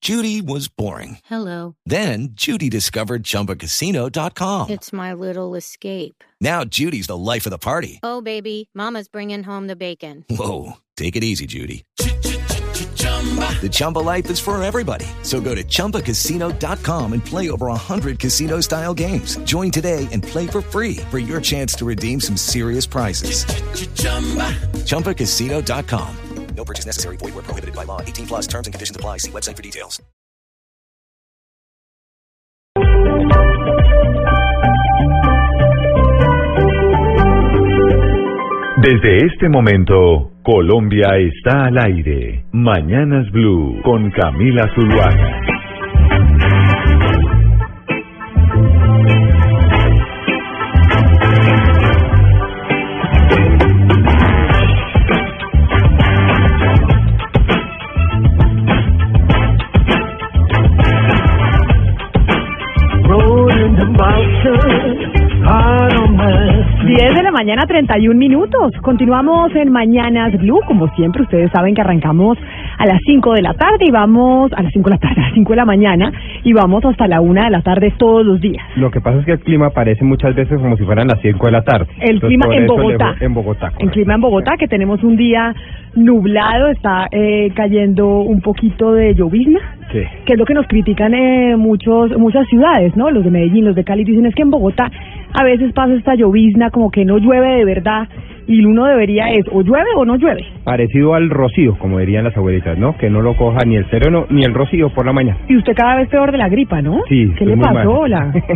Judy was boring. Hello. Then Judy discovered ChumbaCasino.com. It's my little escape. Now Judy's the life of the party. Oh, baby, mama's bringing home the bacon. Whoa, take it easy, Judy. The Chumba life is for everybody. So go to ChumbaCasino.com and play over 100 casino-style games. Join today and play for free for your chance to redeem some serious prizes. ChumbaCasino.com. No purchase necessary. Void where prohibited by law. 18 plus terms and conditions apply. See website for details. Desde este momento, Colombia está al aire. Mañanas Blue con Camila Zuluaga. Mañana 31 minutos. Continuamos en Mañanas Blue. Como siempre, ustedes saben que arrancamos a las 5 de la tarde y vamos a las 5 de la tarde, a las 5 de la mañana y vamos hasta la 1 de la tarde todos los días. Lo que pasa es que el clima parece muchas veces como si fueran las 5 de la tarde. El clima en Bogotá. En Bogotá. El clima en Bogotá, que tenemos un día nublado, está cayendo un poquito de llovizna. Sí. Que es lo que nos critican muchas ciudades, ¿no? Los de Medellín, los de Cali dicen es que en Bogotá a veces pasa esta llovizna, como que no llueve de verdad, y uno debería o llueve o no llueve. Parecido al rocío, como dirían las abuelitas, ¿no? Que no lo coja ni el sereno ni el rocío por la mañana. Y usted cada vez peor de la gripa, ¿no? Sí. ¿Qué le pasó?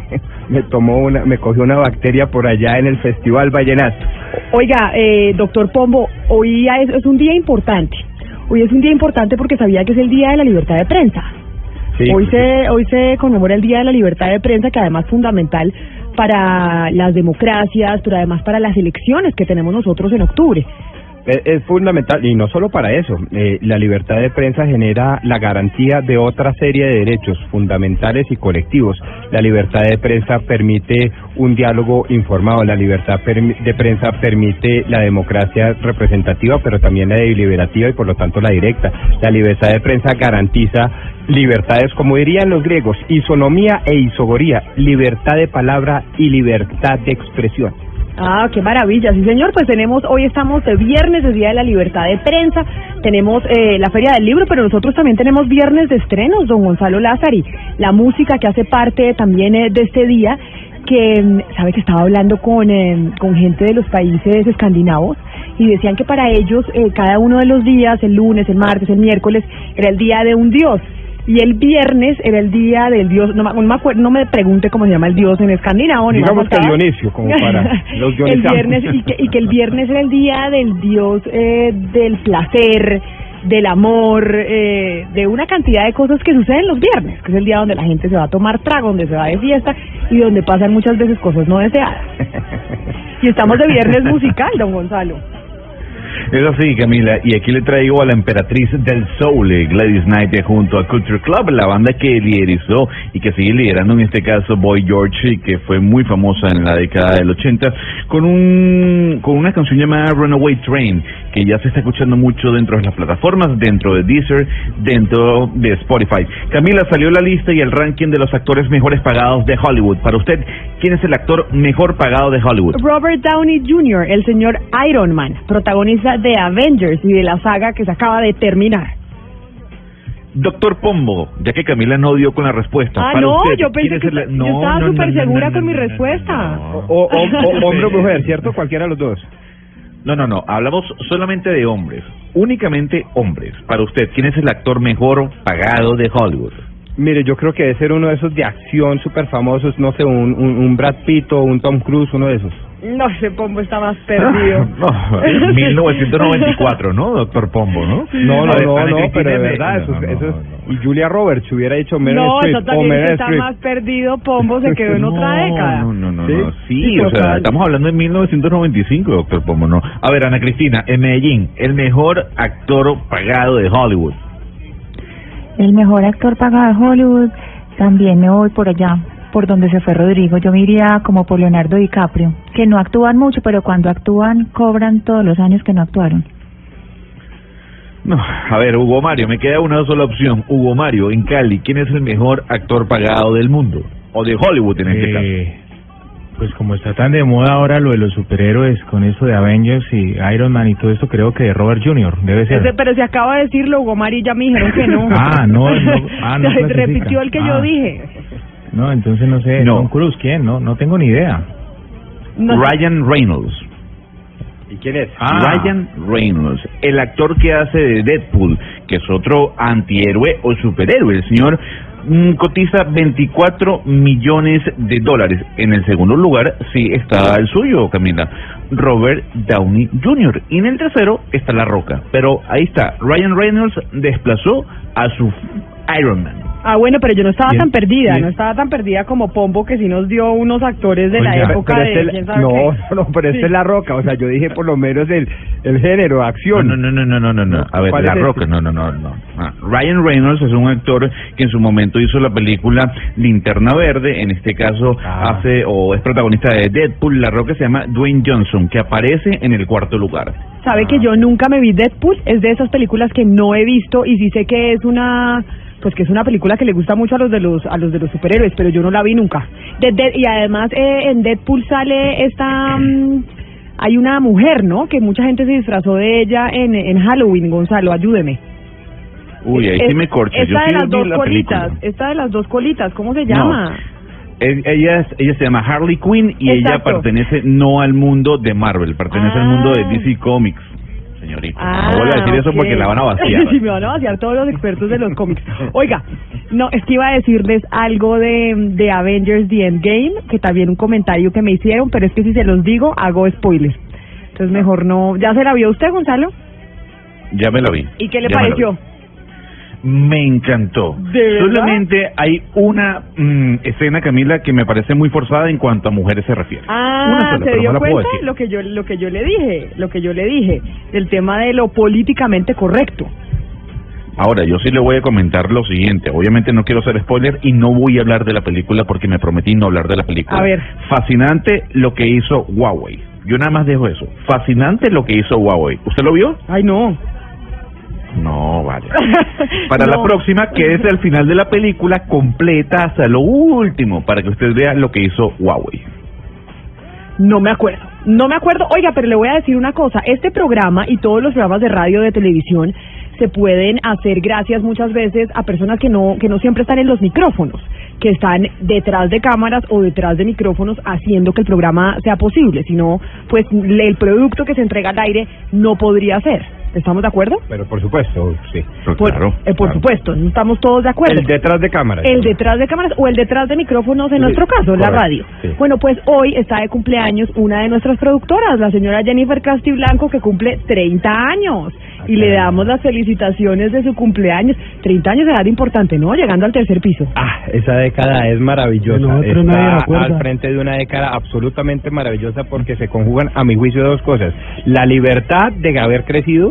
Me cogió una bacteria por allá en el Festival Vallenato. Oiga, doctor Pombo, hoy es un día importante. Hoy es un día importante porque sabía que es el Día de la Libertad de Prensa. Sí. Hoy se conmemora el Día de la Libertad de Prensa, que además es fundamental para las democracias, pero además para las elecciones que tenemos nosotros en octubre. Es fundamental, y no solo para eso. La libertad de prensa genera la garantía de otra serie de derechos fundamentales y colectivos. La libertad de prensa permite un diálogo informado, la libertad de prensa permite la democracia representativa, pero también la deliberativa y por lo tanto la directa. La libertad de prensa garantiza libertades, como dirían los griegos, isonomía e isogoría, libertad de palabra y libertad de expresión. Ah, qué maravilla, sí señor, pues hoy estamos de viernes, es Día de la Libertad de Prensa, tenemos la Feria del Libro, pero nosotros también tenemos viernes de estrenos, don Gonzalo Lázari, la música que hace parte también de este día, que sabe que estaba hablando con gente de los países escandinavos, y decían que para ellos cada uno de los días, el lunes, el martes, el miércoles, era el día de un dios. Y el viernes era el día del dios, no me pregunte cómo se llama el dios en escandinavo. Digamos que Dionisio, como para los dionisanos. El viernes, y que el viernes era el día del dios del placer, del amor, de una cantidad de cosas que suceden los viernes, que es el día donde la gente se va a tomar trago, donde se va de fiesta y donde pasan muchas veces cosas no deseadas. Y estamos de viernes musical, don Gonzalo. Es así, Camila, y aquí le traigo a la emperatriz del soul, Gladys Knight, junto a Culture Club, la banda que liderizó y que sigue liderando en este caso Boy George, que fue muy famosa en la década del 80, con una canción llamada Runaway Train, que ya se está escuchando mucho dentro de las plataformas, dentro de Deezer, dentro de Spotify. Camila, salió la lista y el ranking de los actores mejores pagados de Hollywood. Para usted, ¿quién es el actor mejor pagado de Hollywood? Robert Downey Jr., el señor Iron Man, protagonista de Avengers y de la saga que se acaba de terminar. Doctor Pombo, ya que Camila no dio con la respuesta. Ah, para no, usted, yo pensé que yo estaba súper segura con mi respuesta. Hombre o mujer, ¿cierto? Cualquiera de los dos. No, hablamos solamente de hombres, únicamente hombres. Para usted, ¿quién es el actor mejor pagado de Hollywood? Mire, yo creo que debe ser uno de esos de acción súper famosos, no sé, un Brad Pitt o un Tom Cruise, uno de esos. No, ese Pombo está más perdido. No, 1994, ¿no, doctor Pombo, no? No, pero de verdad, eso es. Y Julia Roberts hubiera dicho Meryl Streep. No, eso también está más perdido, Pombo se quedó en otra década. No, sí, o sea, estamos hablando de 1995, doctor Pombo, ¿no? A ver, Ana Cristina, en Medellín, el mejor actor pagado de Hollywood. El mejor actor pagado de Hollywood, también me voy por allá, por donde se fue Rodrigo. Yo me iría como por Leonardo DiCaprio, que no actúan mucho, pero cuando actúan cobran todos los años que no actuaron. No, a ver, Hugo Mario, me queda una sola opción. Hugo Mario, en Cali, ¿quién es el mejor actor pagado del mundo? O de Hollywood en este caso. Pues como está tan de moda ahora lo de los superhéroes con eso de Avengers y Iron Man y todo eso, creo que Robert Jr. debe ser. Pero si acaba de decirlo, Hugo Mario, ya me dijeron que no. no repitió el que yo dije. No, entonces no sé. No. Tom Cruise, ¿quién? No tengo ni idea. Ryan Reynolds. ¿Y quién es? Ryan Reynolds, el actor que hace de Deadpool, que es otro antihéroe o superhéroe. El señor cotiza $24 millones. En el segundo lugar sí está el suyo, Camila, Robert Downey Jr. Y en el tercero está La Roca. Pero ahí está, Ryan Reynolds desplazó a su Iron Man. Bueno, pero yo no estaba tan perdida, no estaba tan perdida como Pombo, que sí nos dio unos actores de la época de quién sabe qué. Pero esta es La Roca, o sea, yo dije por lo menos el género, acción. No. A ver, La Roca, no. Ryan Reynolds es un actor que en su momento hizo la película Linterna Verde, en este caso es protagonista de Deadpool. La Roca se llama Dwayne Johnson, que aparece en el cuarto lugar. ¿Sabe que yo nunca me vi Deadpool? Es de esas películas que no he visto y sí sé que es una película que le gusta mucho a los de los superhéroes, pero yo no la vi nunca. Y además en Deadpool sale hay una mujer, ¿no? Que mucha gente se disfrazó de ella en Halloween. Gonzalo, ayúdeme. Uy, ahí sí me corcha. Esta de las dos colitas, ¿cómo se llama? Ella se llama Harley Quinn y Exacto. Ella pertenece no al mundo de Marvel, pertenece al mundo de DC Comics. Señorita, no vuelva a decir eso porque la van a vaciar. Sí, me van a vaciar todos los expertos de los cómics. Oiga, no, es que iba a decirles algo de Avengers The Endgame, que también un comentario que me hicieron, pero es que si se los digo, hago spoilers. Entonces mejor no. ¿Ya se la vio usted, Gonzalo? Ya me la vi. ¿Y qué le pareció? Me encantó. ¿De verdad? Solamente hay una escena, Camila, que me parece muy forzada en cuanto a mujeres se refiere. Una sola, ¿se dio no cuenta lo que yo le dije, el tema de lo políticamente correcto? Ahora, yo sí le voy a comentar lo siguiente. Obviamente no quiero hacer spoiler y no voy a hablar de la película porque me prometí no hablar de la película. A ver. Fascinante lo que hizo Huawei. Yo nada más dejo eso. Fascinante lo que hizo Huawei. ¿Usted lo vio? Ay, no. No, vale. Para la próxima, quédese al final de la película completa hasta lo último para que usted vea lo que hizo Huawei. No me acuerdo. Oiga, pero le voy a decir una cosa. Este programa y todos los programas de radio, de televisión, se pueden hacer gracias muchas veces a personas que no siempre están en los micrófonos, que están detrás de cámaras o detrás de micrófonos haciendo que el programa sea posible. Si no, pues el producto que se entrega al aire no podría ser. ¿Estamos de acuerdo? Pero por supuesto, sí. Por supuesto, no estamos todos de acuerdo. El detrás de cámaras. El detrás de cámaras o el detrás de micrófonos en nuestro caso, la radio. Sí. Bueno, pues hoy está de cumpleaños una de nuestras productoras, la señora Jennifer Castiblanco, que cumple 30 años. Y le damos las felicitaciones de su cumpleaños. 30 años de edad importante, ¿no? Llegando al tercer piso. Esa década es maravillosa. Nosotros Está al frente de una década absolutamente maravillosa porque se conjugan, a mi juicio, dos cosas. La libertad de haber crecido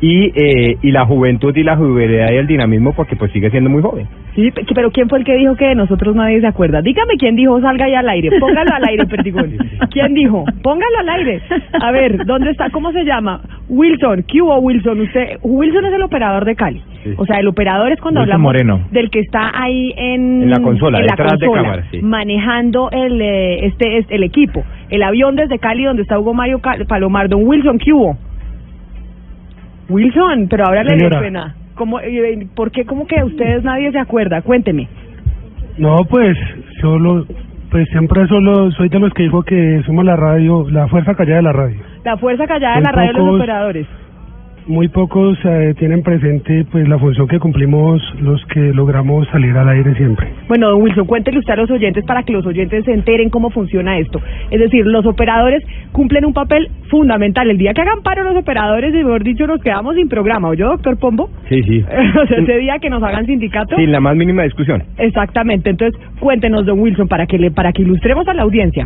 y la juventud y la juvenilidad y el dinamismo porque pues sigue siendo muy joven. Sí, pero ¿quién fue el que dijo que de nosotros nadie se acuerda? Dígame quién dijo salga ya al aire, póngalo al aire, Perdigón. ¿Quién dijo? Póngalo al aire. A ver, ¿dónde está? ¿Cómo se llama? Wilson, ¿qué hubo, Wilson? Wilson es el operador de Cali. Sí. O sea, el operador es cuando Wilson hablamos Moreno. Del que está ahí en la consola, detrás de cámara, sí. Manejando el equipo. El avión desde Cali donde está Hugo Mario Palomar. Don Wilson, ¿qué hubo? Wilson, pero ahora le dio pena. ¿Por qué como que ustedes nadie se acuerda? Cuénteme. No, pues siempre soy de los que dijo que somos la radio, la fuerza callada de la radio. La fuerza callada de la radio de los operadores. Muy pocos tienen presente pues la función que cumplimos los que logramos salir al aire siempre. Bueno, don Wilson, cuéntele usted a los oyentes para que los oyentes se enteren cómo funciona esto. Es decir, los operadores cumplen un papel fundamental. El día que hagan paro los operadores, mejor dicho, nos quedamos sin programa. ¿Oyó, doctor Pombo? Sí. O sea, ese día que nos hagan sindicato. Sin la más mínima discusión. Exactamente. Entonces, cuéntenos, don Wilson, para que ilustremos a la audiencia.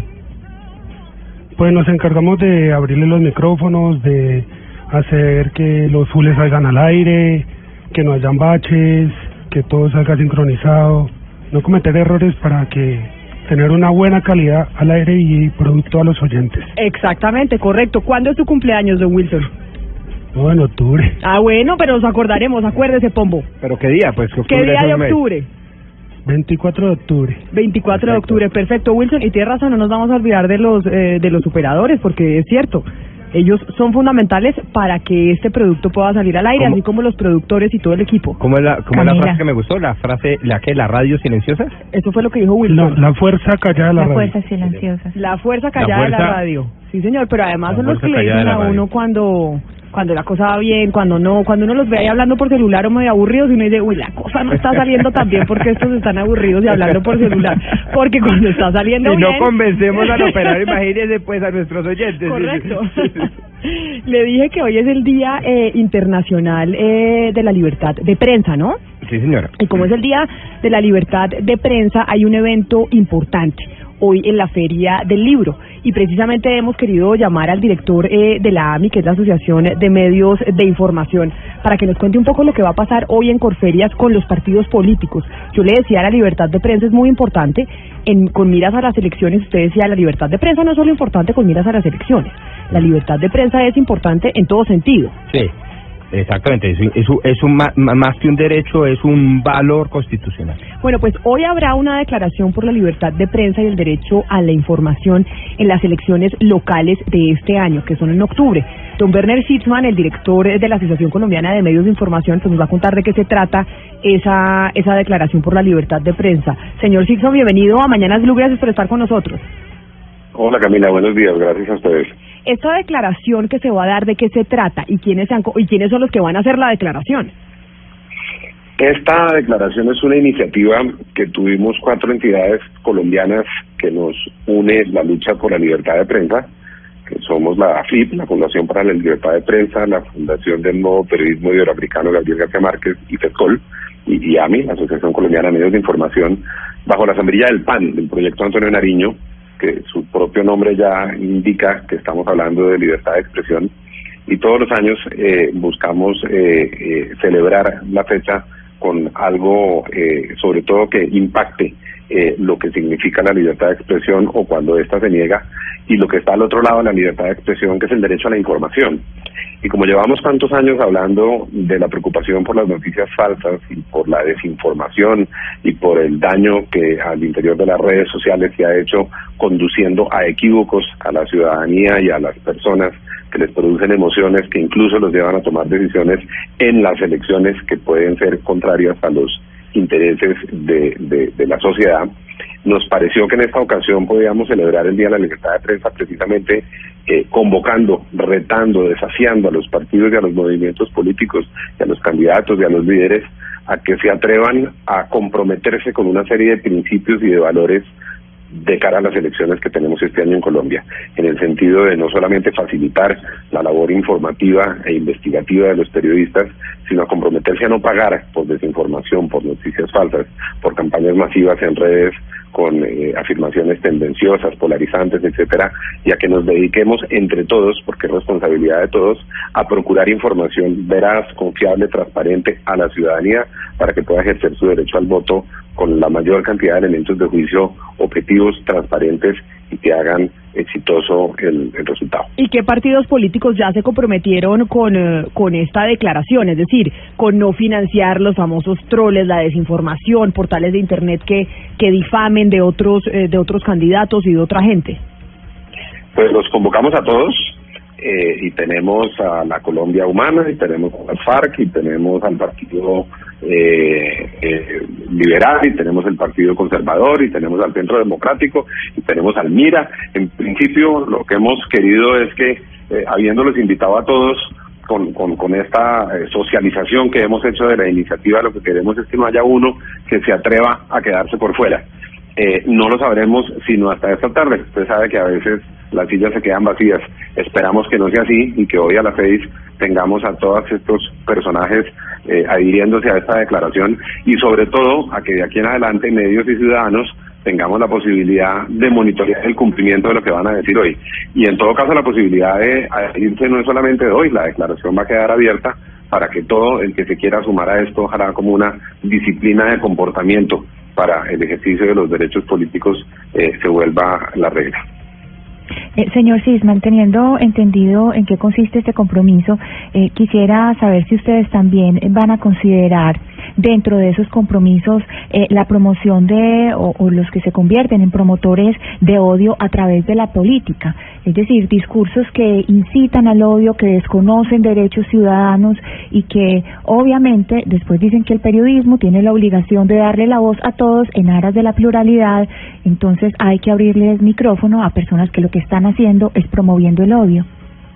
Pues nos encargamos de abrirle los micrófonos, de hacer que los fules salgan al aire, que no hayan baches, que todo salga sincronizado, no cometer errores para que tener una buena calidad al aire y producto a los oyentes. Exactamente, correcto. ¿Cuándo es tu cumpleaños, don Wilson? No, en octubre. Ah, bueno, pero nos acordaremos, acuérdese, Pombo. ¿Pero qué día? Pues ¿Qué día de octubre? 24 de octubre. 24 de octubre, perfecto, Wilson, y tienes razón, no nos vamos a olvidar de los operadores, porque es cierto, ellos son fundamentales para que este producto pueda salir al aire, así como los productores y todo el equipo. ¿Cómo es la frase que me gustó? ¿La radio silenciosa? Eso fue lo que dijo Wilson. No, la fuerza callada de la radio. La fuerza silenciosa. La fuerza callada de la radio. Sí, señor, pero además son los que le dicen a uno cuando la cosa va bien, cuando no, cuando uno los ve ahí hablando por celular o medio aburridos y uno dice, uy, la cosa no está saliendo tan bien porque estos están aburridos y hablando por celular, porque cuando está saliendo bien... Si no convencemos al operador, imagínense pues a nuestros oyentes. Correcto. Le dije que hoy es el Día Internacional de la Libertad de Prensa, ¿no? Sí, señora. Y como es el Día de la Libertad de Prensa, hay un evento importante hoy en la Feria del Libro. Y precisamente hemos querido llamar al director de la AMI, que es la Asociación de Medios de Información, para que nos cuente un poco lo que va a pasar hoy en Corferias con los partidos políticos. Yo le decía, la libertad de prensa es muy importante con miras a las elecciones. Usted decía, la libertad de prensa no es solo importante con miras a las elecciones. La libertad de prensa es importante en todo sentido. Sí. Exactamente, es más que un derecho, es un valor constitucional. Bueno, pues hoy habrá una declaración por la libertad de prensa y el derecho a la información en las elecciones locales de este año, que son en octubre. Don Werner Sitzman, el director de la Asociación Colombiana de Medios de Información, pues nos va a contar de qué se trata esa declaración por la libertad de prensa. Señor Sitzman, bienvenido a Mañanas Blue, gracias por estar con nosotros. Hola Camila, buenos días, gracias a ustedes. Esta declaración que se va a dar, ¿de qué se trata? ¿Y quiénes son los que van a hacer la declaración? Esta declaración es una iniciativa que tuvimos 4 entidades colombianas que nos une la lucha por la libertad de prensa, que somos la AFIP, la Fundación para la Libertad de Prensa, la Fundación del Nuevo Periodismo Iberoamericano Gabriel García Márquez y FESCOL, y AMI, la Asociación Colombiana de Medios de Información, bajo la sombrilla del PAN, del proyecto Antonio Nariño, que su propio nombre ya indica que estamos hablando de libertad de expresión, y todos los años buscamos celebrar la fecha con algo sobre todo que impacte lo que significa la libertad de expresión o cuando ésta se niega, y lo que está al otro lado de la libertad de expresión, que es el derecho a la información. Y como llevamos tantos años hablando de la preocupación por las noticias falsas y por la desinformación y por el daño que al interior de las redes sociales se ha hecho conduciendo a equívocos a la ciudadanía y a las personas, que les producen emociones que incluso los llevan a tomar decisiones en las elecciones que pueden ser contrarias a los intereses de la sociedad, nos pareció que en esta ocasión podíamos celebrar el Día de la Libertad de Prensa precisamente convocando, retando, desafiando a los partidos y a los movimientos políticos y a los candidatos y a los líderes a que se atrevan a comprometerse con una serie de principios y de valores de cara a las elecciones que tenemos este año en Colombia, en el sentido de no solamente facilitar la labor informativa e investigativa de los periodistas, sino a comprometerse a no pagar por desinformación, por noticias falsas, por campañas masivas en redes con afirmaciones tendenciosas, polarizantes, etcétera, y a que nos dediquemos entre todos, porque es responsabilidad de todos, a procurar información veraz, confiable, transparente a la ciudadanía para que pueda ejercer su derecho al voto con la mayor cantidad de elementos de juicio objetivos, transparentes y que hagan exitoso el resultado. ¿Y qué partidos políticos ya se comprometieron con esta declaración? Es decir, con no financiar los famosos troles, la desinformación, portales de internet que difamen de otros candidatos y de otra gente. Pues los convocamos a todos. Y tenemos a la Colombia Humana, y tenemos al FARC, y tenemos al Partido Liberal, y tenemos el Partido Conservador, y tenemos al Centro Democrático, y tenemos al MIRA. En principio, lo que hemos querido es que, habiéndolos invitado a todos, con esta socialización que hemos hecho de la iniciativa, lo que queremos es que no haya uno que se atreva a quedarse por fuera. No lo sabremos sino hasta esta tarde. Usted sabe que a veces las sillas se quedan vacías. Esperamos que no sea así y que hoy a las 6 tengamos a todos estos personajes adhiriéndose a esta declaración, y sobre todo a que de aquí en adelante medios y ciudadanos tengamos la posibilidad de monitorear el cumplimiento de lo que van a decir hoy. Y en todo caso la posibilidad de adherirse no es solamente de hoy, la declaración va a quedar abierta para que todo el que se quiera sumar a esto, ojalá como una disciplina de comportamiento para el ejercicio de los derechos políticos, se vuelva la regla. Señor Sisman, teniendo entendido en qué consiste este compromiso, quisiera saber si ustedes también van a considerar dentro de esos compromisos la promoción de o los que se convierten en promotores de odio a través de la política, es decir, discursos que incitan al odio, que desconocen derechos ciudadanos y que obviamente después dicen que el periodismo tiene la obligación de darle la voz a todos en aras de la pluralidad, entonces hay que abrirle el micrófono a personas que lo que están haciendo es promoviendo el odio.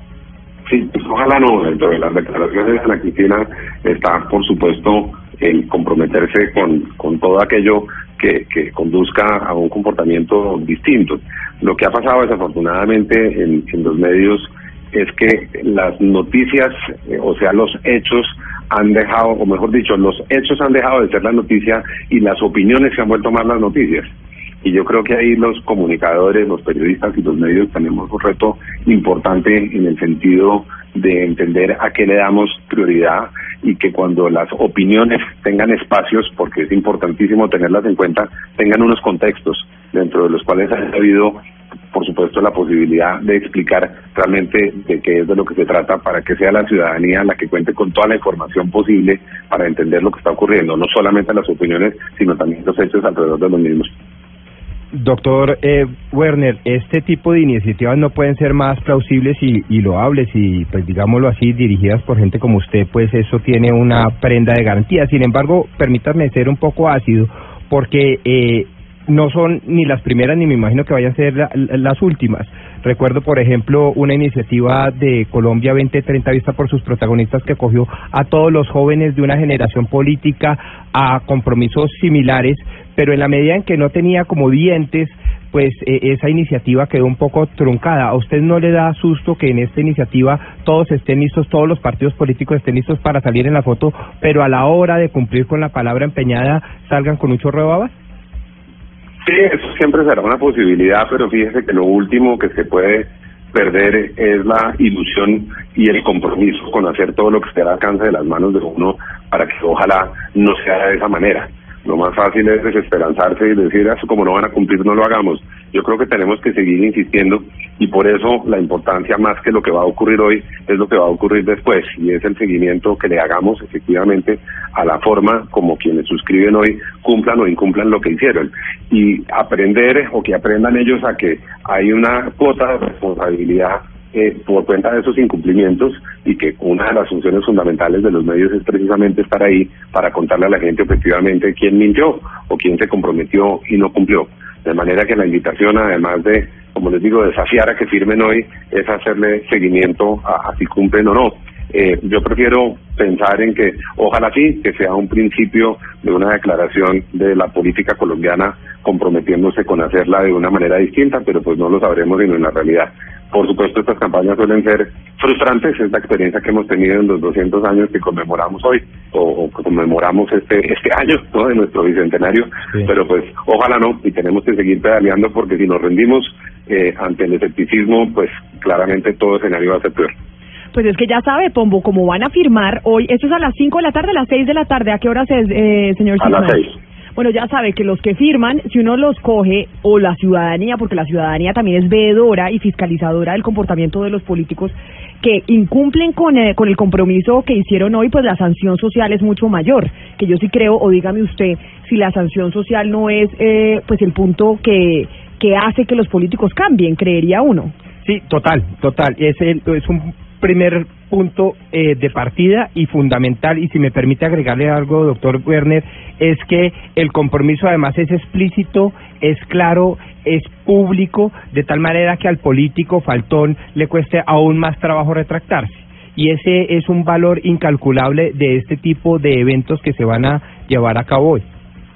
Sí, ojalá no. Dentro de las declaraciones de la Cristina está, por supuesto, el comprometerse con todo aquello que conduzca a un comportamiento distinto. Lo que ha pasado desafortunadamente en los medios es que las noticias, o sea, los hechos han dejado, o mejor dicho, los hechos han dejado de ser la noticia y las opiniones se han vuelto más las noticias. Y yo creo que ahí los comunicadores, los periodistas y los medios tenemos un reto importante en el sentido de entender a qué le damos prioridad y que cuando las opiniones tengan espacios, porque es importantísimo tenerlas en cuenta, tengan unos contextos dentro de los cuales ha habido, por supuesto, la posibilidad de explicar realmente de qué es de lo que se trata para que sea la ciudadanía la que cuente con toda la información posible para entender lo que está ocurriendo, no solamente las opiniones, sino también los hechos alrededor de los mismos. Doctor Werner, este tipo de iniciativas no pueden ser más plausibles y loables y, pues digámoslo así, dirigidas por gente como usted, pues eso tiene una prenda de garantía. Sin embargo, permítanme ser un poco ácido, porque no son ni las primeras ni me imagino que vayan a ser las últimas. Recuerdo, por ejemplo, una iniciativa de Colombia 2030 vista por sus protagonistas que cogió a todos los jóvenes de una generación política a compromisos similares, pero en la medida en que no tenía como dientes, pues esa iniciativa quedó un poco truncada. ¿A usted no le da susto que en esta iniciativa todos estén listos, todos los partidos políticos estén listos para salir en la foto, pero a la hora de cumplir con la palabra empeñada salgan con un chorro de babas? Sí, eso siempre será una posibilidad, pero fíjese que lo último que se puede perder es la ilusión y el compromiso con hacer todo lo que esté al alcance de las manos de uno para que ojalá no sea de esa manera. Lo más fácil es desesperanzarse y decir, eso como no van a cumplir, no lo hagamos. Yo creo que tenemos que seguir insistiendo y por eso la importancia más que lo que va a ocurrir hoy es lo que va a ocurrir después y es el seguimiento que le hagamos efectivamente a la forma como quienes suscriben hoy cumplan o incumplan lo que hicieron y aprender o que aprendan ellos a que hay una cuota de responsabilidad por cuenta de esos incumplimientos y que una de las funciones fundamentales de los medios es precisamente estar ahí para contarle a la gente efectivamente quién mintió o quién se comprometió y no cumplió. De manera que la invitación, además de, como les digo, desafiar a que firmen hoy, es hacerle seguimiento a si cumplen o no. Yo prefiero pensar en que ojalá sí, que sea un principio de una declaración de la política colombiana comprometiéndose con hacerla de una manera distinta, pero pues no lo sabremos sino en la realidad. Por supuesto, estas campañas suelen ser frustrantes, es la experiencia que hemos tenido en los 200 años que conmemoramos hoy, o conmemoramos este año, ¿no?, de nuestro bicentenario, sí. Pero pues ojalá no, y tenemos que seguir pedaleando porque si nos rendimos ante el escepticismo, pues claramente todo escenario va a ser peor. Pues es que ya sabe, Pombo, como van a firmar hoy, esto es a las 5 de la tarde, a las 6 de la tarde, ¿a qué horas es, señor Sisman? A las 6. Bueno, ya sabe que los que firman, si uno los coge, o la ciudadanía, porque la ciudadanía también es veedora y fiscalizadora del comportamiento de los políticos que incumplen con el compromiso que hicieron hoy, pues la sanción social es mucho mayor, que yo sí creo, o dígame usted, si la sanción social no es pues el punto que hace que los políticos cambien, creería uno. Sí, total, es un primer punto de partida y fundamental, y si me permite agregarle algo, doctor Werner, es que el compromiso además es explícito, es claro, es público, de tal manera que al político faltón le cueste aún más trabajo retractarse, y ese es un valor incalculable de este tipo de eventos que se van a llevar a cabo hoy.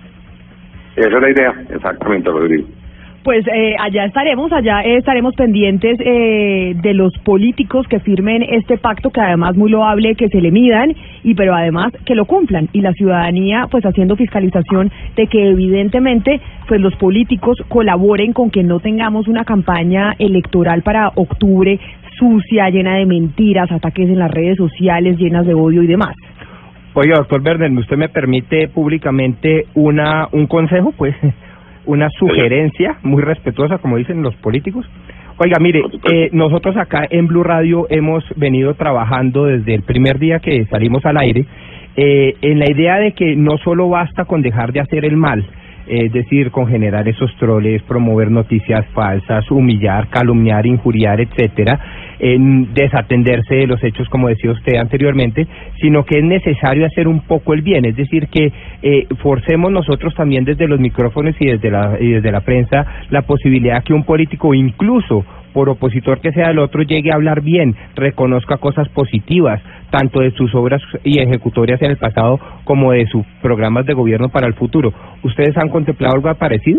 Esa es la idea, exactamente, Rodrigo. Pues allá estaremos pendientes de los políticos que firmen este pacto, que además muy loable que se le midan, pero además que lo cumplan, y la ciudadanía pues haciendo fiscalización de que evidentemente pues los políticos colaboren con que no tengamos una campaña electoral para octubre sucia, llena de mentiras, ataques en las redes sociales, llenas de odio y demás. Oiga, doctor Werner, ¿usted me permite públicamente un consejo, pues? Una sugerencia muy respetuosa, como dicen los políticos. Oiga, mire, nosotros acá en Blue Radio hemos venido trabajando desde el primer día que salimos al aire en la idea de que no solo basta con dejar de hacer el mal, es decir, con generar esos troles, promover noticias falsas, humillar, calumniar, injuriar, etcétera, desatenderse de los hechos, como decía usted anteriormente, sino que es necesario hacer un poco el bien, es decir, que forcemos nosotros también desde los micrófonos y desde la prensa la posibilidad que un político, incluso por opositor que sea del otro, llegue a hablar bien, reconozca cosas positivas, tanto de sus obras y ejecutorias en el pasado como de sus programas de gobierno para el futuro. ¿Ustedes han contemplado algo parecido?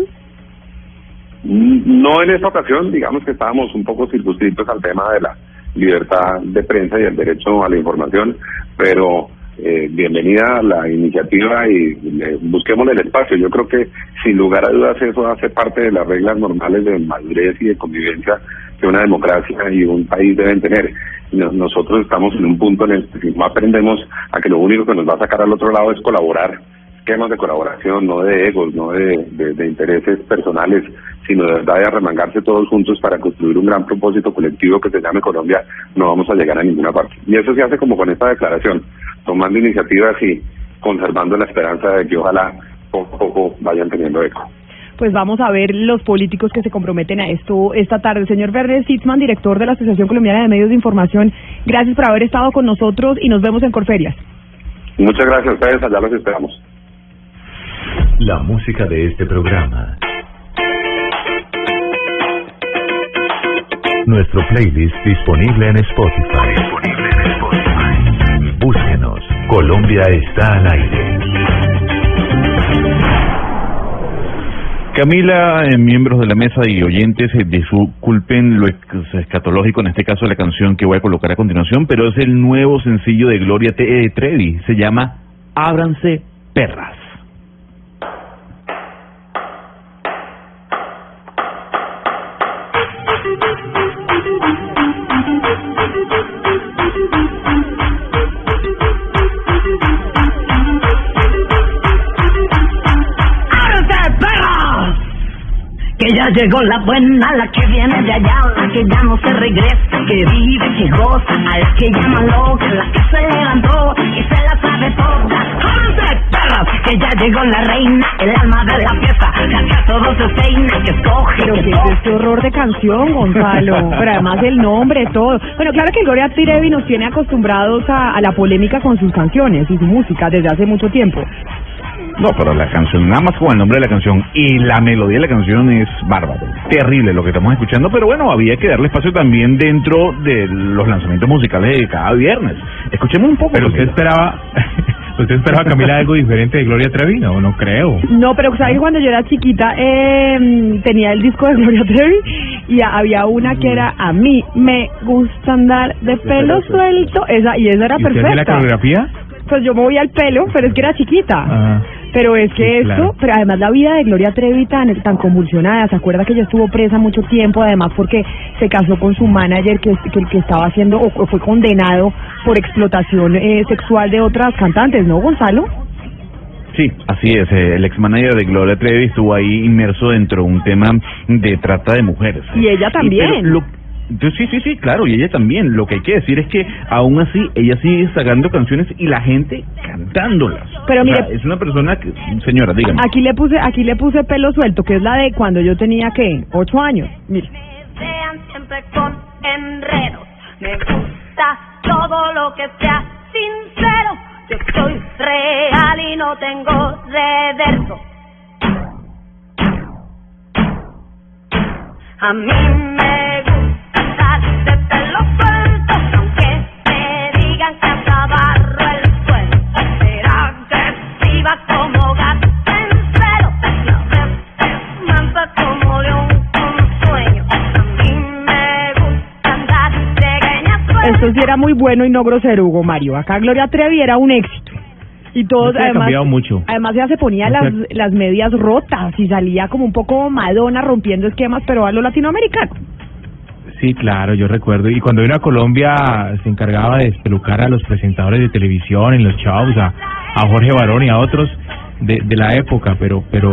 No en esta ocasión, digamos que estábamos un poco circunscritos al tema de la libertad de prensa y el derecho a la información, pero bienvenida a la iniciativa y busquemos el espacio. Yo creo que sin lugar a dudas eso hace parte de las reglas normales de madurez y de convivencia que una democracia y un país deben tener. Nosotros estamos en un punto en el que si no aprendemos a que lo único que nos va a sacar al otro lado es colaborar, esquemas de colaboración, no de egos, no de intereses personales, sino de verdad de arremangarse todos juntos para construir un gran propósito colectivo que se llame Colombia, no vamos a llegar a ninguna parte. Y eso se hace como con esta declaración, tomando iniciativas y conservando la esperanza de que ojalá poco a poco vayan teniendo eco. Pues vamos a ver los políticos que se comprometen a esto esta tarde. Señor Werner Sitzman, director de la Asociación Colombiana de Medios de Información, gracias por haber estado con nosotros y nos vemos en Corferias. Muchas gracias a ustedes, allá los esperamos. La música de este programa. Nuestro playlist disponible en Spotify. Búsquenos. Colombia está al aire. Camila, miembros de la mesa y oyentes, disculpen lo escatológico, en este caso la canción que voy a colocar a continuación, pero es el nuevo sencillo de Gloria Trevi, se llama Ábranse Perras. Que ya llegó la buena, la que viene de allá, la que ya no se regresa, que vive, que goza, a la que llama loca, la que se levantó y se la sabe toda. ¡Ábranse, perras! Que ya llegó la reina, el alma de la fiesta, que acá todo se peina, que escoge. Pero que es este horror de canción, Gonzalo. Pero además el nombre, todo. Bueno, claro que Gloria Trevi nos tiene acostumbrados a la polémica con sus canciones y su música desde hace mucho tiempo. No, pero la canción, nada más con el nombre de la canción y la melodía de la canción es bárbaro, terrible lo que estamos escuchando, pero bueno, había que darle espacio también dentro de los lanzamientos musicales de cada viernes. Escuchemos un poco. Pero usted esperaba Camila algo diferente de Gloria Trevi, no creo. No, pero ¿sabes? Cuando yo era chiquita tenía el disco de Gloria Trevi y había una que era A mí me gusta andar de pelo suelto, esa era perfecta. ¿Y usted la coreografía? Pues yo me voy al pelo, pero es que era chiquita. Ajá. Pero es que sí, esto, claro. Pero además la vida de Gloria Trevi tan convulsionada, ¿se acuerda que ella estuvo presa mucho tiempo? Además porque se casó con su manager que estaba haciendo, o fue condenado por explotación sexual de otras cantantes, ¿no, Gonzalo? Sí, así es, el ex manager de Gloria Trevi estuvo ahí inmerso dentro de un tema de trata de mujeres. Y ella también. Sí, claro, y ella también. Lo que hay que decir es que aún así ella sigue sacando canciones y la gente cantándolas. Pero mire, es una persona que, señora, dígame. Aquí le puse Pelo Suelto, que es la de cuando yo tenía, ¿qué? 8 años. Mire. Sean siempre con enredos. Me gusta todo lo que sea sincero. Yo soy real y no tengo reverso. A mí me gusta andar de pelo suelto, aunque me digan que hasta barro el suelo. Ser agresiva como gato en celo, la mansa como león con sueño. A mí me gusta andar de greñas sueltas. Esto sí era muy bueno y no grosero, Hugo Mario. Acá Gloria Trevi era un éxito. Y todos, además ella se ponía las medias rotas y salía como un poco Madonna rompiendo esquemas, pero a lo latinoamericano. Sí, claro, yo recuerdo. Y cuando vino a Colombia se encargaba de despelucar a los presentadores de televisión en los shows, a Jorge Barón y a otros de la época, pero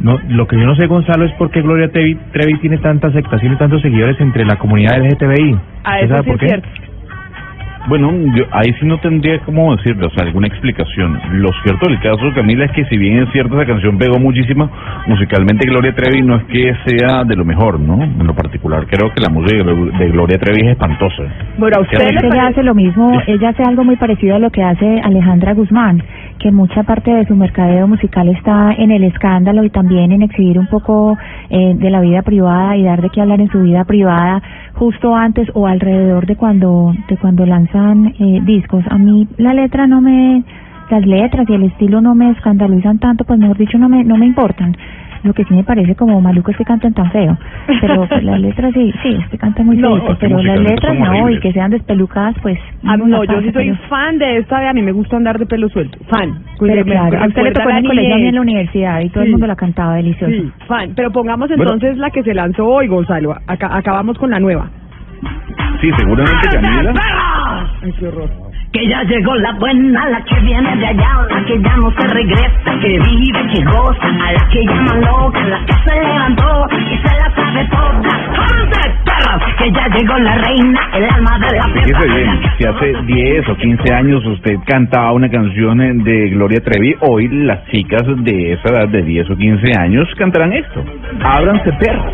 No, lo que yo no sé, Gonzalo, es por qué Gloria Trevi tiene tanta aceptación y tantos seguidores entre la comunidad LGTBI. Eso ¿Sabe sí por es qué? cierto. Bueno, yo ahí sí no tendría cómo decirlo, o sea, alguna explicación. Lo cierto del caso, Camila, es que si bien es cierto esa canción pegó muchísimo, musicalmente Gloria Trevi no es que sea de lo mejor, ¿no? En lo particular, creo que la música de Gloria Trevi es espantosa. Bueno, a usted Ella hace lo mismo, ella hace algo muy parecido a lo que hace Alejandra Guzmán, que mucha parte de su mercadeo musical está en el escándalo y también en exhibir un poco de la vida privada y dar de qué hablar en su vida privada justo antes o alrededor de cuando lanzan discos. A mí las letras y el estilo no me escandalizan tanto, pues mejor dicho no me importan. Lo que sí me parece como maluco es que canten tan feo, pero pues, las letras sí, es que cantan muy feo, pero las letras no, y que sean despelucadas, pues no, yo sí soy fan de esta, a mí me gusta andar de pelo suelto, fan. Pero claro, a usted le tocó en el colegio, a mí en la universidad, y todo el mundo la cantaba, delicioso. Sí, fan, pero pongamos entonces la que se lanzó hoy, Gonzalo, acabamos con la nueva. Sí, seguramente, Camila. Ay, qué horror. Que ya llegó la buena, la que viene de allá, la que ya no se regresa, que vive, que goza, a la que llaman loca, la que se levantó y se la sabe toda. ¡Jódense, perros! Que ya llegó la reina, el alma de la Fíjese bien, si hace 10 o 15 años usted cantaba una canción de Gloria Trevi, hoy las chicas de esa edad de 10 o 15 años cantarán esto. Ábranse, perros.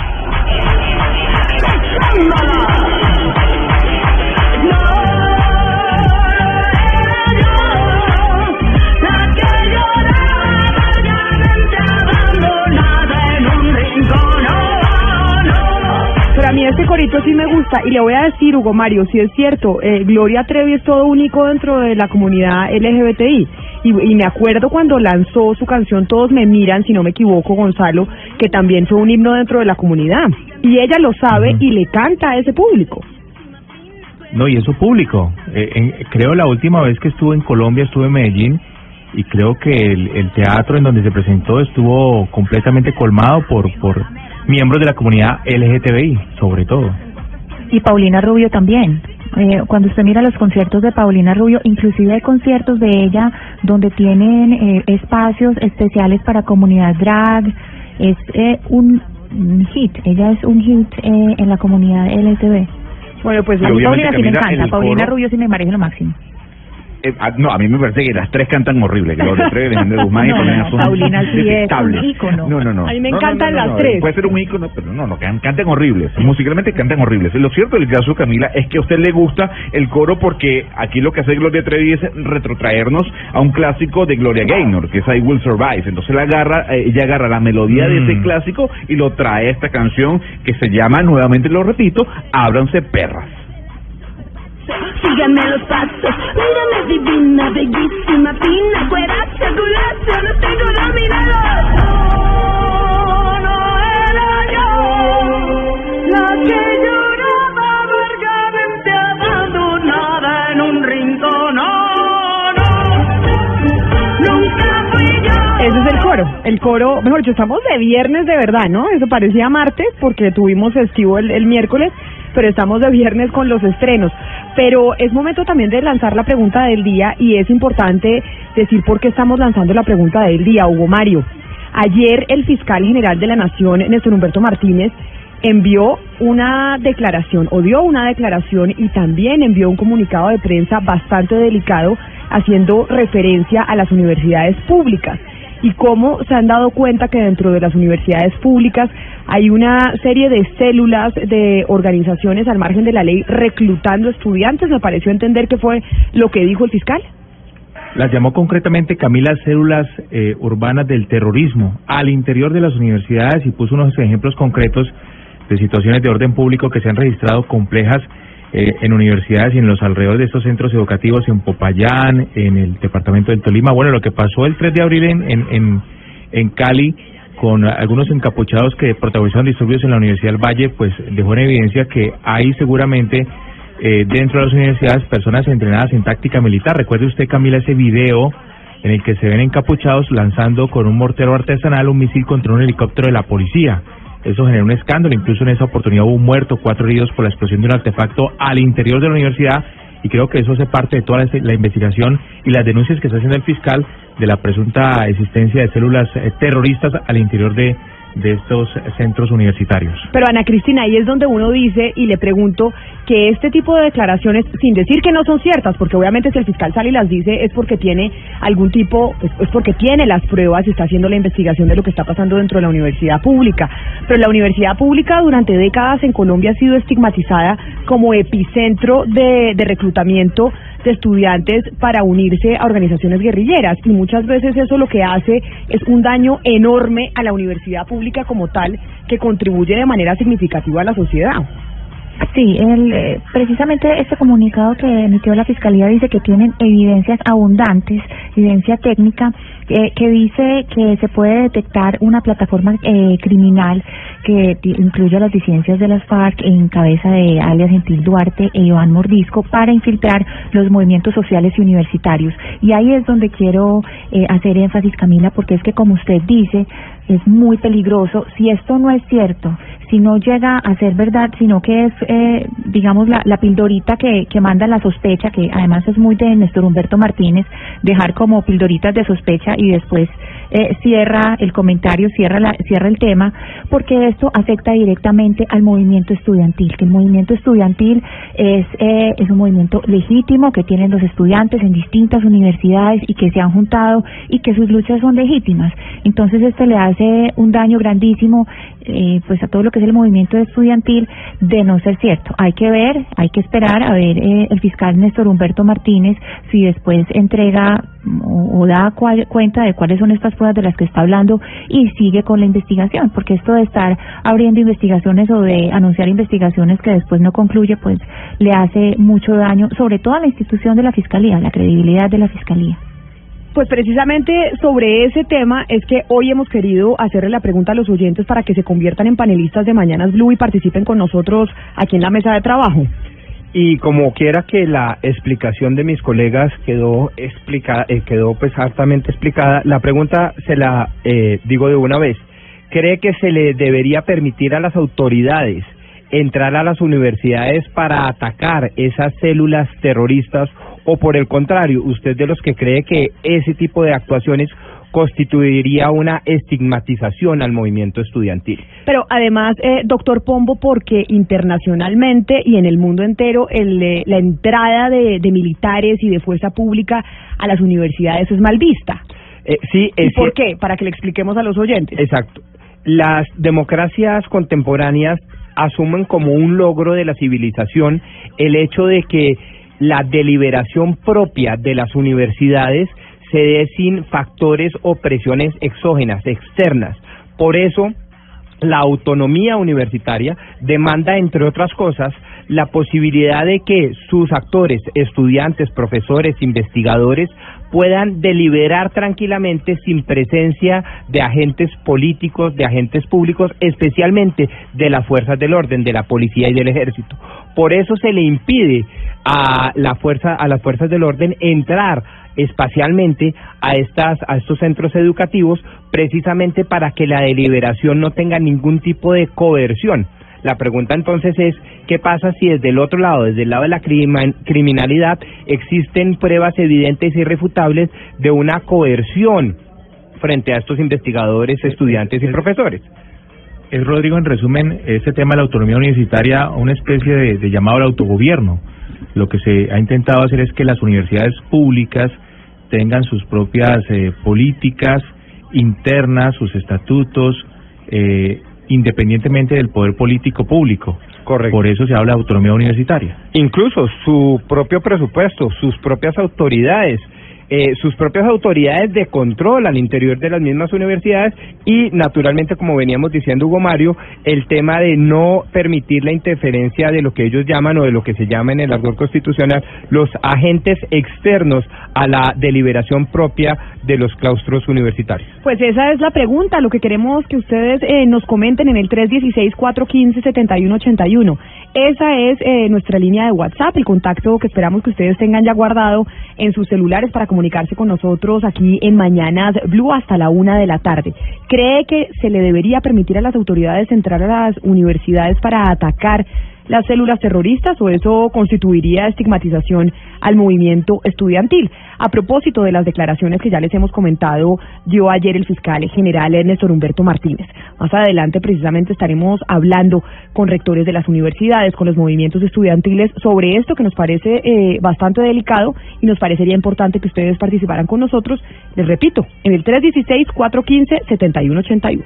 Pero a mí este corito sí me gusta y le voy a decir, Hugo Mario, si es cierto, Gloria Trevi es todo único dentro de la comunidad LGBTI y me acuerdo cuando lanzó su canción Todos me miran, si no me equivoco, Gonzalo, que también fue un himno dentro de la comunidad y ella lo sabe y le canta a ese público. No, y eso público. Creo la última vez que estuve en Colombia, estuve en Medellín, y creo que el teatro en donde se presentó estuvo completamente colmado por miembros de la comunidad LGTBI, sobre todo. Y Paulina Rubio también. Cuando usted mira los conciertos de Paulina Rubio, inclusive hay conciertos de ella donde tienen espacios especiales para comunidad drag. Es un hit, ella es un hit en la comunidad LGTB. Bueno, pues a mí Paulina sí me encanta, Paulina Rubio sí me parece lo máximo. No, a mí me parece que las tres cantan horrible, que Gloria Trevi, Alejandra Guzmán y Paulina son Paulina sí es un ícono. No. A mí me encantan las tres. Puede ser un ícono, pero no, cantan horribles. Musicalmente cantan horribles. Lo cierto del caso, Camila, es que a usted le gusta el coro porque aquí lo que hace Gloria Trevi es retrotraernos a un clásico de Gloria Gaynor, que es I Will Survive. Entonces ella agarra la melodía de ese clásico y lo trae a esta canción que se llama, nuevamente lo repito, Ábranse, perras. Síganme los pasos, mírame divina, bellísima, fina, cueraza, culaza, no tengo dominado. No era yo la que lloraba amargamente abandonada en un rincón. Nunca fui yo. Ese es el coro, mejor dicho, estamos de viernes de verdad, ¿no? Eso parecía martes porque tuvimos festivo el miércoles, pero estamos de viernes con los estrenos. Pero es momento también de lanzar la pregunta del día y es importante decir por qué estamos lanzando la pregunta del día, Hugo Mario. Ayer el fiscal general de la Nación, Néstor Humberto Martínez, envió una declaración, o dio una declaración y también envió un comunicado de prensa bastante delicado haciendo referencia a las universidades públicas. Y cómo se han dado cuenta que dentro de las universidades públicas hay una serie de células de organizaciones al margen de la ley reclutando estudiantes. Me pareció entender que fue lo que dijo el fiscal. Las llamó concretamente, Camila, células urbanas del terrorismo al interior de las universidades y puso unos ejemplos concretos de situaciones de orden público que se han registrado complejas en universidades y en los alrededores de estos centros educativos, en Popayán, en el departamento del Tolima. Bueno, lo que pasó el 3 de abril en Cali con algunos encapuchados que protagonizaron disturbios en la Universidad del Valle, pues dejó en evidencia que hay seguramente dentro de las universidades personas entrenadas en táctica militar. Recuerde usted, Camila, ese video en el que se ven encapuchados lanzando con un mortero artesanal un misil contra un helicóptero de la policía. Eso generó un escándalo, incluso en esa oportunidad hubo un muerto, 4 heridos por la explosión de un artefacto al interior de la universidad y creo que eso hace parte de toda la investigación y las denuncias que está haciendo el fiscal de la presunta existencia de células terroristas al interior de estos centros universitarios. Pero Ana Cristina, ahí es donde uno dice, y le pregunto, que este tipo de declaraciones, sin decir que no son ciertas, porque obviamente si el fiscal sale y las dice es porque tiene algún tipo, es porque tiene las pruebas y está haciendo la investigación de lo que está pasando dentro de la universidad pública. Pero la universidad pública durante décadas en Colombia ha sido estigmatizada como epicentro de reclutamiento de estudiantes para unirse a organizaciones guerrilleras, y muchas veces eso lo que hace es un daño enorme a la universidad pública como tal, que contribuye de manera significativa a la sociedad. Sí, precisamente este comunicado que emitió la Fiscalía dice que tienen evidencias abundantes, evidencia técnica, que dice que se puede detectar una plataforma criminal que incluye las disidencias de las FARC en cabeza de alias Gentil Duarte e Iván Mordisco para infiltrar los movimientos sociales y universitarios. Y ahí es donde quiero hacer énfasis, Camila, porque es que, como usted dice, es muy peligroso. Si esto no es cierto, si no llega a ser verdad, sino que es, digamos, la pildorita que manda la sospecha, que además es muy de Néstor Humberto Martínez, dejar como pildoritas de sospecha y después cierra el comentario, cierra el tema, porque esto afecta directamente al movimiento estudiantil, que el movimiento estudiantil es un movimiento legítimo que tienen los estudiantes en distintas universidades y que se han juntado y que sus luchas son legítimas. Entonces esto le hace un daño grandísimo pues a todo lo que es el movimiento estudiantil, de no ser cierto. Hay que ver, hay que esperar a ver el fiscal Néstor Humberto Martínez si después entrega o da cuenta de cuáles son estas pruebas de las que está hablando y sigue con la investigación, porque esto de estar abriendo investigaciones o de anunciar investigaciones que después no concluye, pues le hace mucho daño, sobre todo a la institución de la Fiscalía, la credibilidad de la Fiscalía. Pues precisamente sobre ese tema es que hoy hemos querido hacerle la pregunta a los oyentes para que se conviertan en panelistas de Mañanas Blue y participen con nosotros aquí en la mesa de trabajo. Y como quiera que la explicación de mis colegas quedó explicada, quedó pues hartamente explicada, la pregunta se la digo de una vez. ¿Cree que se le debería permitir a las autoridades entrar a las universidades para atacar esas células terroristas, o por el contrario, usted de los que cree que ese tipo de actuaciones constituiría una estigmatización al movimiento estudiantil? Pero además, doctor Pombo, porque internacionalmente y en el mundo entero la entrada de militares y de fuerza pública a las universidades es mal vista. Sí, ¿Y por qué? Para que le expliquemos a los oyentes. Exacto. Las democracias contemporáneas asumen como un logro de la civilización el hecho de que la deliberación propia de las universidades se dé sin factores o presiones exógenas, externas. Por eso, la autonomía universitaria demanda, entre otras cosas, la posibilidad de que sus actores, estudiantes, profesores, investigadores, puedan deliberar tranquilamente sin presencia de agentes políticos, de agentes públicos, especialmente de las fuerzas del orden, de la policía y del ejército. Por eso se le impide a las fuerzas del orden entrar espacialmente a estos centros educativos, precisamente para que la deliberación no tenga ningún tipo de coerción. La pregunta entonces es, ¿qué pasa si desde el otro lado, desde el lado de la criminalidad, existen pruebas evidentes e irrefutables de una coerción frente a estos investigadores, estudiantes y profesores? Es, Rodrigo, en resumen, este tema de la autonomía universitaria, una especie de llamado al autogobierno. Lo que se ha intentado hacer es que las universidades públicas tengan sus propias políticas internas, sus estatutos, independientemente del poder político público. Correcto. Por eso se habla de autonomía universitaria. Incluso su propio presupuesto, sus propias autoridades de control al interior de las mismas universidades y, naturalmente, como veníamos diciendo Hugo Mario, el tema de no permitir la interferencia de lo que ellos llaman, o de lo que se llama en el argot constitucional, los agentes externos a la deliberación propia de los claustros universitarios. Pues esa es la pregunta, lo que queremos que ustedes nos comenten en el 316-415-7181. Esa es nuestra línea de WhatsApp, el contacto que esperamos que ustedes tengan ya guardado en sus celulares para comunicarse con nosotros aquí en Mañanas Blue hasta la 1 de la tarde. ¿Cree que se le debería permitir a las autoridades entrar a las universidades para atacar las células terroristas o eso constituiría estigmatización al movimiento estudiantil. A propósito de las declaraciones que ya les hemos comentado, dio ayer el fiscal general Néstor Humberto Martínez. Más adelante precisamente estaremos hablando con rectores de las universidades, con los movimientos estudiantiles sobre esto que nos parece bastante delicado y nos parecería importante que ustedes participaran con nosotros, les repito, en el 316-415-7181.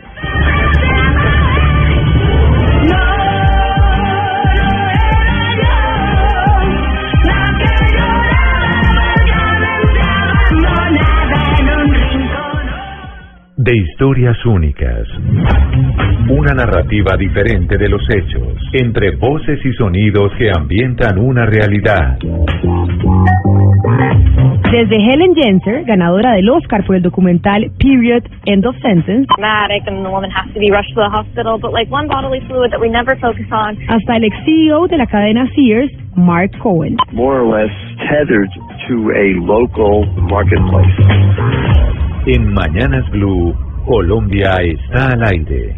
De historias únicas. Una narrativa diferente de los hechos, entre voces y sonidos que ambientan una realidad. Desde Helen Jenser, ganadora del Oscar por el documental Period, End of Sentence, and the woman has to be rushed to the hospital, but like one bodily fluid that we never focus on. Hasta el ex-CEO de la cadena Sears, Mark Cohen. More or less tethered to a local marketplace. En Mañanas Blue, Colombia está al aire.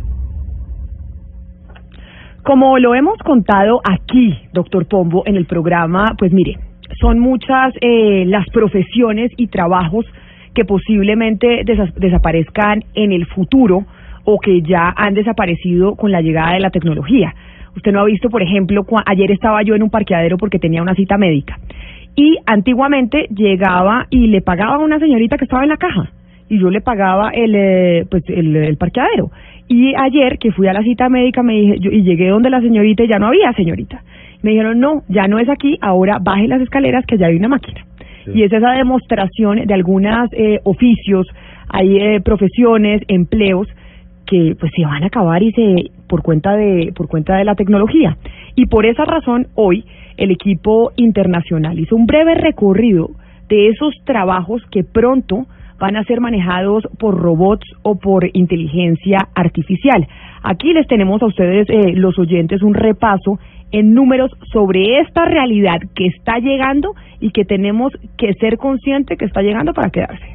Como lo hemos contado aquí, doctor Pombo, en el programa, pues mire, son muchas las profesiones y trabajos que posiblemente desaparezcan en el futuro o que ya han desaparecido con la llegada de la tecnología. Usted no ha visto, por ejemplo, ayer estaba yo en un parqueadero porque tenía una cita médica y antiguamente llegaba y le pagaba a una señorita que estaba en la caja y yo le pagaba el parqueadero. Y ayer que fui a la cita médica y llegué donde la señorita y ya no había señorita. Me dijeron, no, ya no es aquí, ahora baje las escaleras que ya hay una máquina. Sí. Y es esa demostración de algunos oficios, hay profesiones, empleos que pues se van a acabar por cuenta de la tecnología. Y por esa razón hoy el equipo internacional hizo un breve recorrido de esos trabajos que pronto van a ser manejados por robots o por inteligencia artificial. Aquí les tenemos a ustedes, los oyentes, un repaso en números sobre esta realidad que está llegando y que tenemos que ser conscientes que está llegando para quedarse.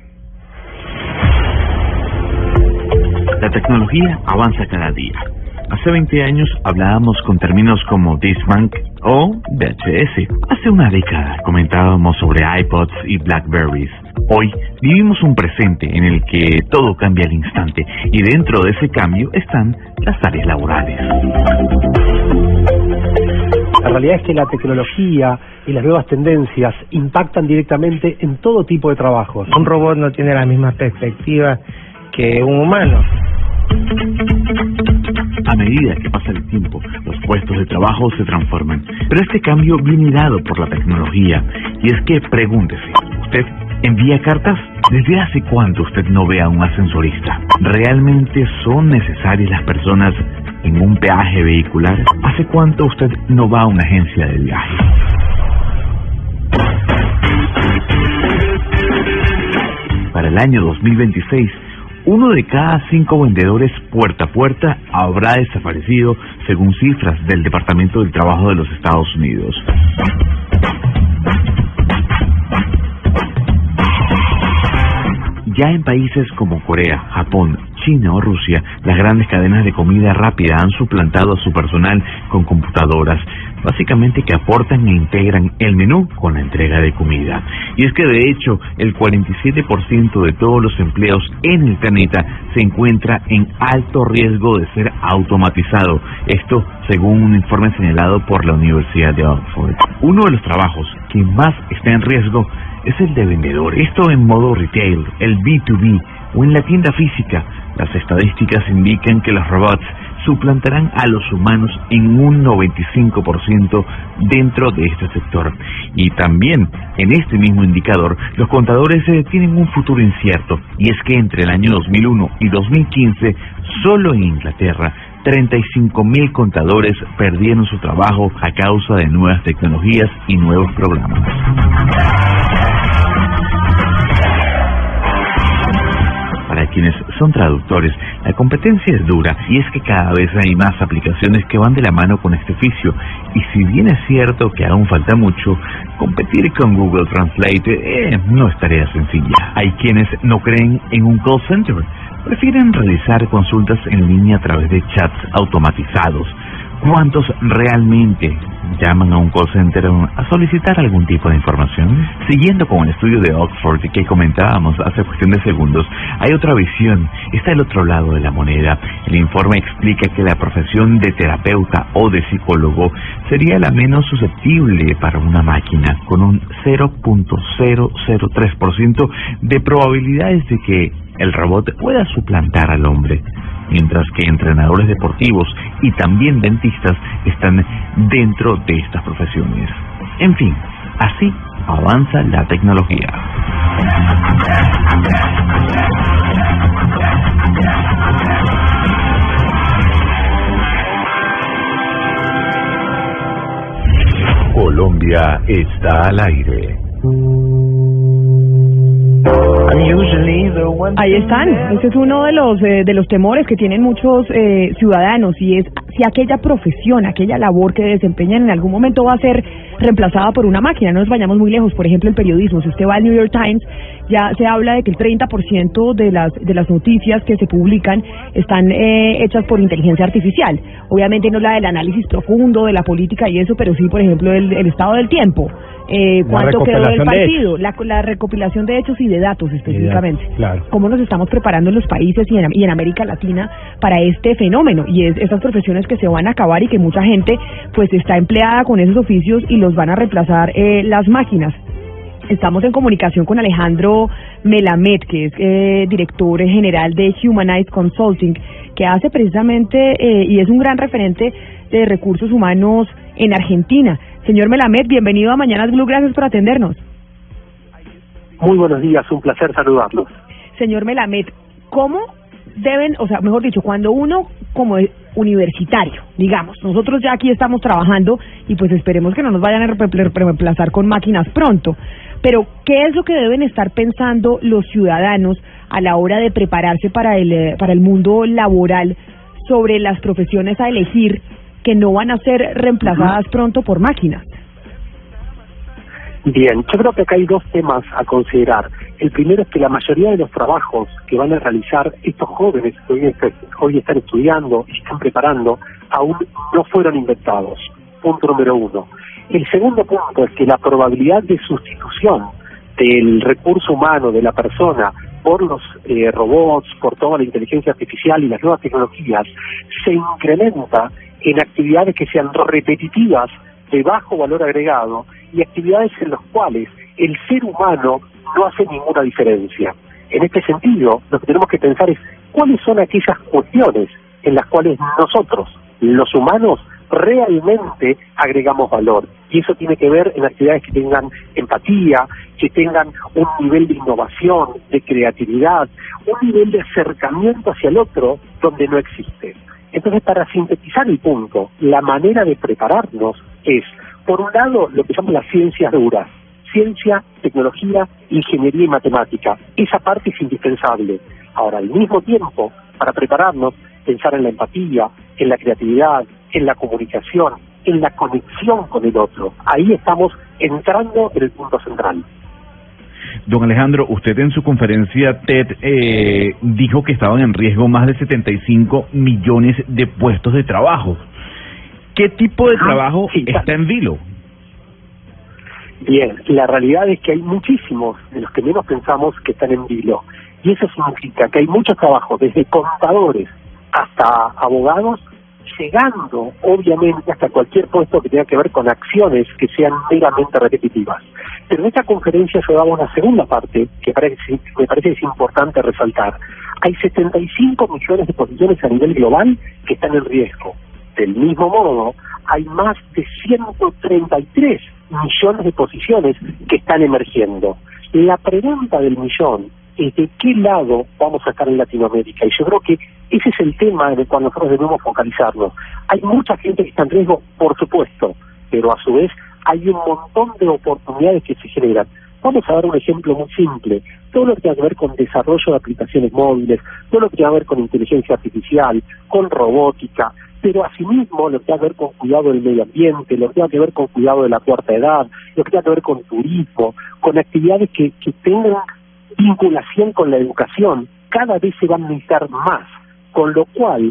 La tecnología avanza cada día. Hace 20 años hablábamos con términos como Discman o VHS. Hace una década comentábamos sobre iPods y Blackberries. Hoy vivimos un presente en el que todo cambia al instante y dentro de ese cambio están las áreas laborales. La realidad es que la tecnología y las nuevas tendencias impactan directamente en todo tipo de trabajos. Un robot no tiene la misma perspectiva que un humano. A medida que pasa el tiempo, los puestos de trabajo se transforman. Pero este cambio viene dado por la tecnología. Y es que, pregúntese, ¿usted envía cartas? ¿Desde hace cuánto usted no ve a un ascensorista? ¿Realmente son necesarias las personas en un peaje vehicular? ¿Hace cuánto usted no va a una agencia de viaje? Para el año 2026, 1 de cada 5 vendedores puerta a puerta habrá desaparecido, según cifras del Departamento del Trabajo de los Estados Unidos. Ya en países como Corea, Japón, China o Rusia, las grandes cadenas de comida rápida han suplantado a su personal con computadoras, básicamente que aportan e integran el menú con la entrega de comida. Y es que de hecho, el 47% de todos los empleos en el planeta se encuentra en alto riesgo de ser automatizado. Esto según un informe señalado por la Universidad de Oxford. Uno de los trabajos que más está en riesgo es el de vendedor. Esto en modo retail, el B2B o en la tienda física. Las estadísticas indican que los robots suplantarán a los humanos en un 95% dentro de este sector. Y también, en este mismo indicador, los contadores tienen un futuro incierto. Y es que entre el año 2001 y 2015, solo en Inglaterra, 35.000 contadores perdieron su trabajo a causa de nuevas tecnologías y nuevos programas. Para quienes son traductores, la competencia es dura y es que cada vez hay más aplicaciones que van de la mano con este oficio. Y si bien es cierto que aún falta mucho, competir con Google Translate no es tarea sencilla. Hay quienes no creen en un call center, prefieren realizar consultas en línea a través de chats automatizados. ¿Cuántos realmente llaman a un call center a solicitar algún tipo de información? Siguiendo con el estudio de Oxford que comentábamos hace cuestión de segundos, hay otra visión, está el otro lado de la moneda. El informe explica que la profesión de terapeuta o de psicólogo sería la menos susceptible para una máquina, con un 0.003% de probabilidades de que el robot pueda suplantar al hombre, mientras que entrenadores deportivos y también dentistas están dentro de estas profesiones. En fin, así avanza la tecnología. Colombia está al aire. Ahí están. Ese es uno de los temores que tienen muchos ciudadanos, y es si aquella profesión, aquella labor que desempeñan en algún momento va a ser reemplazada por una máquina. No nos vayamos muy lejos. Por ejemplo, el periodismo. Si usted va al New York Times, ya se habla de que el 30% de las noticias que se publican están hechas por inteligencia artificial. Obviamente no la del análisis profundo de la política y eso, pero sí, por ejemplo, el estado del tiempo. ¿Cuánto quedó del partido? La recopilación de hechos y de datos específicamente. Claro. ¿Cómo nos estamos preparando en los países y en América Latina para este fenómeno? Y es esas profesiones que se van a acabar y que mucha gente pues está empleada con esos oficios y los van a reemplazar las máquinas. Estamos en comunicación con Alejandro Melamed, que es director general de Humanize Consulting, que hace precisamente y es un gran referente de recursos humanos en Argentina. Señor Melamed, bienvenido a Mañanas Blue, gracias por atendernos. Muy buenos días, un placer saludarlos. Señor Melamed, ¿cómo deben, o sea, mejor dicho, cuando uno como universitario, digamos, nosotros ya aquí estamos trabajando y pues esperemos que no nos vayan a reemplazar con máquinas pronto, pero ¿qué es lo que deben estar pensando los ciudadanos a la hora de prepararse para el mundo laboral sobre las profesiones a elegir que no van a ser reemplazadas pronto por máquinas? Bien, yo creo que acá hay dos temas a considerar. El primero es que la mayoría de los trabajos que van a realizar estos jóvenes que hoy están estudiando y están preparando aún no fueron inventados. Punto número uno. El segundo punto es que la probabilidad de sustitución del recurso humano, de la persona, por los robots, por toda la inteligencia artificial y las nuevas tecnologías, se incrementa en actividades que sean repetitivas, de bajo valor agregado, y actividades en las cuales el ser humano no hace ninguna diferencia. En este sentido, lo que tenemos que pensar es cuáles son aquellas cuestiones en las cuales nosotros, los humanos, realmente agregamos valor. Y eso tiene que ver en actividades que tengan empatía, que tengan un nivel de innovación, de creatividad, un nivel de acercamiento hacia el otro donde no existe. Entonces, para sintetizar el punto, la manera de prepararnos es, por un lado, lo que llamamos las ciencias duras: ciencia, tecnología, ingeniería y matemática. Esa parte es indispensable. Ahora, al mismo tiempo, para prepararnos, pensar en la empatía, en la creatividad, en la comunicación, en la conexión con el otro. Ahí estamos entrando en el punto central. Don Alejandro, usted en su conferencia TED dijo que estaban en riesgo más de 75 millones de puestos de trabajo. ¿Qué tipo de trabajo está en vilo? Bien, la realidad es que hay muchísimos de los que menos pensamos que están en vilo. Y eso significa que hay muchos trabajos, desde contadores hasta abogados, llegando obviamente hasta cualquier puesto que tenga que ver con acciones que sean meramente repetitivas. Pero en esta conferencia yo daba una segunda parte que me parece que es importante resaltar. Hay 75 millones de posiciones a nivel global que están en riesgo. Del mismo modo, hay más de 133 millones de posiciones que están emergiendo. La pregunta del millón es de qué lado vamos a estar en Latinoamérica, y yo creo que ese es el tema en el cual nosotros debemos focalizarnos. Hay mucha gente que está en riesgo, por supuesto, pero a su vez hay un montón de oportunidades que se generan. Vamos a dar un ejemplo muy simple: todo lo que tiene que ver con desarrollo de aplicaciones móviles, todo lo que tiene que ver con inteligencia artificial, con robótica, pero asimismo lo que tiene que ver con cuidado del medio ambiente, lo que tiene que ver con cuidado de la cuarta edad, lo que tiene que ver con turismo, con actividades que tengan vinculación con la educación, cada vez se van a necesitar más, con lo cual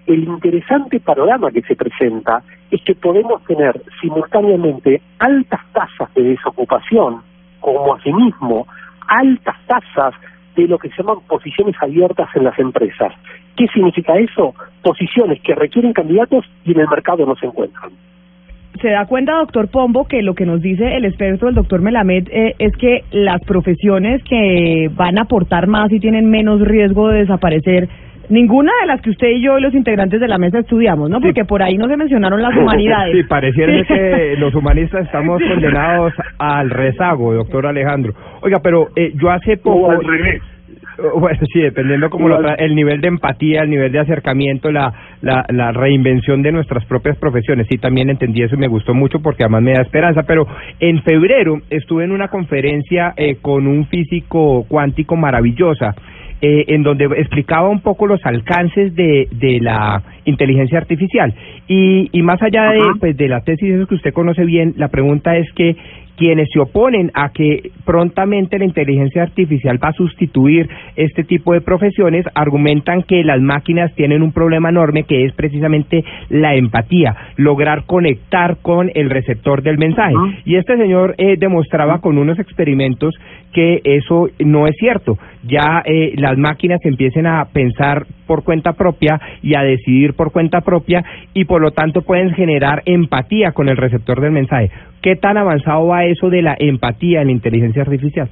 el interesante panorama que se presenta es que podemos tener simultáneamente altas tasas de desocupación, como asimismo altas tasas de lo que se llaman posiciones abiertas en las empresas. ¿Qué significa eso? Posiciones que requieren candidatos y en el mercado no se encuentran. ¿Se da cuenta, doctor Pombo, que lo que nos dice el experto, el doctor Melamed, es que las profesiones que van a aportar más y tienen menos riesgo de desaparecer, ninguna de las que usted y yo y los integrantes de la mesa estudiamos, ¿no? Porque por ahí no se mencionaron las humanidades. Sí, pareciera que los humanistas estamos condenados al rezago, doctor Alejandro. Oiga, pero yo hace poco... O al revés. Bueno, sí, dependiendo como el nivel de empatía, el nivel de acercamiento, la reinvención de nuestras propias profesiones. Sí, también entendí eso y me gustó mucho porque además me da esperanza. Pero en febrero estuve en una conferencia con un físico cuántico maravillosa, en donde explicaba un poco los alcances de la inteligencia artificial. Y más allá de la tesis eso que usted conoce bien, la pregunta es que quienes se oponen a que prontamente la inteligencia artificial va a sustituir este tipo de profesiones argumentan que las máquinas tienen un problema enorme que es precisamente la empatía, lograr conectar con el receptor del mensaje. Y este señor demostraba con unos experimentos que eso no es cierto. Ya las máquinas empiecen a pensar por cuenta propia y a decidir por cuenta propia y por lo tanto pueden generar empatía con el receptor del mensaje. ¿Qué tan avanzado va eso de la empatía en la inteligencia artificial?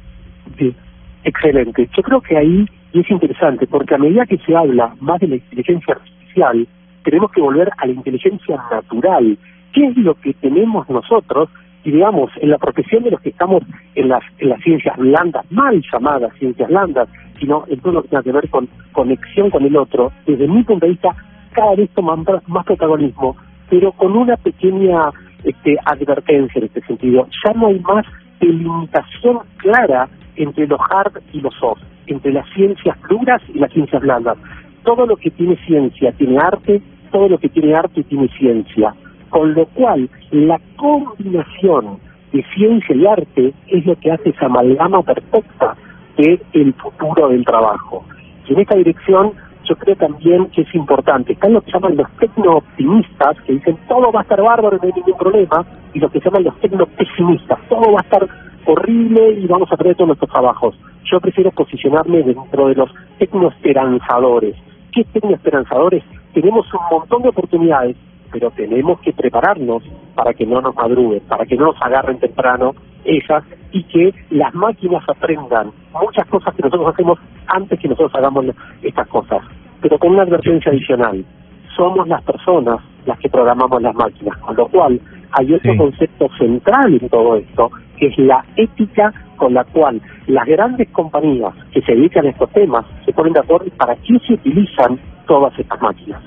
Sí, excelente. Yo creo que ahí es interesante porque a medida que se habla más de la inteligencia artificial, tenemos que volver a la inteligencia natural. ¿Qué es lo que tenemos nosotros? Y digamos, en la profesión de los que estamos en las ciencias blandas, mal llamadas ciencias blandas, sino en todo lo que tiene que ver con conexión con el otro, desde mi punto de vista, cada vez toman más protagonismo, pero con una pequeña advertencia en este sentido. Ya no hay más delimitación clara entre lo hard y lo soft, entre las ciencias duras y las ciencias blandas. Todo lo que tiene ciencia tiene arte, todo lo que tiene arte tiene ciencia. Con lo cual, la combinación de ciencia y arte es lo que hace esa amalgama perfecta del futuro del trabajo. Y en esta dirección, yo creo también que es importante. Están los que llaman los tecno-optimistas, que dicen todo va a estar bárbaro y no hay ningún problema, y los que llaman los tecno-pesimistas, todo va a estar horrible y vamos a perder todos nuestros trabajos. Yo prefiero posicionarme dentro de los tecno-esperanzadores. ¿Qué tecno-esperanzadores? Tenemos un montón de oportunidades, pero tenemos que prepararnos para que no nos madruguen, para que no nos agarren temprano esas y que las máquinas aprendan muchas cosas que nosotros hacemos antes que nosotros hagamos estas cosas. Pero con una advertencia adicional, somos las personas las que programamos las máquinas, con lo cual hay otro concepto central en todo esto, que es la ética con la cual las grandes compañías que se dedican a estos temas se ponen de acuerdo para qué se utilizan todas estas máquinas.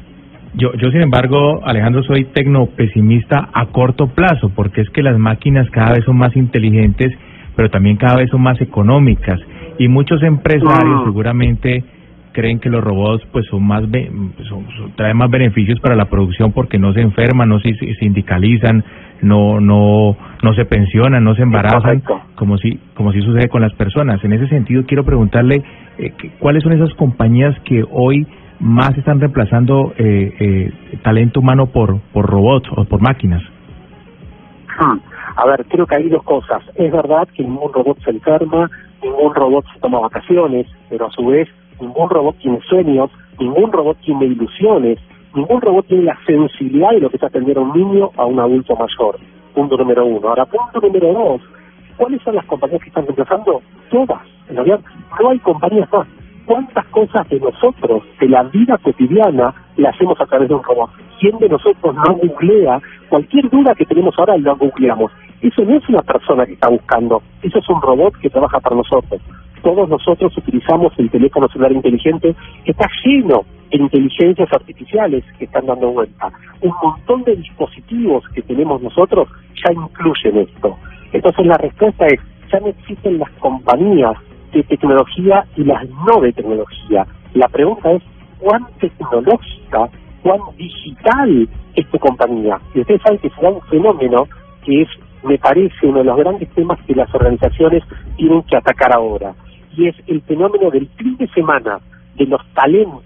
Yo sin embargo, Alejandro, soy tecnopesimista a corto plazo, porque es que las máquinas cada vez son más inteligentes, pero también cada vez son más económicas, y muchos empresarios seguramente creen que los robots pues traen más beneficios para la producción porque no se enferman, no se sindicalizan, no se pensionan, no se embarazan, como si sucede con las personas. En ese sentido, quiero preguntarle ¿cuáles son esas compañías que hoy más están reemplazando talento humano por robots o por máquinas? A ver, creo que hay dos cosas. Es verdad que ningún robot se enferma, ningún robot se toma vacaciones, pero a su vez ningún robot tiene sueños, ningún robot tiene ilusiones, ningún robot tiene la sensibilidad de lo que es atender a un niño o a un adulto mayor. Punto número uno. Ahora, punto número dos. ¿Cuáles son las compañías que están reemplazando? Todas. En realidad, no hay compañías más. ¿Cuántas cosas de nosotros, de la vida cotidiana, la hacemos a través de un robot? ¿Quién de nosotros no googlea? Cualquier duda que tenemos ahora la googleamos. Eso no es una persona que está buscando, eso es un robot que trabaja para nosotros. Todos nosotros utilizamos el teléfono celular inteligente, que está lleno de inteligencias artificiales que están dando vuelta. Un montón de dispositivos que tenemos nosotros ya incluyen esto. Entonces la respuesta es, ya no existen las compañías de tecnología y las no de tecnología. La pregunta es, ¿cuán tecnológica, cuán digital es tu compañía? Y ustedes saben que se da un fenómeno que es, me parece, uno de los grandes temas que las organizaciones tienen que atacar ahora. Y es el fenómeno del fin de semana de los talentos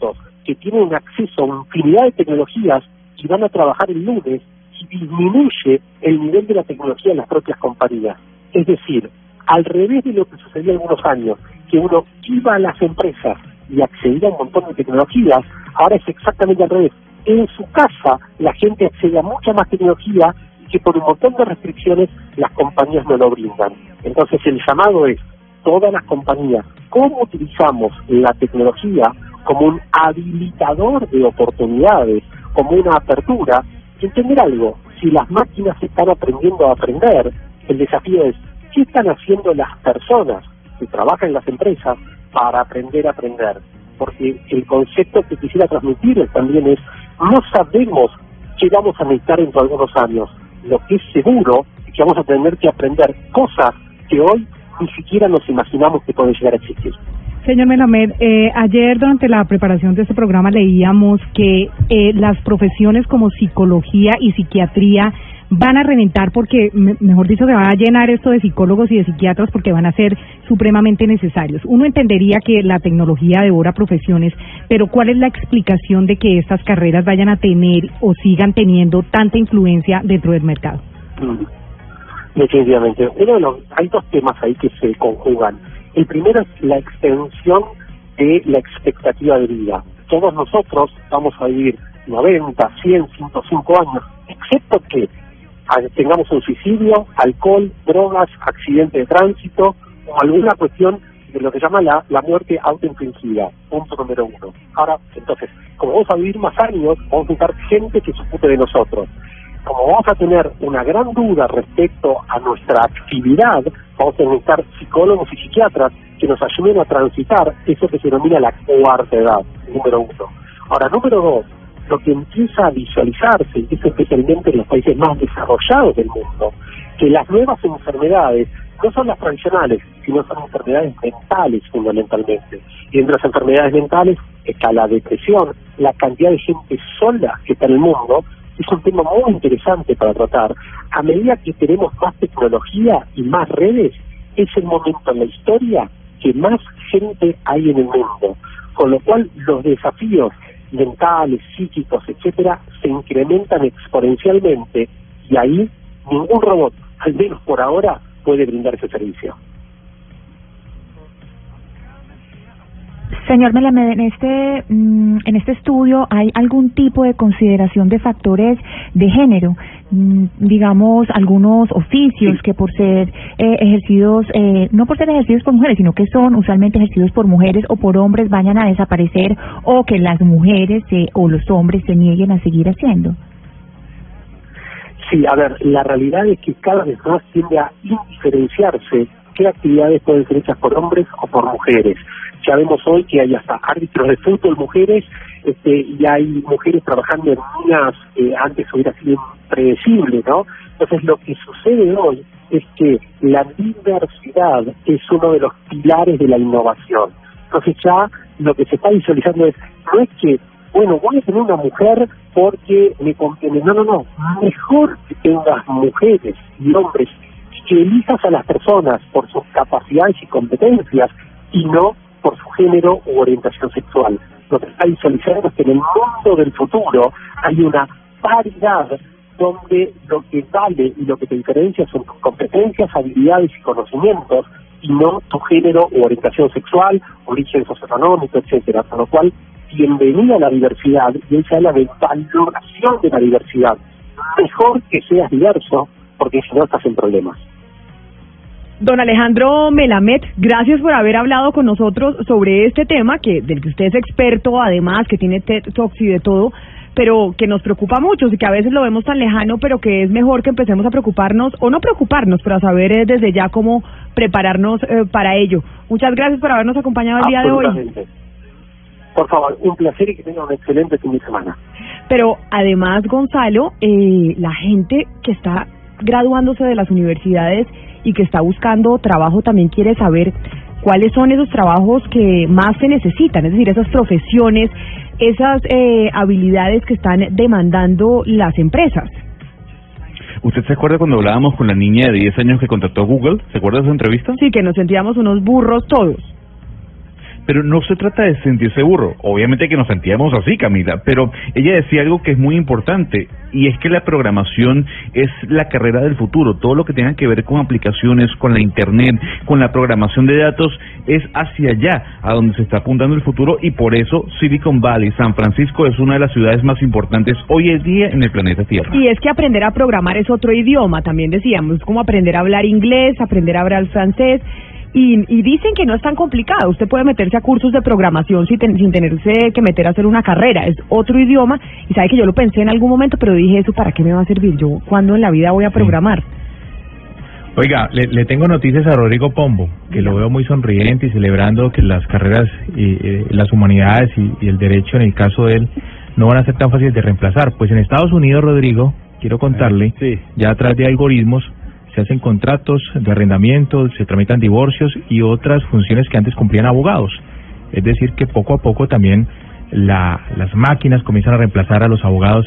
que tienen acceso a infinidad de tecnologías y van a trabajar el lunes, y disminuye el nivel de la tecnología en las propias compañías. Es decir, al revés de lo que sucedía algunos años, que uno iba a las empresas y accedía a un montón de tecnologías, ahora es exactamente al revés. En su casa la gente accede a mucha más tecnología que por un montón de restricciones las compañías no lo brindan. Entonces el llamado es, todas las compañías, ¿cómo utilizamos la tecnología como un habilitador de oportunidades, como una apertura? Entender algo, si las máquinas están aprendiendo a aprender, el desafío es, ¿qué están haciendo las personas que trabajan en las empresas para aprender a aprender? Porque el concepto que quisiera transmitir también es, no sabemos qué vamos a necesitar dentro de algunos años. Lo que es seguro es que vamos a tener que aprender cosas que hoy ni siquiera nos imaginamos que pueden llegar a existir. Señor Melamed, ayer durante la preparación de este programa leíamos que las profesiones como psicología y psiquiatría van a reventar porque, mejor dicho, se va a llenar esto de psicólogos y de psiquiatras porque van a ser supremamente necesarios. Uno entendería que la tecnología devora profesiones, pero ¿cuál es la explicación de que estas carreras vayan a tener o sigan teniendo tanta influencia dentro del mercado? Definitivamente. Hay dos temas ahí que se conjugan. El primero es la extensión de la expectativa de vida. Todos nosotros vamos a vivir 90, 100, 105 años, excepto que tengamos un suicidio, alcohol, drogas, accidente de tránsito o alguna cuestión de lo que llama la muerte autoinfligida, punto número uno. Ahora, entonces, como vamos a vivir más años, vamos a necesitar gente que se ocupe de nosotros. Como vamos a tener una gran duda respecto a nuestra actividad, vamos a necesitar psicólogos y psiquiatras que nos ayuden a transitar eso que se denomina la cuarta edad, número uno. Ahora, número dos, lo que empieza a visualizarse, y eso especialmente en los países más desarrollados del mundo, que las nuevas enfermedades no son las tradicionales, sino son enfermedades mentales fundamentalmente. Y entre las enfermedades mentales está la depresión, la cantidad de gente sola que está en el mundo. Es un tema muy interesante para tratar. A medida que tenemos más tecnología y más redes, es el momento en la historia que más gente hay en el mundo, con lo cual los desafíos mentales, psíquicos, etcétera, se incrementan exponencialmente y ahí ningún robot, al menos por ahora, puede brindar ese servicio. Señor Melamed, en este estudio hay algún tipo de consideración de factores de género, digamos algunos oficios que por ser ejercidos, no por ser ejercidos por mujeres, sino que son usualmente ejercidos por mujeres o por hombres, vayan a desaparecer o que las mujeres o los hombres se nieguen a seguir haciendo. Sí, a ver, la realidad es que cada vez más tiende a indiferenciarse qué actividades pueden ser hechas por hombres o por mujeres. Ya vemos hoy que hay hasta árbitros de fútbol mujeres, y hay mujeres trabajando en minas, antes hubiera sido impredecible, ¿no? Entonces lo que sucede hoy es que la diversidad es uno de los pilares de la innovación. Entonces ya lo que se está visualizando no es que, bueno, voy a tener una mujer porque me conviene. No. Mejor que tengas mujeres y hombres y que elijas a las personas por sus capacidades y competencias y no por su género u orientación sexual. Lo que está visualizando es que en el mundo del futuro hay una paridad donde lo que vale y lo que te diferencia son tus competencias, habilidades y conocimientos y no tu género u orientación sexual, origen socioeconómico, etcétera. Con lo cual, bienvenida a la diversidad, y él se habla de valoración de la diversidad. Mejor que seas diverso, porque si no estás en problemas. Don Alejandro Melamed, gracias por haber hablado con nosotros sobre este tema, del que usted es experto, además, que tiene TED Talks y de todo, pero que nos preocupa mucho y que a veces lo vemos tan lejano, pero que es mejor que empecemos a preocuparnos, o no preocuparnos, pero a saber desde ya cómo prepararnos para ello. Muchas gracias por habernos acompañado el día de hoy. Por favor, un placer y que tenga un excelente fin de semana. Pero además, Gonzalo, la gente que está graduándose de las universidades y que está buscando trabajo también quiere saber cuáles son esos trabajos que más se necesitan, es decir, esas profesiones, esas habilidades que están demandando las empresas. ¿Usted se acuerda cuando hablábamos con la niña de 10 años que contrató Google? ¿Se acuerda de esa entrevista? Sí, que nos sentíamos unos burros todos. Pero no se trata de sentirse burro, obviamente que nos sentíamos así, Camila, pero ella decía algo que es muy importante, y es que la programación es la carrera del futuro. Todo lo que tenga que ver con aplicaciones, con la internet, con la programación de datos, es hacia allá, a donde se está apuntando el futuro, y por eso Silicon Valley, San Francisco, es una de las ciudades más importantes hoy en día en el planeta Tierra. Y es que aprender a programar es otro idioma, también decíamos, como aprender a hablar inglés, aprender a hablar francés. Y dicen que no es tan complicado. Usted puede meterse a cursos de programación sin tenerse que meter a hacer una carrera. Es otro idioma. Y sabe que yo lo pensé en algún momento, pero dije, ¿eso para qué me va a servir? ¿Yo cuándo en la vida voy a programar? Oiga, le tengo noticias a Rodrigo Pombo, que lo veo muy sonriente y celebrando que las carreras, las humanidades y el derecho, en el caso de él, no van a ser tan fáciles de reemplazar. Pues en Estados Unidos, Rodrigo, quiero contarle, ya a través de algoritmos, se hacen contratos de arrendamiento, se tramitan divorcios y otras funciones que antes cumplían abogados. Es decir, que poco a poco también las máquinas comienzan a reemplazar a los abogados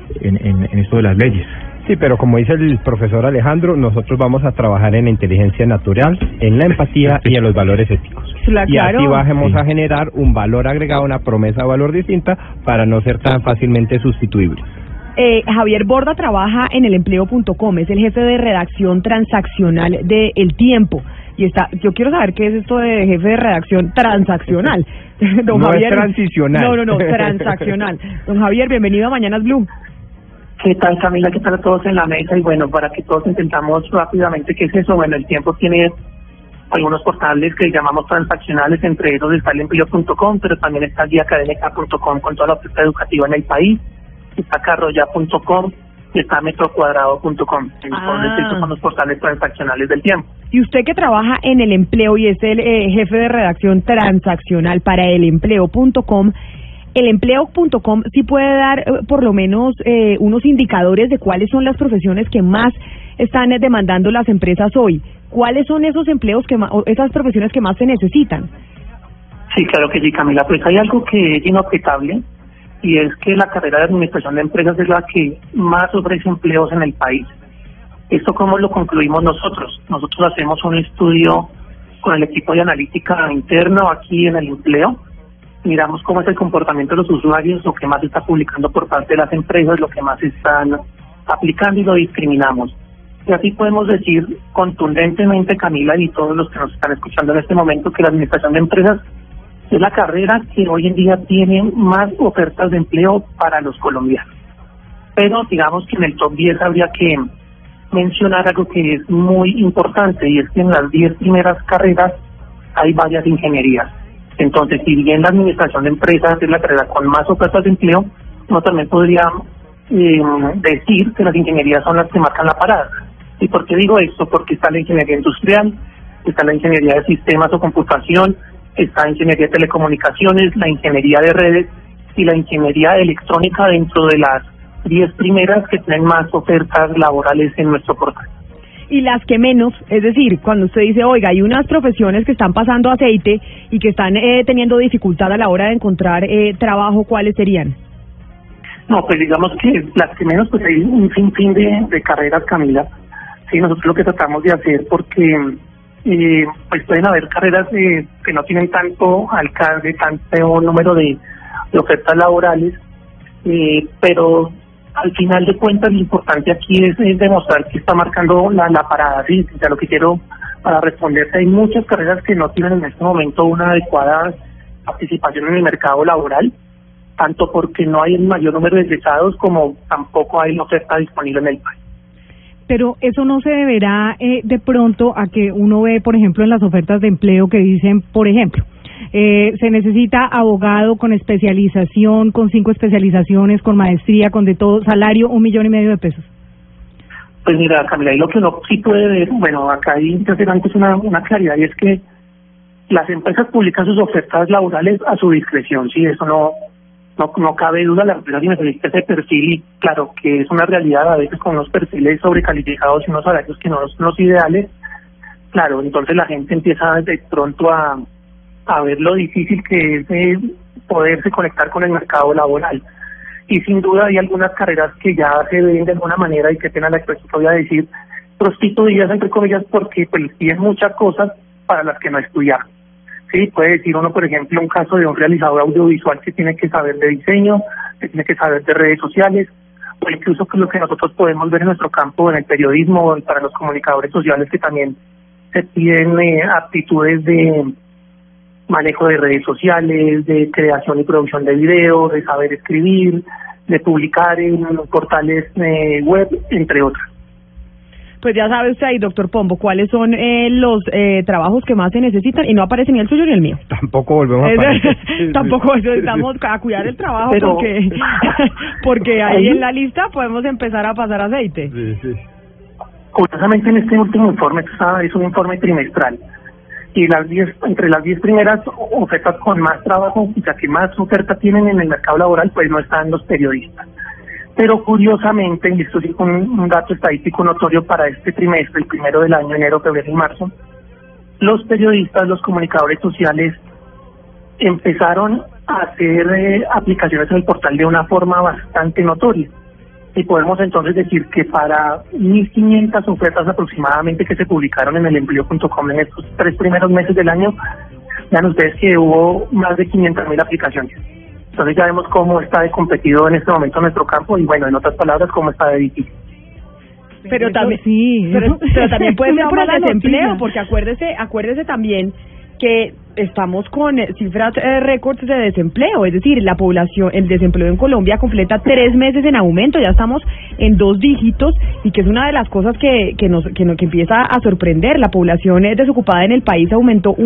en esto de las leyes. Sí, pero como dice el profesor Alejandro, nosotros vamos a trabajar en la inteligencia natural, en la empatía y en los valores éticos. Claro. Y así vamos a generar un valor agregado, una promesa de valor distinta para no ser tan fácilmente sustituibles. Javier Borda trabaja en elempleo.com, es el jefe de redacción transaccional de El Tiempo. Y yo quiero saber qué es esto de jefe de redacción transaccional. Don no Javier, es transicional. No, transaccional. Don Javier, bienvenido a Mañanas Blue. ¿Qué tal, Camila? ¿Qué tal a todos en la mesa? Y bueno, para que todos intentamos rápidamente, ¿qué es eso? Bueno, El Tiempo tiene algunos portales que llamamos transaccionales, entre ellos está elempleo.com, pero también está guiaacadémica.com con toda la oferta educativa en el país. Está carroya.com y está metrocuadrado.com. Estos son los portales transaccionales del Tiempo. Y usted que trabaja en El Empleo y es el jefe de redacción transaccional para elempleo.com, elempleo.com sí puede dar por lo menos unos indicadores de cuáles son las profesiones que más están demandando las empresas hoy. ¿Cuáles son esos empleos esas profesiones que más se necesitan? Sí, claro que sí, Camila. Pues hay algo que es inobjetable, y es que la carrera de administración de empresas es la que más ofrece empleos en el país. ¿Esto cómo lo concluimos nosotros? Nosotros hacemos un estudio con el equipo de analítica interno aquí en El Empleo. Miramos cómo es el comportamiento de los usuarios, lo que más se está publicando por parte de las empresas, lo que más están aplicando, y lo discriminamos. Y así podemos decir contundentemente, Camila, y todos los que nos están escuchando en este momento, que la administración de empresas es la carrera que hoy en día tiene más ofertas de empleo para los colombianos. Pero digamos que en el top 10 habría que mencionar algo que es muy importante, y es que en las 10 primeras carreras hay varias ingenierías. Entonces, si bien la administración de empresas es la carrera con más ofertas de empleo, uno también podría decir que las ingenierías son las que marcan la parada. ¿Y por qué digo esto? Porque está la ingeniería industrial, está la ingeniería de sistemas o computación, está la ingeniería de telecomunicaciones, la ingeniería de redes y la ingeniería electrónica dentro de las 10 primeras que tienen más ofertas laborales en nuestro portal. Y las que menos, es decir, cuando usted dice, oiga, hay unas profesiones que están pasando aceite y que están teniendo dificultad a la hora de encontrar trabajo, ¿cuáles serían? No, pues digamos que las que menos, pues hay un sinfín de carreras, Camila. Sí, nosotros lo que tratamos de hacer, porque pues pueden haber carreras que no tienen tanto alcance, tanto número de ofertas laborales, pero al final de cuentas lo importante aquí es demostrar que está marcando la parada. Sí, o sea, lo que quiero para responderte, hay muchas carreras que no tienen en este momento una adecuada participación en el mercado laboral, tanto porque no hay el mayor número de egresados como tampoco hay la oferta disponible en el país. Pero eso no se deberá de pronto a que uno ve, por ejemplo, en las ofertas de empleo que dicen, por ejemplo, se necesita abogado con especialización, con 5 especializaciones, con maestría, con de todo, salario $1,5 millones de pesos. Pues mira, Camila, y lo que uno sí puede ver, bueno, acá hay que hacer antes una claridad, y es que las empresas publican sus ofertas laborales a su discreción, sí, eso no cabe duda. La empresa sí necesita ese perfil, y claro que es una realidad a veces con unos perfiles sobrecalificados y unos salarios que no son los ideales. Claro, entonces la gente empieza de pronto a ver lo difícil que es poderse conectar con el mercado laboral. Y sin duda hay algunas carreras que ya se ven de alguna manera, y que tengan la expresión que voy a decir, prostituidas entre comillas, porque pues tienen muchas cosas para las que no estudiaron. Sí, puede decir uno, por ejemplo, un caso de un realizador audiovisual que tiene que saber de diseño, que tiene que saber de redes sociales, o incluso que lo que nosotros podemos ver en nuestro campo, en el periodismo, para los comunicadores sociales, que también se piden aptitudes de manejo de redes sociales, de creación y producción de videos, de saber escribir, de publicar en portales web, entre otros. Pues ya sabe usted ahí, doctor Pombo, cuáles son los trabajos que más se necesitan, y no aparece ni el suyo ni el mío. Tampoco volvemos a aparecer. Tampoco necesitamos a cuidar el trabajo. Pero, porque ahí en la lista podemos empezar a pasar aceite. Sí. Curiosamente, en este último informe, es un informe trimestral, y entre las 10 primeras ofertas con más trabajo, o sea, que más oferta tienen en el mercado laboral, pues no están los periodistas. Pero curiosamente, y esto sí con un dato estadístico notorio para este trimestre, el primero del año, enero, febrero y marzo, los periodistas, los comunicadores sociales empezaron a hacer aplicaciones en el portal de una forma bastante notoria. Y podemos entonces decir que para 1.500 ofertas aproximadamente que se publicaron en el empleo.com en estos 3 primeros meses del año, vean ustedes que hubo más de 500.000 aplicaciones. Entonces ya vemos cómo está de competido en este momento nuestro campo, y bueno, en otras palabras, cómo está de difícil. Pero también, sí, pero también puede ser por el desempleo, porque acuérdese también que estamos con cifras récords de desempleo, es decir, la población, el desempleo en Colombia completa 3 meses en aumento, ya estamos en 2 dígitos, y que es una de las cosas que empieza a sorprender. La población desocupada en el país aumentó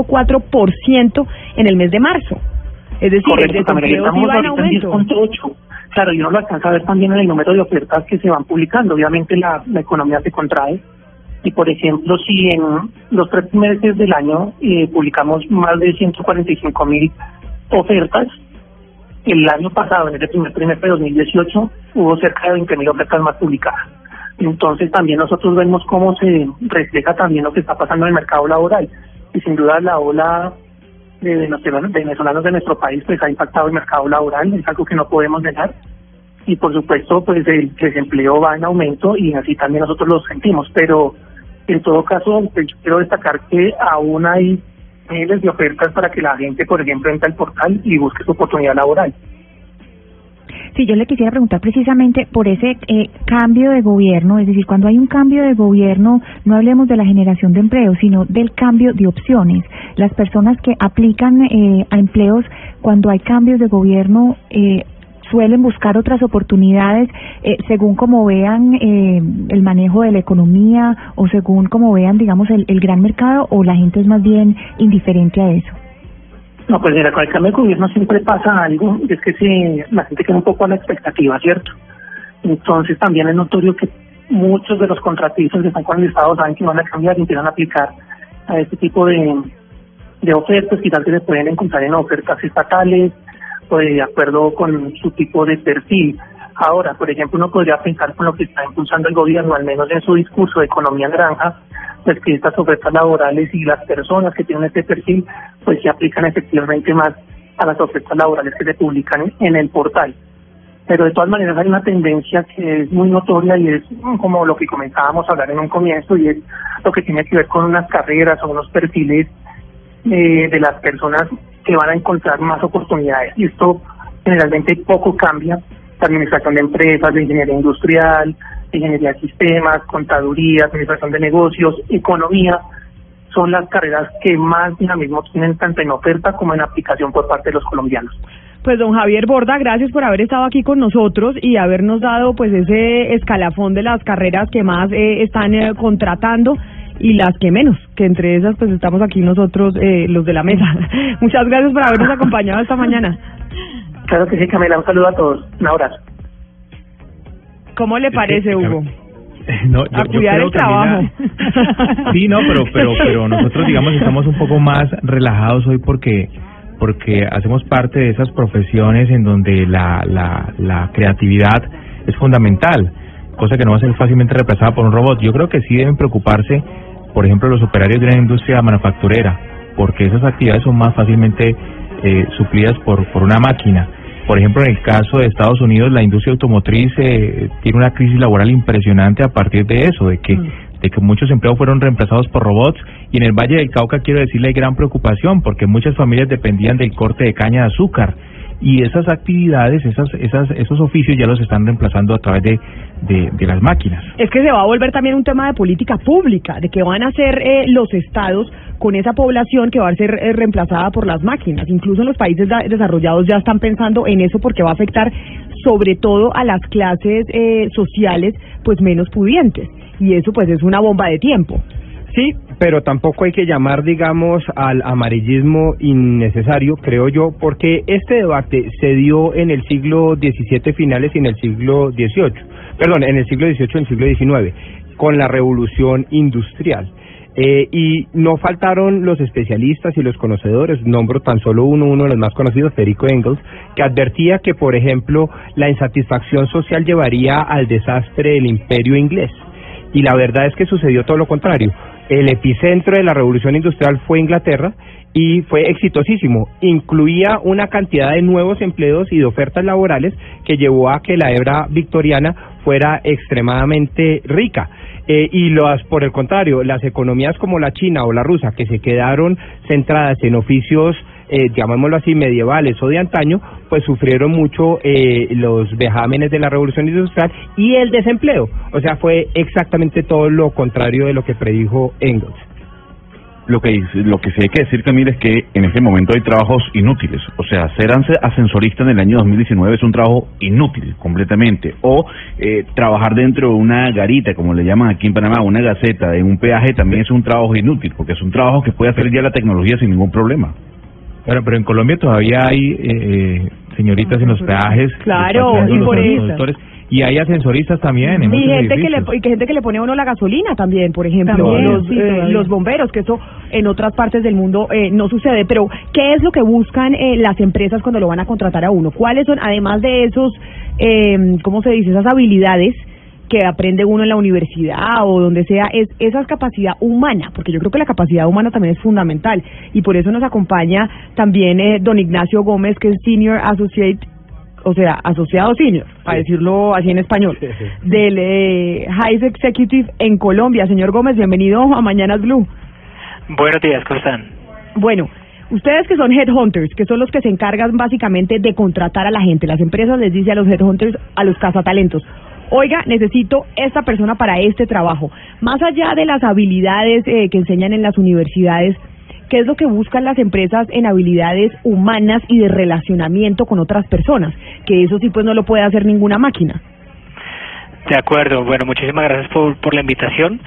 1.4% en el mes de marzo. Es decir, correcto, el desempleo sí va en aumento. 10.8. Claro, y uno lo alcanza a ver también en el número de ofertas que se van publicando. Obviamente la economía se contrae, y por ejemplo, si en los 3 meses del año publicamos más de 145.000 ofertas, el año pasado, en el primer trimestre de 2018, hubo cerca de 20.000 ofertas más publicadas. Entonces también nosotros vemos cómo se refleja también lo que está pasando en el mercado laboral, y sin duda la ola de venezolanos de nuestro país pues ha impactado el mercado laboral, es algo que no podemos negar, y por supuesto pues el desempleo va en aumento, y así también nosotros lo sentimos. Pero en todo caso, pues, yo quiero destacar que aún hay miles de ofertas para que la gente, por ejemplo, entre al portal y busque su oportunidad laboral. Sí, yo le quisiera preguntar precisamente por ese cambio de gobierno, es decir, cuando hay un cambio de gobierno, no hablemos de la generación de empleo, sino del cambio de opciones. Las personas que aplican a empleos cuando hay cambios de gobierno suelen buscar otras oportunidades según como vean el manejo de la economía, o según como vean, digamos, el gran mercado, o la gente es más bien indiferente a eso. No, pues mira, con el cambio de gobierno siempre pasa algo, es que la gente queda un poco a la expectativa, ¿cierto? Entonces también es notorio que muchos de los contratistas que están con el Estado saben que van a cambiar y empiezan a aplicar a este tipo de ofertas, quizás que se pueden encontrar en ofertas estatales, o de acuerdo con su tipo de perfil. Ahora, por ejemplo, uno podría pensar con lo que está impulsando el gobierno, al menos en su discurso de economía naranja, pues que estas ofertas laborales y las personas que tienen este perfil pues se aplican efectivamente más a las ofertas laborales que se publican en el portal. Pero de todas maneras hay una tendencia que es muy notoria, y es como lo que comenzábamos a hablar en un comienzo, y es lo que tiene que ver con unas carreras o unos perfiles de las personas que van a encontrar más oportunidades, y esto generalmente poco cambia. La administración de empresas, de ingeniería industrial, de ingeniería de sistemas, contaduría, administración de negocios, economía, son las carreras que más dinamismo tienen tanto en oferta como en aplicación por parte de los colombianos. Pues don Javier Borda, gracias por haber estado aquí con nosotros y habernos dado pues ese escalafón de las carreras que más están contratando y las que menos, que entre esas pues estamos aquí nosotros los de la mesa. Muchas gracias por habernos acompañado esta mañana. Claro que sí, Camila, un saludo a todos, un abrazo. ¿Cómo le parece, Hugo? No, a cuidar el trabajo. Sí, no, pero nosotros, digamos, estamos un poco más relajados hoy porque hacemos parte de esas profesiones en donde la creatividad es fundamental, cosa que no va a ser fácilmente reemplazada por un robot. Yo creo que sí deben preocuparse, por ejemplo, los operarios de la industria manufacturera, porque esas actividades son más fácilmente suplidas por una máquina. Por ejemplo, en el caso de Estados Unidos, la industria automotriz tiene una crisis laboral impresionante a partir de eso, de que de que muchos empleos fueron reemplazados por robots, y en el Valle del Cauca quiero decirle hay gran preocupación porque muchas familias dependían del corte de caña de azúcar, y esas actividades, esos oficios ya los están reemplazando a través de las máquinas. Es que se va a volver también un tema de política pública, de que van a hacer los estados con esa población que va a ser reemplazada por las máquinas. Incluso en los países desarrollados ya están pensando en eso porque va a afectar sobre todo a las clases sociales pues menos pudientes, y eso pues es una bomba de tiempo. Sí, pero tampoco hay que llamar, digamos, al amarillismo innecesario, creo yo, porque este debate se dio en el siglo XVII finales y en el siglo XVIII, en el siglo XVIII y en el siglo XIX, con la revolución industrial. Y no faltaron los especialistas y los conocedores, nombro tan solo uno de los más conocidos, Federico Engels, que advertía que, por ejemplo, la insatisfacción social llevaría al desastre del imperio inglés. Y la verdad es que sucedió todo lo contrario. El epicentro de la revolución industrial fue Inglaterra y fue exitosísimo. Incluía una cantidad de nuevos empleos y de ofertas laborales que llevó a que la era victoriana fuera extremadamente rica. Por el contrario, las economías como la china o la rusa, que se quedaron centradas en oficios, llamémoslo así, medievales o de antaño, pues sufrieron mucho los vejámenes de la revolución industrial y el desempleo. O sea, fue exactamente todo lo contrario de lo que predijo Engels. Lo que sí hay que decir, Camila, es que en este momento hay trabajos inútiles. O sea, ser ascensorista en el año 2019 es un trabajo inútil completamente. O trabajar dentro de una garita, como le llaman aquí en Panamá, una gaceta, en un peaje, también es un trabajo inútil, porque es un trabajo que puede hacer ya la tecnología sin ningún problema. Pero en Colombia todavía hay señoritas en los peajes. Claro, y por eso. Y hay ascensoristas también. Y gente que le pone a uno la gasolina también, por ejemplo, también, los bomberos, que eso en otras partes del mundo no sucede. Pero, ¿qué es lo que buscan las empresas cuando lo van a contratar a uno? ¿Cuáles son, además de esos, cómo se dice, esas habilidades que aprende uno en la universidad o donde sea, es esa capacidad humana? Porque yo creo que la capacidad humana también es fundamental, y por eso nos acompaña también don Ignacio Gómez, que es Senior Associate, o sea, asociado senior, para decirlo así en español, del High Executive en Colombia. Señor Gómez, bienvenido a Mañanas Blue. Buenos días, ¿cómo están? Bueno, ustedes que son headhunters, que son los que se encargan básicamente de contratar a la gente, las empresas les dicen a los headhunters, a los cazatalentos, oiga, necesito esta persona para este trabajo. Más allá de las habilidades que enseñan en las universidades, ¿qué es lo que buscan las empresas en habilidades humanas y de relacionamiento con otras personas? Que eso sí pues no lo puede hacer ninguna máquina. De acuerdo, bueno, muchísimas gracias por la invitación.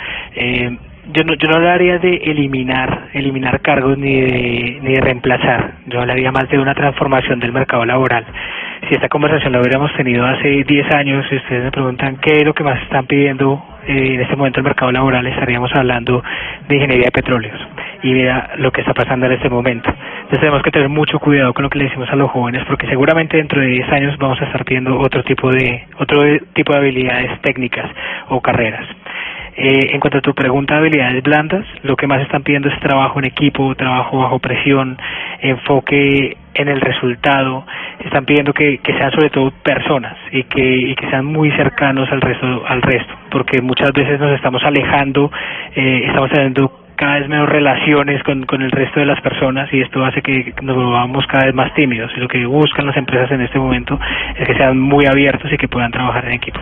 Yo no hablaría de eliminar cargos ni de reemplazar. Yo hablaría más de una transformación del mercado laboral. Si esta conversación la hubiéramos tenido hace 10 años, si ustedes me preguntan qué es lo que más están pidiendo en este momento el mercado laboral, estaríamos hablando de ingeniería de petróleos. Y mira lo que está pasando en este momento. Entonces tenemos que tener mucho cuidado con lo que le decimos a los jóvenes, porque seguramente dentro de 10 años vamos a estar pidiendo otro tipo de habilidades técnicas o carreras. En cuanto a tu pregunta de habilidades blandas, lo que más están pidiendo es trabajo en equipo, trabajo bajo presión, enfoque en el resultado. Están pidiendo que sean sobre todo personas y que sean muy cercanos al resto, porque muchas veces nos estamos alejando, estamos teniendo cada vez menos relaciones con el resto de las personas, y esto hace que nos volvamos cada vez más tímidos. Y lo que buscan las empresas en este momento es que sean muy abiertos y que puedan trabajar en equipo.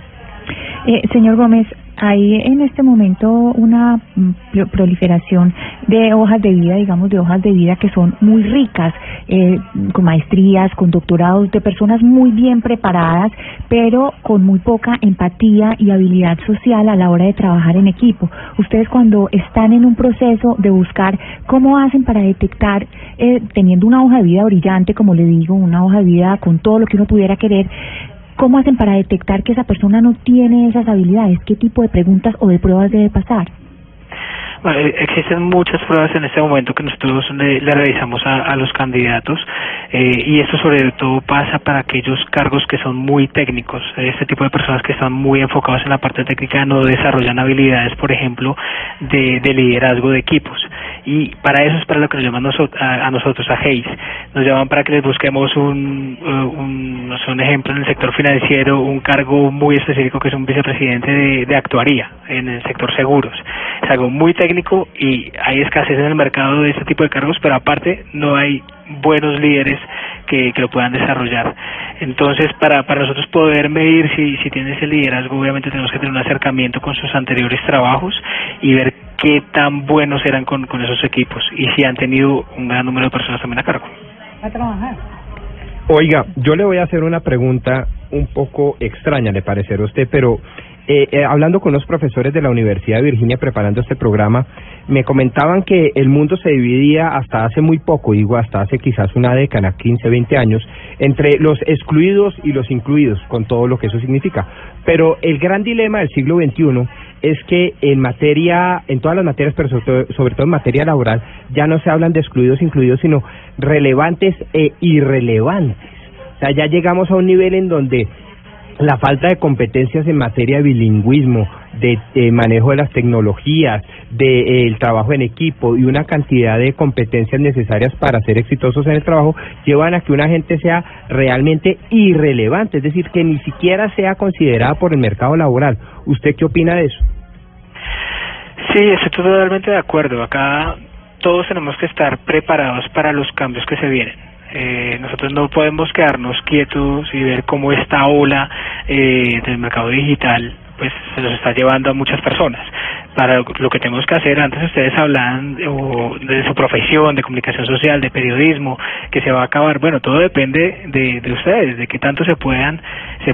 Señor Gómez, hay en este momento una proliferación de hojas de vida, digamos, de hojas de vida que son muy ricas, con maestrías, con doctorados, de personas muy bien preparadas, pero con muy poca empatía y habilidad social a la hora de trabajar en equipo. Ustedes, cuando están en un proceso de buscar cómo hacen para detectar, teniendo una hoja de vida brillante, como le digo, una hoja de vida con todo lo que uno pudiera querer, ¿cómo hacen para detectar que esa persona no tiene esas habilidades? ¿Qué tipo de preguntas o de pruebas debe pasar? Bueno, existen muchas pruebas en este momento que nosotros le realizamos a los candidatos y esto sobre todo pasa para aquellos cargos que son muy técnicos. Este tipo de personas que están muy enfocados en la parte técnica no desarrollan habilidades, por ejemplo, de liderazgo de equipos. Y para eso es para lo que nos llaman a nosotros, a Hayes. Nos llaman para que les busquemos un ejemplo en el sector financiero, un cargo muy específico que es un vicepresidente de actuaría en el sector seguros. Es algo muy técnico y hay escasez en el mercado de este tipo de cargos, pero aparte no hay buenos líderes que lo puedan desarrollar. Entonces, para nosotros poder medir si tiene ese liderazgo, obviamente tenemos que tener un acercamiento con sus anteriores trabajos y ver qué tan buenos eran con esos equipos y si han tenido un gran número de personas también a cargo. A trabajar. Oiga, yo le voy a hacer una pregunta un poco extraña, le parecerá a usted, pero hablando con los profesores de la Universidad de Virginia preparando este programa, me comentaban que el mundo se dividía hasta hace muy poco, digo hasta hace quizás una década, 15, 20 años, entre los excluidos y los incluidos, con todo lo que eso significa. Pero el gran dilema del siglo XXI es que en todas las materias, pero sobre todo en materia laboral, ya no se hablan de excluidos, incluidos, sino relevantes e irrelevantes. O sea, ya llegamos a un nivel en donde la falta de competencias en materia de bilingüismo, de manejo de las tecnologías, del trabajo en equipo y una cantidad de competencias necesarias para ser exitosos en el trabajo llevan a que una gente sea realmente irrelevante, es decir, que ni siquiera sea considerada por el mercado laboral. ¿Usted qué opina de eso? Sí, estoy totalmente de acuerdo. Acá todos tenemos que estar preparados para los cambios que se vienen. Nosotros no podemos quedarnos quietos y ver cómo esta ola del mercado digital pues se nos está llevando a muchas personas. Para lo que tenemos que hacer, antes ustedes hablaban de su profesión, de comunicación social, de periodismo, que se va a acabar. Bueno, todo depende de ustedes, de qué tanto se puedan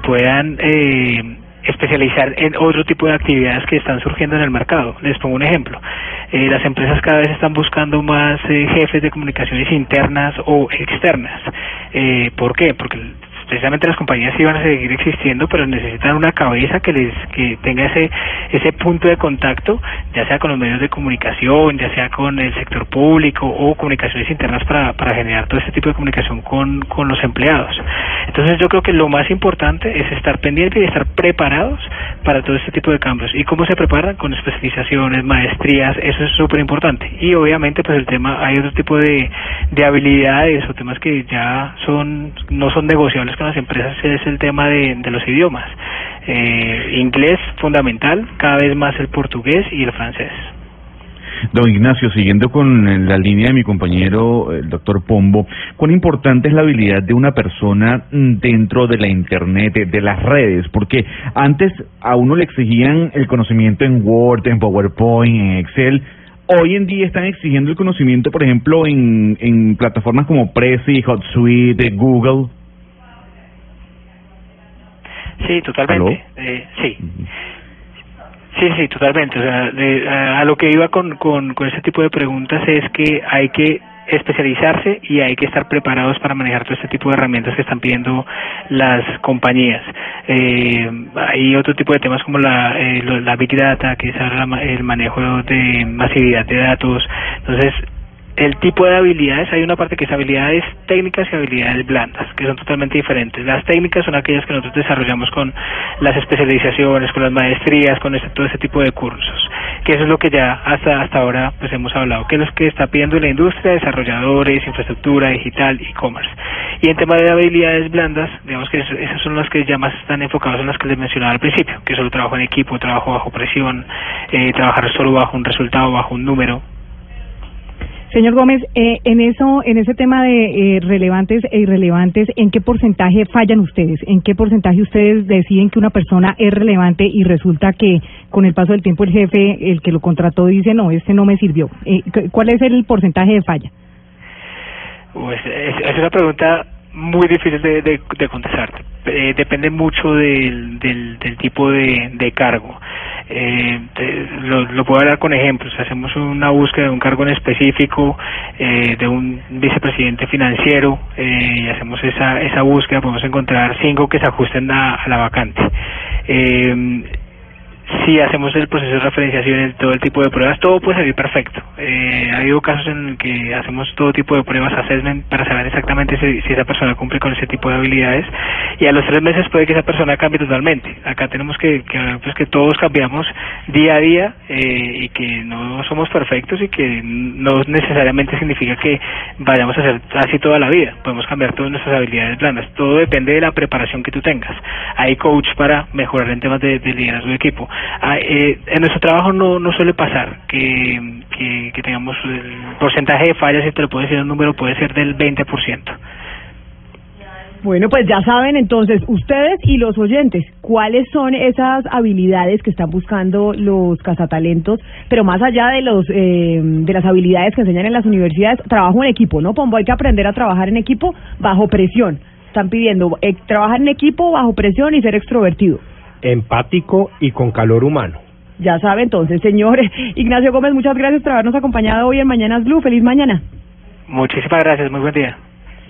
especializar en otro tipo de actividades que están surgiendo en el mercado. Les pongo un ejemplo. Las empresas cada vez están buscando más jefes de comunicaciones internas o externas. ¿Por qué? Porque precisamente las compañías sí van a seguir existiendo, pero necesitan una cabeza que tenga ese punto de contacto, ya sea con los medios de comunicación, ya sea con el sector público o comunicaciones internas para generar todo este tipo de comunicación con los empleados. Entonces yo creo que lo más importante es estar pendiente y estar preparados para todo este tipo de cambios. ¿Y cómo se preparan? Con especializaciones, maestrías, eso es súper importante. Y obviamente pues hay otro tipo de habilidades o temas que ya no son negociables con las empresas, es el tema de los idiomas. Inglés fundamental, cada vez más el portugués y el francés. Don Ignacio, siguiendo con la línea de mi compañero, el doctor Pombo, ¿cuán importante es la habilidad de una persona dentro de la Internet, de las redes? Porque antes a uno le exigían el conocimiento en Word, en PowerPoint, en Excel. Hoy en día están exigiendo el conocimiento, por ejemplo, en plataformas como Prezi, HotSuite, Google. Sí, totalmente. Sí. Sí, totalmente. O sea, a lo que iba con ese tipo de preguntas es que hay que especializarse y hay que estar preparados para manejar todo este tipo de herramientas que están pidiendo las compañías. Hay otro tipo de temas como la Big Data, que es el manejo de masividad de datos. Entonces, el tipo de habilidades, hay una parte que es habilidades técnicas y habilidades blandas, que son totalmente diferentes. Las técnicas son aquellas que nosotros desarrollamos con las especializaciones, con las maestrías, con todo ese tipo de cursos, que eso es lo que ya hasta ahora pues hemos hablado, que es lo que está pidiendo la industria, desarrolladores, infraestructura digital, e-commerce. Y en tema de habilidades blandas, digamos que esas son las que ya más están enfocadas en las que les mencionaba al principio, que solo trabajo en equipo, trabajo bajo presión, trabajar solo bajo un resultado, bajo un número. Señor Gómez, en ese tema de relevantes e irrelevantes, ¿en qué porcentaje fallan ustedes? ¿En qué porcentaje ustedes deciden que una persona es relevante y resulta que con el paso del tiempo el jefe, el que lo contrató, dice no, este no me sirvió? ¿Cuál es el porcentaje de falla? Pues es una pregunta muy difícil de contestar. Depende mucho del tipo de cargo. Lo puedo hablar con ejemplos. Hacemos una búsqueda de un cargo en específico, de un vicepresidente financiero, y hacemos esa búsqueda, podemos encontrar 5 que se ajusten a la vacante. si hacemos el proceso de referenciación, todo el tipo de pruebas, todo puede salir perfecto. Ha habido casos en los que hacemos todo tipo de pruebas, assessment, para saber exactamente si esa persona cumple con ese tipo de habilidades, y a los 3 meses puede que esa persona cambie totalmente. Acá tenemos que todos cambiamos día a día, y que no somos perfectos, y que no necesariamente significa que vayamos a hacer así toda la vida. Podemos cambiar todas nuestras habilidades blandas. Todo depende de la preparación que tú tengas. Hay coach para mejorar en temas de liderazgo de equipo. En nuestro trabajo no suele pasar que tengamos el porcentaje de fallas, si te lo puedo decir un número, puede ser del 20%. Bueno, pues ya saben entonces, ustedes y los oyentes, cuáles son esas habilidades que están buscando los cazatalentos, pero más allá de las habilidades que enseñan en las universidades, trabajo en equipo, ¿no, Pombo? Hay que aprender a trabajar en equipo bajo presión. Están pidiendo trabajar en equipo bajo presión y ser extrovertido. Empático y con calor humano. Ya sabe entonces, señor Ignacio Gómez, muchas gracias por habernos acompañado hoy en Mañanas Blue. Feliz mañana. Muchísimas gracias, muy buen día.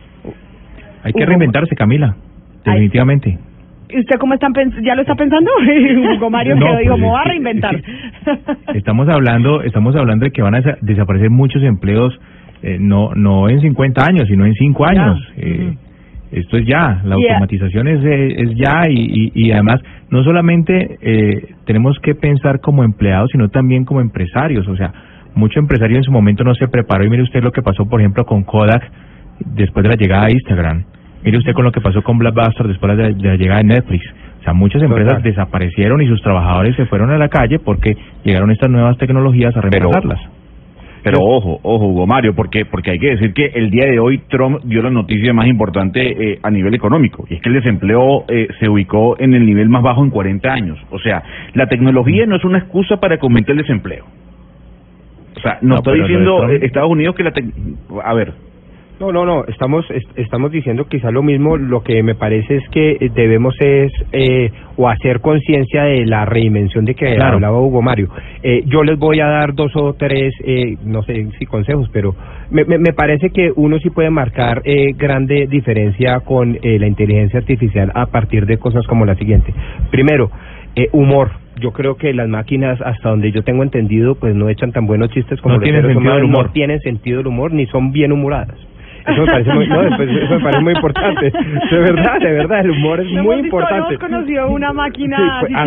Hay que reinventarse, Camila, definitivamente. ¿Y usted cómo ya lo está pensando? Hugo Mario, No, que digo, pues me voy a reinventar. Estamos hablando de que van a desaparecer muchos empleos, no en 50 años, sino en 5 años. Esto es ya, la automatización es ya, y además no solamente tenemos que pensar como empleados, sino también como empresarios. O sea, mucho empresario en su momento no se preparó, y mire usted lo que pasó, por ejemplo, con Kodak después de la llegada a Instagram. Mire usted con lo que pasó con Blockbuster después de la llegada de Netflix. O sea, muchas empresas desaparecieron y sus trabajadores se fueron a la calle porque llegaron estas nuevas tecnologías a reemplazarlas. Pero ojo, Hugo Mario, porque hay que decir que el día de hoy Trump dio la noticia más importante a nivel económico, y es que el desempleo se ubicó en el nivel más bajo en 40 años. O sea, la tecnología no es una excusa para que aumente el desempleo. O sea, no estoy diciendo Estados Unidos que a ver. No, estamos diciendo quizá lo mismo. Lo que me parece es que debemos o hacer conciencia de la reinvención de que hablaba Hugo Mario. Yo les voy a dar 2 o 3, no sé si consejos, pero me parece que uno sí puede marcar grande diferencia con la inteligencia artificial a partir de cosas como la siguiente. Primero, humor. Yo creo que las máquinas, hasta donde yo tengo entendido, pues no echan tan buenos chistes como los seres humanos. No tienen sentido del humor, ni son bien humoradas. Eso me parece eso me parece muy importante. De verdad, el humor es muy importante. Hemos conocido una máquina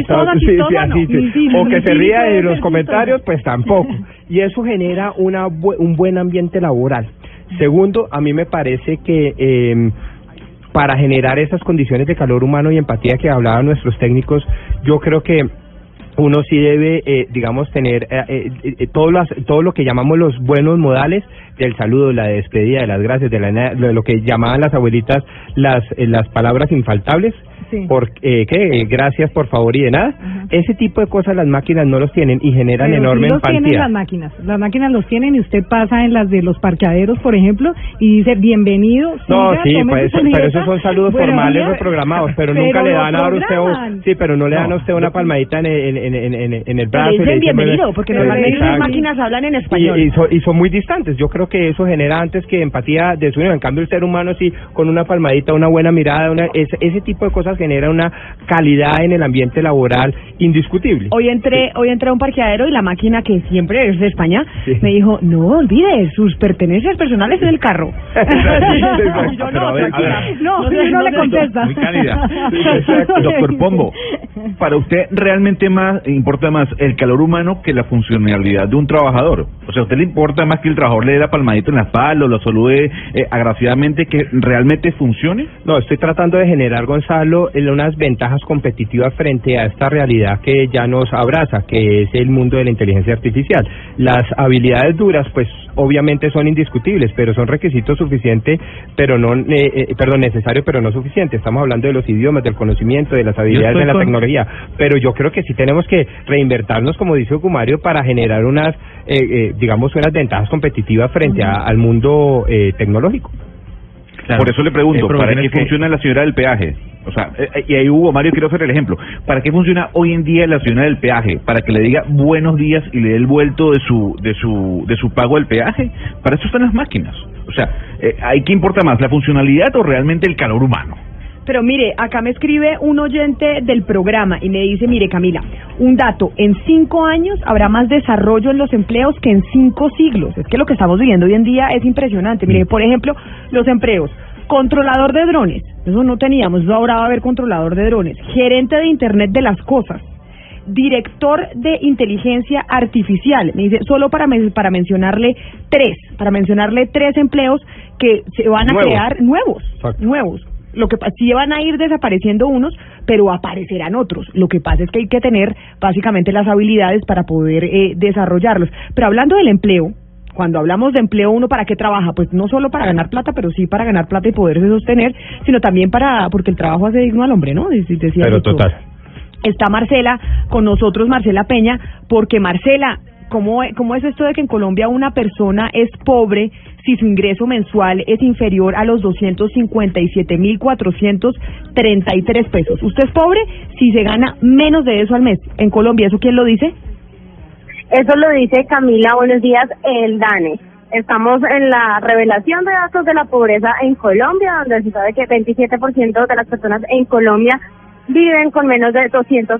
o que se ría de los comentarios, pues tampoco. Y eso genera un buen ambiente laboral. Segundo, a mí me parece que para generar esas condiciones de calor humano y empatía que hablaban nuestros técnicos, yo creo que uno sí debe, tener todo lo que llamamos los buenos modales del saludo, la despedida, de las gracias, de lo que llamaban las abuelitas las palabras infaltables. Sí. Gracias, por favor y de nada. Ese tipo de cosas las máquinas no los tienen y generan enorme empatía. Tienen las máquinas los tienen, y usted pasa en las de los parqueaderos, por ejemplo, y dice bienvenido. No, sí, pues, pero esos son saludos formales reprogramados, pero nunca le dan a usted pero no le dan a usted una palmadita en el brazo. Le dicen bienvenido, porque normalmente las máquinas hablan en español. Y son muy distantes. Yo creo que eso genera antes que empatía de su nivel. En cambio, el ser humano sí, con una palmadita, una buena mirada, ese tipo de cosas genera una calidad en el ambiente laboral indiscutible. Hoy entré a un parqueadero y la máquina, que siempre es de España, me dijo, no olvide sus pertenencias personales en el carro. Yo no le contesta. Muy cálida. Doctor Pombo, para usted realmente importa más el calor humano que la funcionalidad de un trabajador. O sea, ¿a usted le importa más que el trabajador le dé la palmadita en la espalda o lo salude agraciadamente, que realmente funcione? No, estoy tratando de generar, Gonzalo, unas ventajas competitivas frente a esta realidad que ya nos abraza, que es el mundo de la inteligencia artificial. Las habilidades duras, pues obviamente son indiscutibles, pero son requisitos suficientes, pero no necesario, pero no suficiente. Estamos hablando de los idiomas, del conocimiento, de las habilidades de la tecnología, pero yo creo que sí tenemos que reinvertirnos, como dice Hugo Mario, para generar unas ventajas competitivas frente al mundo tecnológico. Claro. Por eso le pregunto, ¿para qué funciona la señora del peaje? O sea, y ahí Hugo Mario, quiero hacer el ejemplo. ¿Para qué funciona hoy en día la señora del peaje? ¿Para que le diga buenos días y le dé el vuelto de su pago del peaje? Para eso están las máquinas. O sea, ¿hay qué importa más, la funcionalidad o realmente el calor humano? Pero mire, acá me escribe un oyente del programa y me dice, mire Camila, un dato, en 5 años habrá más desarrollo en los empleos que en 5 siglos. Es que lo que estamos viviendo hoy en día es impresionante. Mire, por ejemplo, los empleos. Controlador de drones, eso no teníamos, eso ahora va a haber controlador de drones. Gerente de Internet de las Cosas. Director de Inteligencia Artificial. Me dice, solo para mencionarle 3 empleos que se van a crear nuevos. Lo que sí van a ir desapareciendo unos, pero aparecerán otros. Lo que pasa es que hay que tener básicamente las habilidades para poder desarrollarlos. Pero hablando del empleo, cuando hablamos de empleo, ¿uno para qué trabaja? Pues no solo para ganar plata, pero sí para ganar plata y poderse sostener, sino también porque el trabajo hace digno al hombre, ¿no? Decía pero total. Está Marcela con nosotros, Marcela Peña, porque Marcela, ¿cómo es esto de que en Colombia una persona es pobre si su ingreso mensual es inferior a los 257.433 pesos? Usted es pobre si se gana menos de eso al mes. En Colombia, ¿eso quién lo dice? Eso lo dice Camila, buenos días, el DANE. Estamos en la revelación de datos de la pobreza en Colombia, donde se sabe que 27% de las personas en Colombia viven con menos de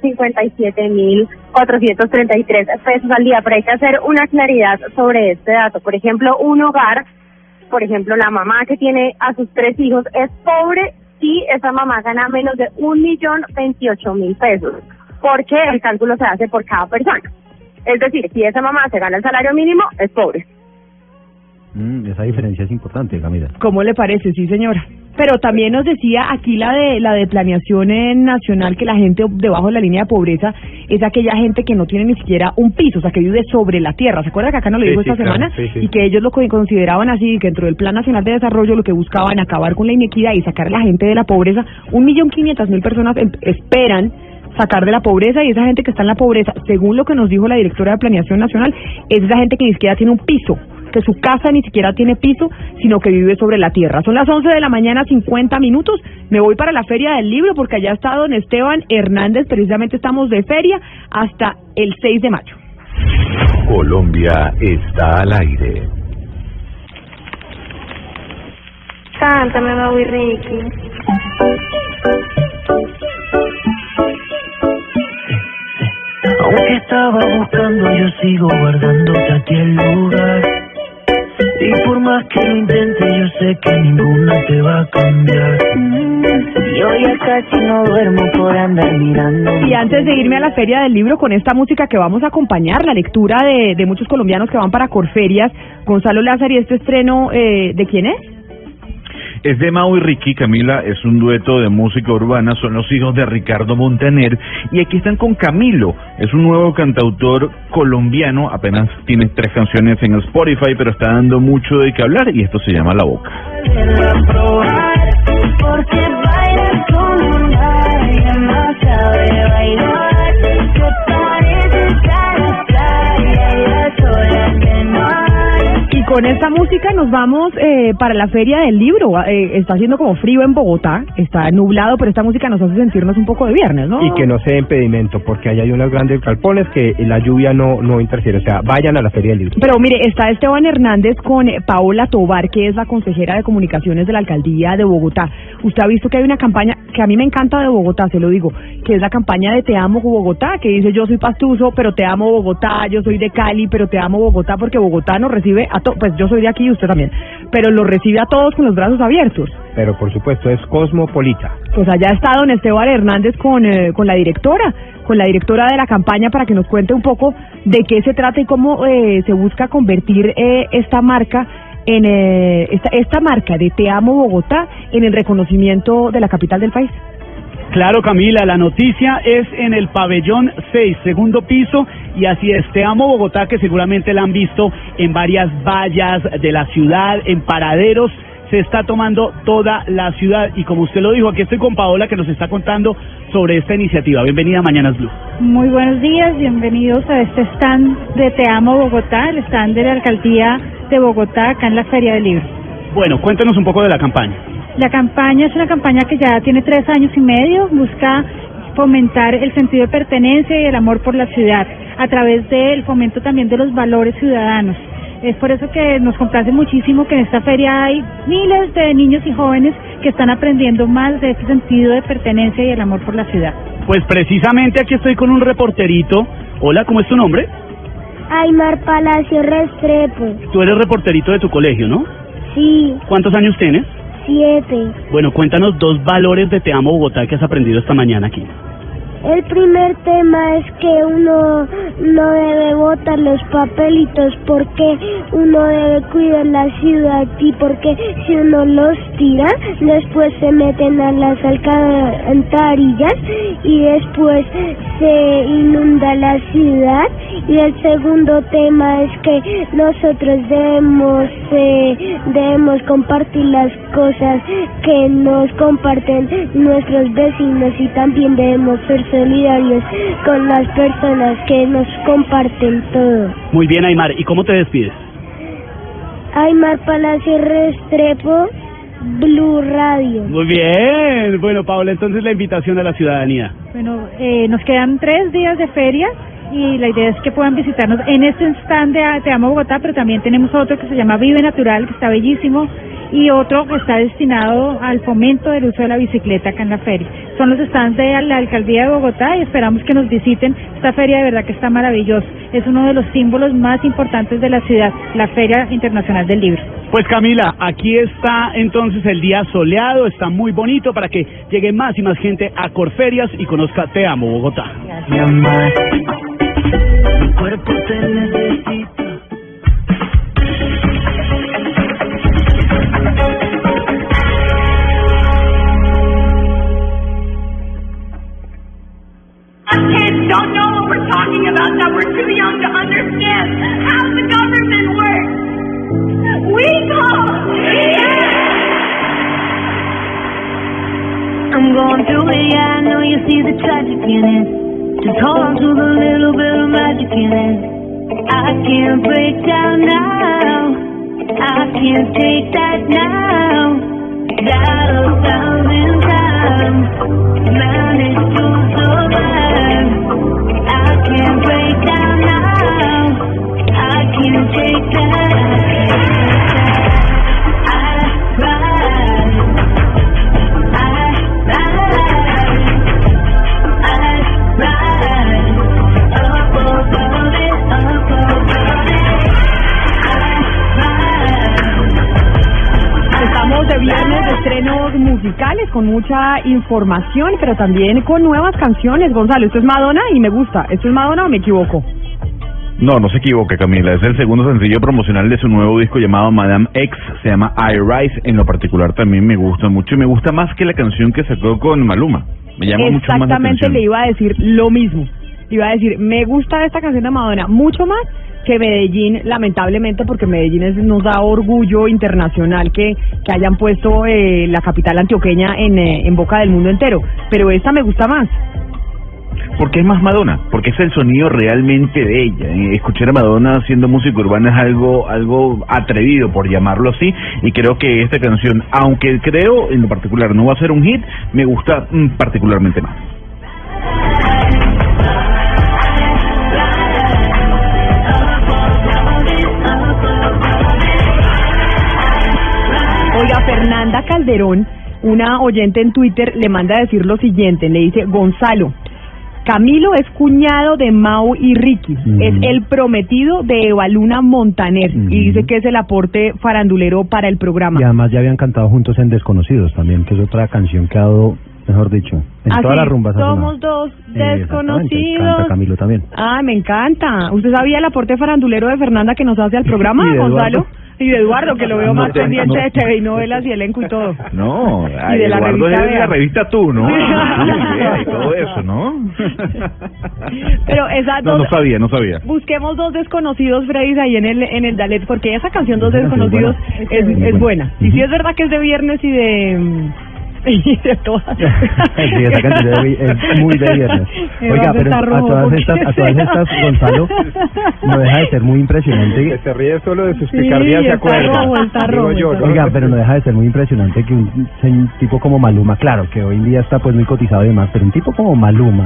257.433 pesos al día. Pero hay que hacer una claridad sobre este dato. Por ejemplo, un hogar, por ejemplo, la mamá que tiene a sus 3 hijos es pobre si esa mamá gana menos de 1.028.000 pesos, porque el cálculo se hace por cada persona. Es decir, si esa mamá se gana el salario mínimo, es pobre. Esa diferencia es importante, Camila. ¿Cómo le parece? Sí, señora. Pero también nos decía aquí la de planeación nacional que la gente debajo de la línea de pobreza es aquella gente que no tiene ni siquiera un piso, o sea, que vive sobre la tierra. ¿Se acuerda que acá nos lo dijo esta semana? Sí. Y que ellos lo consideraban así, que dentro del Plan Nacional de Desarrollo lo que buscaban acabar con la inequidad y sacar a la gente de la pobreza. 1.500.000 personas esperan sacar de la pobreza, y esa gente que está en la pobreza, según lo que nos dijo la directora de Planeación Nacional, es esa gente que ni siquiera tiene un piso, que su casa ni siquiera tiene piso, sino que vive sobre la tierra. Son las 11 de la mañana, 50 minutos. Me voy para la Feria del Libro porque allá está don Esteban Hernández. Precisamente estamos de feria hasta el 6 de mayo. Colombia está al aire. Cántame, Maui Ricky. Aunque estaba buscando, yo sigo guardándote aquí el lugar. Y por más que lo intente, yo sé que ninguna te va a cambiar. Yo ya casi no duermo por andar mirando. Y antes de irme a la Feria del Libro, con esta música que vamos a acompañar, la lectura de muchos colombianos que van para Corferias, Gonzalo Lázaro, ¿y este estreno de quién es? Es de Mau y Ricky. Camila, es un dueto de música urbana, son los hijos de Ricardo Montaner, y aquí están con Camilo, es un nuevo cantautor colombiano, apenas tiene 3 canciones en Spotify, pero está dando mucho de qué hablar, y esto se llama La Boca. Porque bailas como nadie más sabe bailar, que pareces cara playa y sola que no hay. Y con esta música nos vamos para la Feria del Libro. Está haciendo como frío en Bogotá, está nublado, pero esta música nos hace sentirnos un poco de viernes, ¿no? Y que no sea impedimento, porque allá hay unos grandes galpones que la lluvia no interfiere, o sea, vayan a la Feria del Libro. Pero mire, está Esteban Hernández con Paola Tobar, que es la consejera de comunicaciones de la Alcaldía de Bogotá. Usted ha visto que hay una campaña que a mí me encanta de Bogotá, se lo digo, que es la campaña de Te Amo Bogotá, que dice: yo soy pastuso, pero te amo Bogotá, yo soy de Cali, pero te amo Bogotá, porque Bogotá nos recibe a todos, pues yo soy de aquí y usted también, pero lo recibe a todos con los brazos abiertos. Pero por supuesto es cosmopolita. Pues allá está don Esteban Hernández con la directora de la campaña, para que nos cuente un poco de qué se trata y cómo se busca convertir esta marca en esta marca de Te Amo Bogotá en el reconocimiento de la capital del país. Claro, Camila, la noticia es en el pabellón 6, segundo piso, y así es, Te Amo Bogotá, que seguramente la han visto en varias vallas de la ciudad, en paraderos. Se está tomando toda la ciudad, y como usted lo dijo, aquí estoy con Paola, que nos está contando sobre esta iniciativa. Bienvenida a Mañanas Blue. Muy buenos días, bienvenidos a este stand de Te Amo Bogotá, el stand de la Alcaldía de Bogotá, acá en la Feria del Libro. Bueno, cuéntanos un poco de la campaña. La campaña es una campaña que ya tiene 3 años y medio, busca fomentar el sentido de pertenencia y el amor por la ciudad, a través del fomento también de los valores ciudadanos. Es por eso que nos complace muchísimo que en esta feria hay miles de niños y jóvenes que están aprendiendo más de este sentido de pertenencia y el amor por la ciudad. Pues precisamente aquí estoy con un reporterito. Hola, ¿cómo es tu nombre? Aymar Palacio Restrepo. Tú eres reporterito de tu colegio, ¿no? Sí. ¿Cuántos años tienes? 7. Bueno, cuéntanos 2 valores de Te Amo Bogotá que has aprendido esta mañana aquí. El primer tema es que uno no debe botar los papelitos porque uno debe cuidar la ciudad y porque si uno los tira, después se meten a las alcantarillas y después se inunda la ciudad. Y el segundo tema es que nosotros debemos compartir las cosas que nos comparten nuestros vecinos y también debemos ser solidarios con las personas que nos comparten todo. Muy bien, Aymar. ¿Y cómo te despides? Aymar Palacio Restrepo, Blue Radio. Muy bien. Bueno, Paola, entonces la invitación a la ciudadanía. Bueno, nos quedan 3 días de feria y la idea es que puedan visitarnos en este stand de Te Amo Bogotá, pero también tenemos otro que se llama Vive Natural, que está bellísimo, y otro que está destinado al fomento del uso de la bicicleta acá en la feria. Son los stands de la Alcaldía de Bogotá y esperamos que nos visiten. Esta feria de verdad que está maravillosa. Es uno de los símbolos más importantes de la ciudad, la Feria Internacional del Libro. Pues Camila, aquí está entonces el día soleado, está muy bonito para que llegue más y más gente a Corferias y conozca Te Amo Bogotá. Mi cuerpo te necesita. Kids don't know what we're talking about, that we're too young to understand how the government works. We call. I'm going through it, yeah, I know you see the tragic in it. Just hold on to the little bit of magic in it. I can't break down now. I can't take that now. Got 1,000 times managed to survive. I can't break down now. I can't take that. Estamos de viernes de estrenos musicales con mucha información, pero también con nuevas canciones. Gonzalo, esto es Madonna y me gusta. ¿Esto es Madonna o me equivoco? No se equivoca, Camila. Es el segundo sencillo promocional de su nuevo disco llamado Madame X. Se llama I Rise. En lo particular también me gusta mucho y me gusta más que la canción que sacó con Maluma. Me llama mucho más la atención. Exactamente, le iba a decir lo mismo. Iba a decir, me gusta esta canción de Madonna mucho más que Medellín, lamentablemente, porque Medellín nos da orgullo internacional que hayan puesto la capital antioqueña en boca del mundo entero. Pero esta me gusta más. Porque es más Madonna, porque es el sonido realmente de ella. Escuchar a Madonna haciendo música urbana es algo atrevido, por llamarlo así, y creo que esta canción, aunque creo en lo particular no va a ser un hit, me gusta particularmente más. Oiga, Fernanda Calderón, una oyente en Twitter, le manda a decir lo siguiente, le dice: Gonzalo, Camilo es cuñado de Mau y Ricky, es el prometido de Evaluna Montaner, y dice que es el aporte farandulero para el programa. Y además ya habían cantado juntos en Desconocidos también, que es otra canción que ha dado, mejor dicho, en todas las rumbas. Somos dos desconocidos. Canta Camilo también. Ah, me encanta. ¿Usted sabía el aporte farandulero de Fernanda que nos hace al programa, Gonzalo? Y de Eduardo, que lo veo más pendiente de TV y novelas y elenco y todo. No, y de la Eduardo revista es de la revista Tú, ¿no? Y todo eso, ¿no? Pero esa no sabía. Busquemos Dos Desconocidos, Freddy, ahí en el Dalet, porque esa canción Dos Desconocidos es buena. Y sí es verdad que es de viernes y de todas. Sí, esa canción es muy de viernes. Oiga, pero a todas estas, Gonzalo, no deja de ser muy impresionante. Que se ríe solo de sus picardías, ¿se acuerdan? Oiga, pero no deja de ser muy impresionante que un tipo como Maluma, claro, que hoy en día está pues muy cotizado y demás, pero un tipo como Maluma,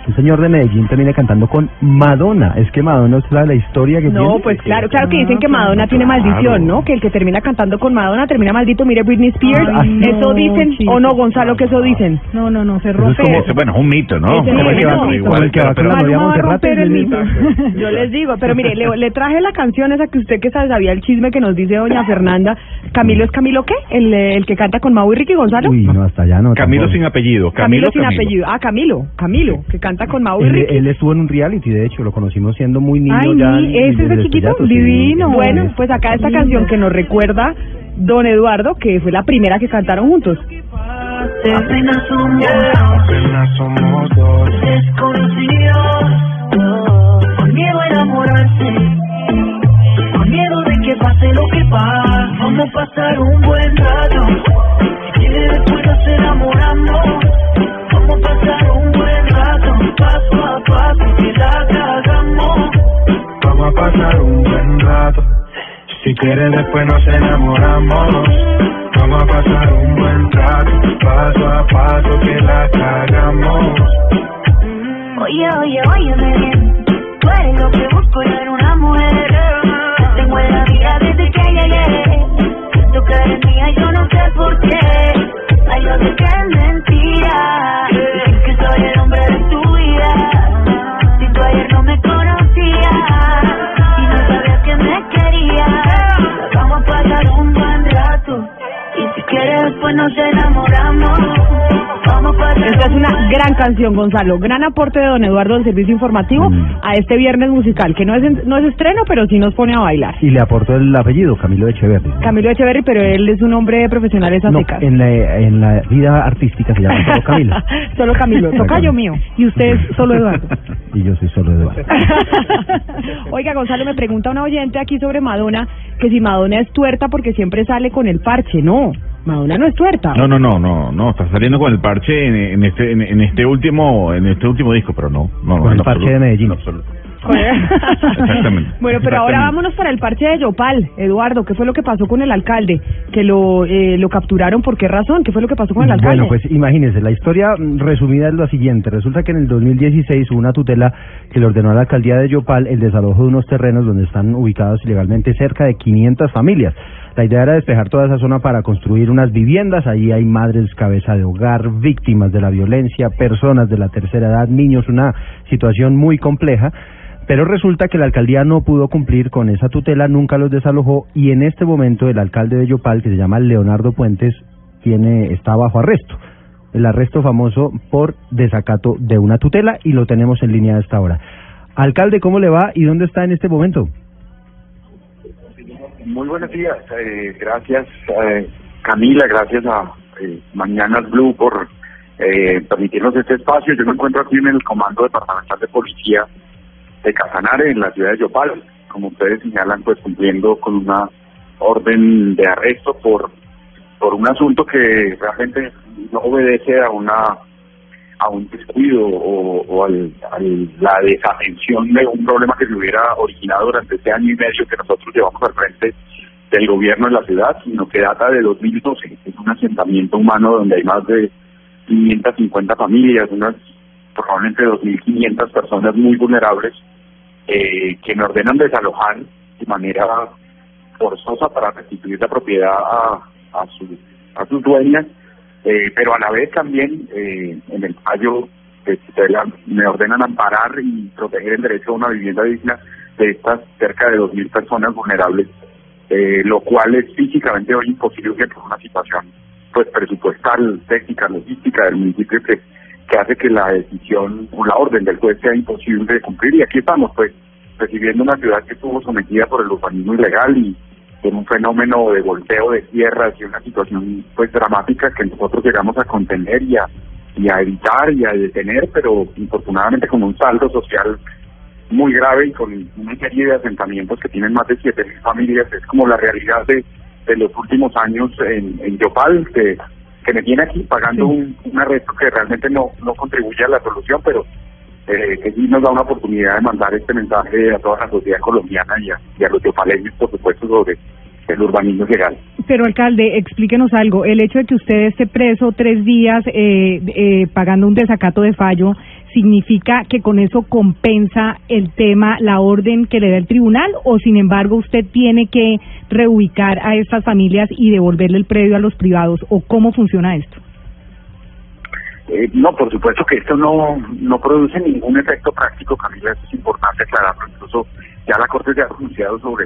un señor de Medellín termine cantando con Madonna. Es que Madonna, ¿usted sabe la historia que tiene? No, pues claro que dicen que Madonna tiene maldición, ¿no? Que el que termina cantando con Madonna termina maldito. Mire Britney Spears. Eso dicen, o no, Gonzalo, que eso dicen. No, se rompe. Bueno, es un mito, ¿no? Igual que va con la novia Monserrat. Yo les digo, pero mire, le traje la canción esa que usted que sabía el chisme que nos dice doña Fernanda. ¿Camilo es Camilo qué? ¿El que canta con Mau y Ricky Gonzalo? Uy, no, hasta allá no. Camilo sin apellido. Camilo sin apellido. Ah, Camilo, que canta con Mau y Ricky. Él estuvo en un reality, de hecho, lo conocimos siendo muy niño. Ay, ya. Ese es el chiquito, divino. Bueno, pues acá esta canción que nos recuerda don Eduardo, que fue la primera que cantaron juntos. Apenas somos dos desconocidos, con miedo a enamorarse, con miedo de que pase lo que pasa. Vamos a pasar un buen rato, si quieres después nos enamoramos. Vamos a pasar un buen rato, paso a paso, que la cagamos. Vamos a pasar un buen rato, si quieres después nos enamoramos. Vamos a pasar un buen rato, paso a paso, que la cagamos. Óyeme bien, tú eres lo que busco, yo era una mujer. Te tengo en la vida desde que llegué. Siento que eres mía, yo no sé por qué. Ay, yo sé que es mentira. Dicen que soy el hombre de tu vida. Si tú ayer no me conocías y no sabías que me querías, vamos a pasar un buen rato. Y si quieres después nos enamoramos. Vamos a pasar. Esta es una gran canción, Gonzalo. Gran aporte de don Eduardo del Servicio Informativo a este viernes musical, que no es estreno, pero sí nos pone a bailar. Y le aportó el apellido, Camilo Echeverri. Camilo Echeverri, pero él es un hombre profesional de esas secas. En la vida artística se llama solo Camilo. Solo Camilo, tocayo mío. Y usted es solo Eduardo. Y yo soy solo Eduardo. Oiga, Gonzalo, me pregunta una oyente aquí sobre Madonna, que si Madonna es tuerta porque siempre sale con el parche. No, Madonna no es tuerta. No, está saliendo con el parche en este último disco, pero no. Con el parche de Medellín. Exactamente. Bueno, pero ahora vámonos para el parche de Yopal, Eduardo. ¿Qué fue lo que pasó con el alcalde? Que lo capturaron, ¿por qué razón? ¿Qué fue lo que pasó con el alcalde? Bueno, pues imagínense, la historia resumida es la siguiente. Resulta que en el 2016 hubo una tutela que le ordenó a la alcaldía de Yopal el desalojo de unos terrenos donde están ubicados ilegalmente cerca de 500 familias. La idea era despejar toda esa zona para construir unas viviendas. Allí hay madres cabeza de hogar, víctimas de la violencia, personas de la tercera edad, niños, una situación muy compleja. Pero resulta que la alcaldía no pudo cumplir con esa tutela, nunca los desalojó, y en este momento el alcalde de Yopal, que se llama Leonardo Puentes, está bajo arresto. El arresto famoso por desacato de una tutela, y lo tenemos en línea a esta hora. Alcalde, ¿cómo le va y dónde está en este momento? Muy buenos días, gracias Camila, gracias a Mañanas Blue por permitirnos este espacio. Yo me encuentro aquí en el Comando Departamental de Policía de Casanare, en la ciudad de Yopal, como ustedes señalan, pues cumpliendo con una orden de arresto por un asunto que realmente no obedece a un descuido o a la desatención de un problema que se hubiera originado durante este año y medio que nosotros llevamos al frente del gobierno de la ciudad, sino que data de 2012. Es un asentamiento humano donde hay más de 550 familias, unas probablemente 2.500 personas muy vulnerables, que me ordenan desalojar de manera forzosa para restituir la propiedad a sus dueñas, pero a la vez también en el fallo de tutela me ordenan amparar y proteger el derecho a una vivienda digna de estas cerca de 2.000 personas vulnerables, lo cual es físicamente hoy imposible por una situación pues presupuestal, técnica, logística del municipio que hace que la decisión o la orden del juez sea imposible de cumplir. Y aquí estamos, pues, recibiendo una ciudad que estuvo sometida por el urbanismo ilegal y por un fenómeno de volteo de tierras y una situación, pues, dramática que nosotros llegamos a contener y a evitar y a detener, pero infortunadamente con un saldo social muy grave y con una serie de asentamientos que tienen más de 7.000 familias. Es como la realidad de los últimos años en Yopal, que me tiene aquí pagando un arresto que realmente no contribuye a la solución, pero que sí nos da una oportunidad de mandar este mensaje a toda la sociedad colombiana y a los yopaleños, por supuesto, sobre el urbanismo ilegal. Pero, alcalde, explíquenos algo. El hecho de que usted esté preso 3 días pagando un desacato de fallo, ¿significa que con eso compensa el tema, la orden que le da el tribunal, o sin embargo usted tiene que reubicar a estas familias y devolverle el predio a los privados, o cómo funciona esto? No, por supuesto que esto no produce ningún efecto práctico, Camila, eso es importante aclararlo. Incluso ya la Corte se ha pronunciado sobre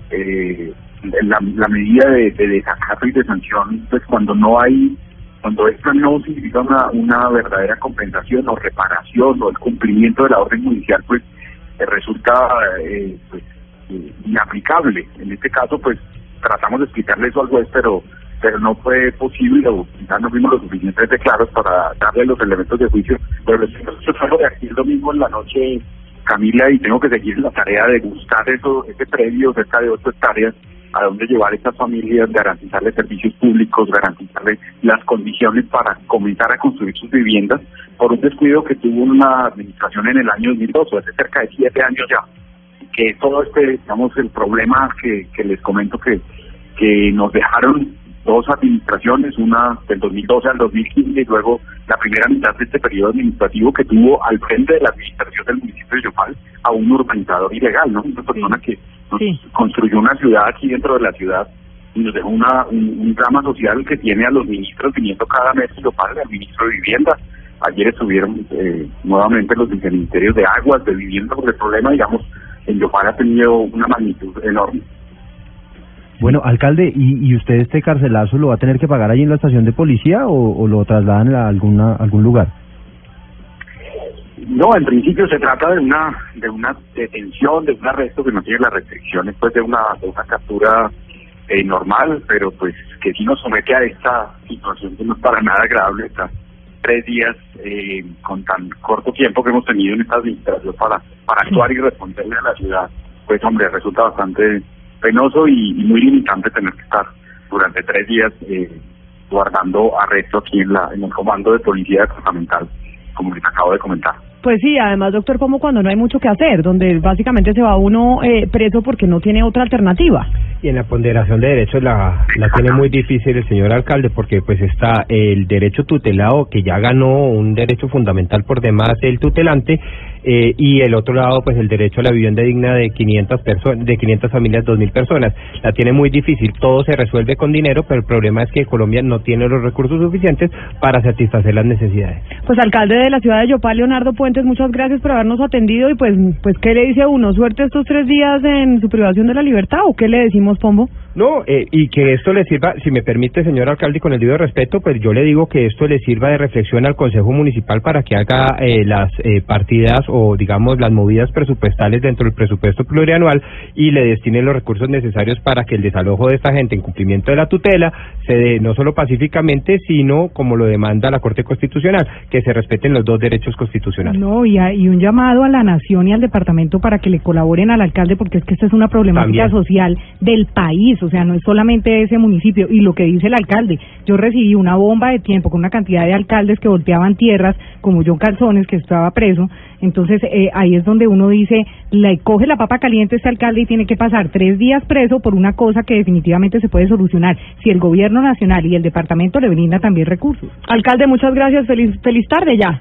la medida de desacato y de sanción, pues cuando esto no significa una verdadera compensación o reparación o el cumplimiento de la orden judicial, pues resulta inaplicable. En este caso, pues tratamos de explicarle eso al juez, pero no fue posible, o quizás no fuimos lo suficientemente claros para darle los elementos de juicio. Pero yo salgo de aquí el domingo en la noche, Camila, y tengo que seguir la tarea de buscar ese predio, cerca de 8 hectáreas, a dónde llevar a estas familias, garantizarles servicios públicos, garantizarles las condiciones para comenzar a construir sus viviendas, por un descuido que tuvo una administración en el año 2012, hace cerca de 7 años ya, que todo digamos, el problema que les comento que nos dejaron 2 administraciones, una del 2012 al 2015 y luego la primera mitad de este periodo administrativo, que tuvo al frente de la administración del municipio de Yopal a un urbanizador ilegal, ¿no? Una persona que construyó una ciudad aquí dentro de la ciudad y nos dejó un drama social que tiene a los ministros viniendo cada mes en Yopal, al ministro de Vivienda. Ayer estuvieron nuevamente los viceministerios de Aguas, de Vivienda, porque el problema, digamos, en Yopal ha tenido una magnitud enorme. Bueno, alcalde, ¿y usted este carcelazo lo va a tener que pagar allí en la estación de policía o lo trasladan a algún lugar? No, en principio se trata de una detención, de un arresto que no tiene las restricciones pues de una captura normal, pero pues que sí nos somete a esta situación que no es para nada agradable. Está 3 días con tan corto tiempo que hemos tenido en esta administración para actuar y responderle a la ciudad. Pues hombre, resulta bastante penoso y muy limitante tener que estar durante 3 días guardando arresto aquí en el comando de policía departamental, como les acabo de comentar. Pues sí, además, doctor, como cuando no hay mucho que hacer, donde básicamente se va uno preso porque no tiene otra alternativa. Y en la ponderación de derechos la tiene muy difícil el señor alcalde, porque pues está el derecho tutelado, que ya ganó un derecho fundamental por demás el tutelante, y el otro lado pues el derecho a la vivienda digna de 500 familias, 2.000 personas. La tiene muy difícil, todo se resuelve con dinero, pero el problema es que Colombia no tiene los recursos suficientes para satisfacer las necesidades. Pues alcalde de la ciudad de Yopal, Leonardo Puentes, muchas gracias por habernos atendido y pues ¿qué le dice uno? ¿Suerte estos 3 días en su privación de la libertad o qué le decimos, Pombo? No, y que esto le sirva, si me permite, señor alcalde, y con el debido respeto, pues yo le digo que esto le sirva de reflexión al Consejo Municipal para que haga las partidas o, digamos, las movidas presupuestales dentro del presupuesto plurianual y le destine los recursos necesarios para que el desalojo de esta gente en cumplimiento de la tutela se dé no solo pacíficamente, sino como lo demanda la Corte Constitucional, que se respeten los 2 derechos constitucionales. No, y un llamado a la nación y al departamento para que le colaboren al alcalde, porque es que esta es una problemática social del país. O sea, no es solamente ese municipio. Y lo que dice el alcalde, yo recibí una bomba de tiempo con una cantidad de alcaldes que volteaban tierras, como John Calzones, que estaba preso. Entonces, ahí es donde uno dice, le coge la papa caliente a este alcalde y tiene que pasar 3 días preso por una cosa que definitivamente se puede solucionar si el gobierno nacional y el departamento le brindan también recursos. Alcalde, muchas gracias. Feliz tarde ya.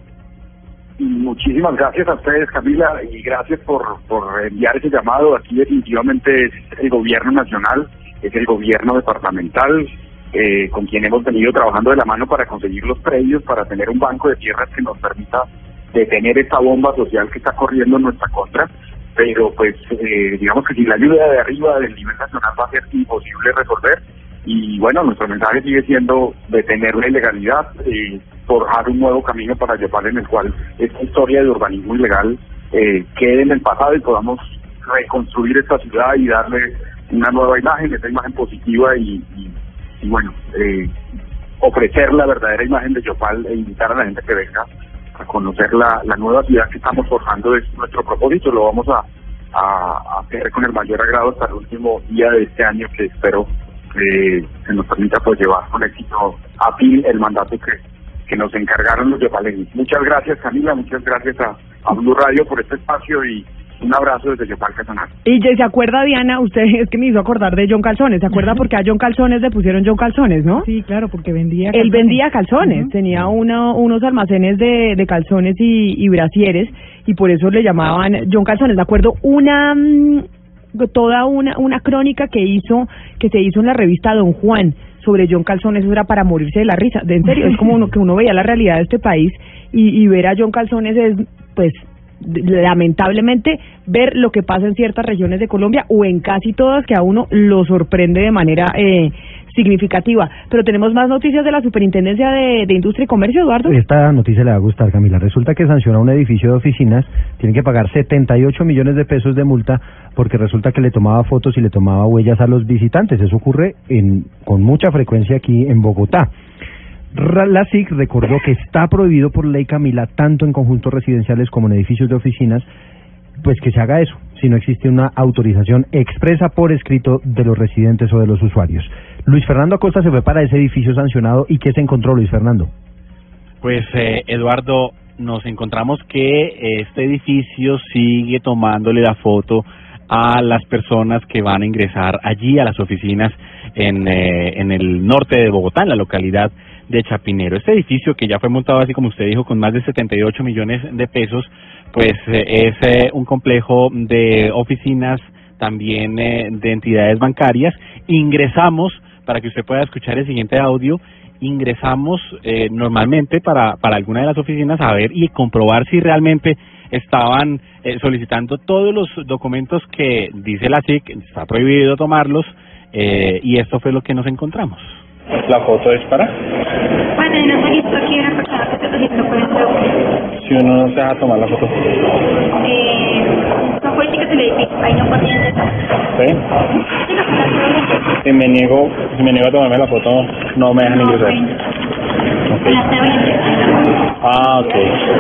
Muchísimas gracias a ustedes, Camila, y gracias por enviar ese llamado. Aquí definitivamente es el gobierno nacional, es el gobierno departamental, con quien hemos venido trabajando de la mano para conseguir los predios, para tener un banco de tierras que nos permita detener esta bomba social que está corriendo en nuestra contra. Pero pues digamos que sin la ayuda de arriba del nivel nacional va a ser imposible resolver. Y bueno, nuestro mensaje sigue siendo detener la ilegalidad, forjar un nuevo camino para Yopal en el cual esta historia de urbanismo ilegal quede en el pasado y podamos reconstruir esta ciudad y darle una nueva imagen, esa imagen positiva y bueno, ofrecer la verdadera imagen de Yopal e invitar a la gente que venga a conocer la nueva ciudad que estamos forjando. Es nuestro propósito, lo vamos a hacer con el mayor agrado hasta el último día de este año, que espero que nos permita pues llevar con éxito a fin el mandato que nos encargaron los yopaleños. Muchas gracias, Camila, muchas gracias a Blue Radio por este espacio y Un abrazo desde Yopal Casanare. Y ¿se acuerda, Diana? Usted es que me hizo acordar de John Calzones. ¿Se acuerda por qué a John Calzones le pusieron John Calzones, no? Sí, claro, porque vendía Él calzones. vendía calzones, tenía unos almacenes de calzones y brasieres, y por eso le llamaban John Calzones. ¿De acuerdo? Toda una crónica que se hizo en la revista Don Juan sobre John Calzones, eso era para morirse de la risa. En serio, es como que uno veía la realidad de este país y ver a John Calzones es, pues, lamentablemente ver lo que pasa en ciertas regiones de Colombia o en casi todas, que a uno lo sorprende de manera significativa. Pero tenemos más noticias de la Superintendencia de Industria y Comercio, Eduardo. Esta noticia le va a gustar, Camila. Resulta que sanciona un edificio de oficinas, tiene que pagar 78 millones de pesos de multa porque resulta que le tomaba fotos y le tomaba huellas a los visitantes. Eso ocurre con mucha frecuencia aquí en Bogotá. La SIC recordó que está prohibido por ley, Camila, tanto en conjuntos residenciales como en edificios de oficinas, pues que se haga eso, si no existe una autorización expresa por escrito de los residentes o de los usuarios. Luis Fernando Acosta se fue para ese edificio sancionado. ¿Y qué se encontró, Luis Fernando? Pues, Eduardo, nos encontramos que este edificio sigue tomándole la foto a las personas que van a ingresar allí a las oficinas en el norte de Bogotá, en la localidad de Chapinero. Este edificio, que ya fue montado, así como usted dijo, con más de 78 millones de pesos, pues es un complejo de oficinas, también de entidades bancarias. Ingresamos, para que usted pueda escuchar el siguiente audio, ingresamos normalmente para alguna de las oficinas a ver y comprobar si realmente estaban solicitando todos los documentos que dice la SIC, está prohibido tomarlos, y esto fue lo que nos encontramos. ¿La foto es para? Bueno, y nos registró aquí una persona que se registró por el seguro. Si uno no se deja tomar la foto. Son políticas del edificio, ahí no pueden ingresar. ¿Sí? Si me niego a tomarme la foto, no me dejan ingresar. Okay. Ah, ok.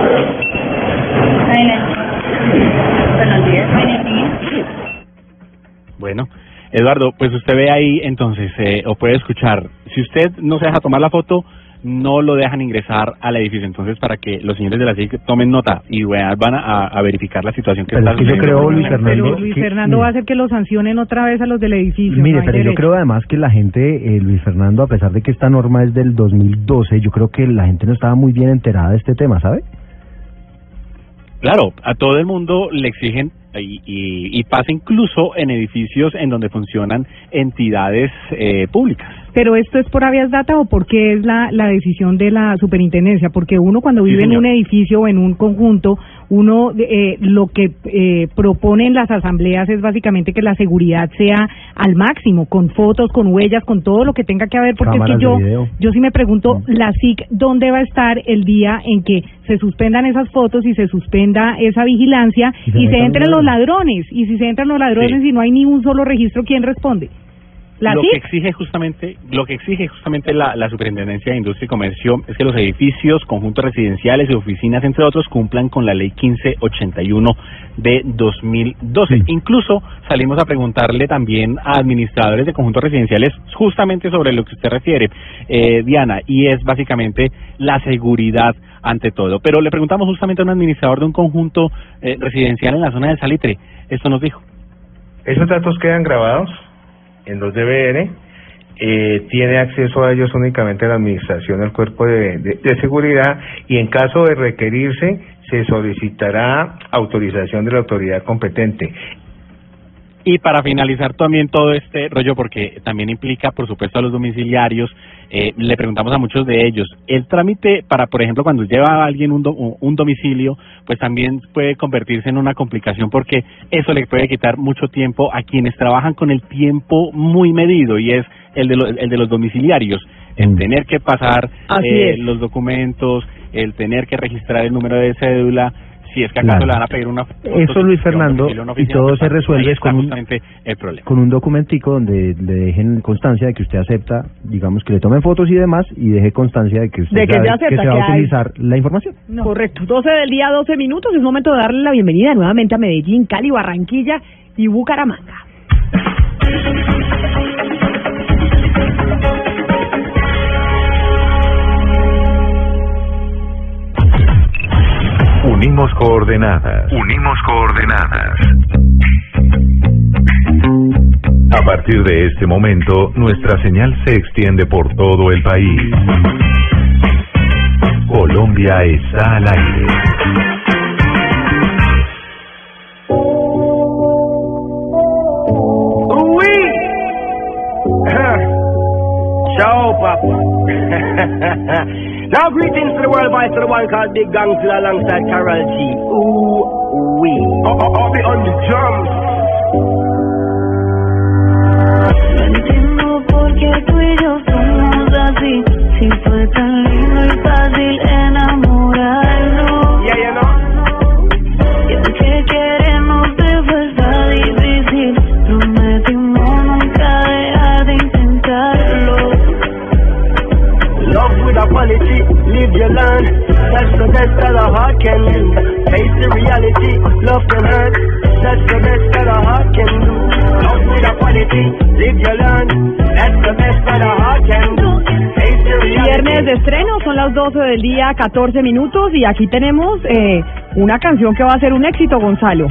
Bueno, Eduardo, pues usted ve ahí entonces, o puede escuchar, si usted no se deja tomar la foto, no lo dejan ingresar al edificio. Entonces, para que los señores de la SIC tomen nota y van a verificar la situación que está sucediendo. Yo creo, Luis Fernando, pero Luis Fernando va a hacer que lo sancionen otra vez a los del edificio. Mire, no pero yo creo además que la gente, Luis Fernando, a pesar de que esta norma es del 2012, yo creo que la gente no estaba muy bien enterada de este tema, ¿sabe? Claro, a todo el mundo le exigen y pasa incluso en edificios en donde funcionan entidades públicas. ¿Pero esto es por habeas data o por qué es la decisión de la superintendencia? Porque uno cuando vive en un edificio o en un conjunto, uno lo que propone en las asambleas es básicamente que la seguridad sea al máximo, con fotos, con huellas, con todo lo que tenga que haber, porque cámaras es que yo sí me pregunto, la SIC, ¿dónde va a estar el día en que se suspendan esas fotos y se suspenda esa vigilancia y se entren los ladrones? Y si se entran los ladrones y no hay ni un solo registro, ¿quién responde? Lo que exige justamente la Superintendencia de Industria y Comercio es que los edificios, conjuntos residenciales y oficinas, entre otros, cumplan con la ley 1581 de 2012. Incluso salimos a preguntarle también a administradores de conjuntos residenciales justamente sobre lo que usted refiere, Diana, y es básicamente la seguridad ante todo. Pero le preguntamos justamente a un administrador de un conjunto residencial en la zona de Salitre. Esto nos dijo. Esos datos quedan grabados en los DVR, tiene acceso a ellos únicamente la administración del cuerpo de seguridad, y en caso de requerirse se solicitará autorización de la autoridad competente. Y para finalizar también todo este rollo, porque también implica, por supuesto, a los domiciliarios, le preguntamos a muchos de ellos, el trámite para, por ejemplo, cuando lleva a alguien un domicilio, pues también puede convertirse en una complicación, porque eso le puede quitar mucho tiempo a quienes trabajan con el tiempo muy medido, y es el de los domiciliarios, el tener que pasar los documentos, el tener que registrar el número de cédula, si es que acaso le van a pedir una foto. Eso, Luis Fernando, y todo se resuelve con un documentico donde le dejen constancia de que usted acepta, digamos, que le tomen fotos y demás, y deje constancia de que usted sabe que se va a utilizar la información. No. Correcto. 12 del día, 12 minutos. Es momento de darle la bienvenida nuevamente a Medellín, Cali, Barranquilla y Bucaramanga. Unimos coordenadas. Unimos coordenadas. A partir de este momento, nuestra señal se extiende por todo el país. Colombia está al aire. Ciao, Pop. Now greetings to the world voice to the one called Big Gangster alongside Karol G. Ooh, wee. I'll be on the drums. No entiendo por qué tú y yo somos así. Si fue tan lindo y fácil enamorarnos. Yeah, you know. Y aunque queremos de fuerza difícil, prometimos nunca dejar de intentarlo. Love with a quality, live your land. That's the best that a heart can do. Face the reality, love can hurt. That's the best that a heart can do. Love with a quality, live your land. That's the best that a heart can do. Face the reality. Viernes de estreno, son las 12 del día, 14 minutos, y aquí tenemos una canción que va a ser un éxito, Gonzalo.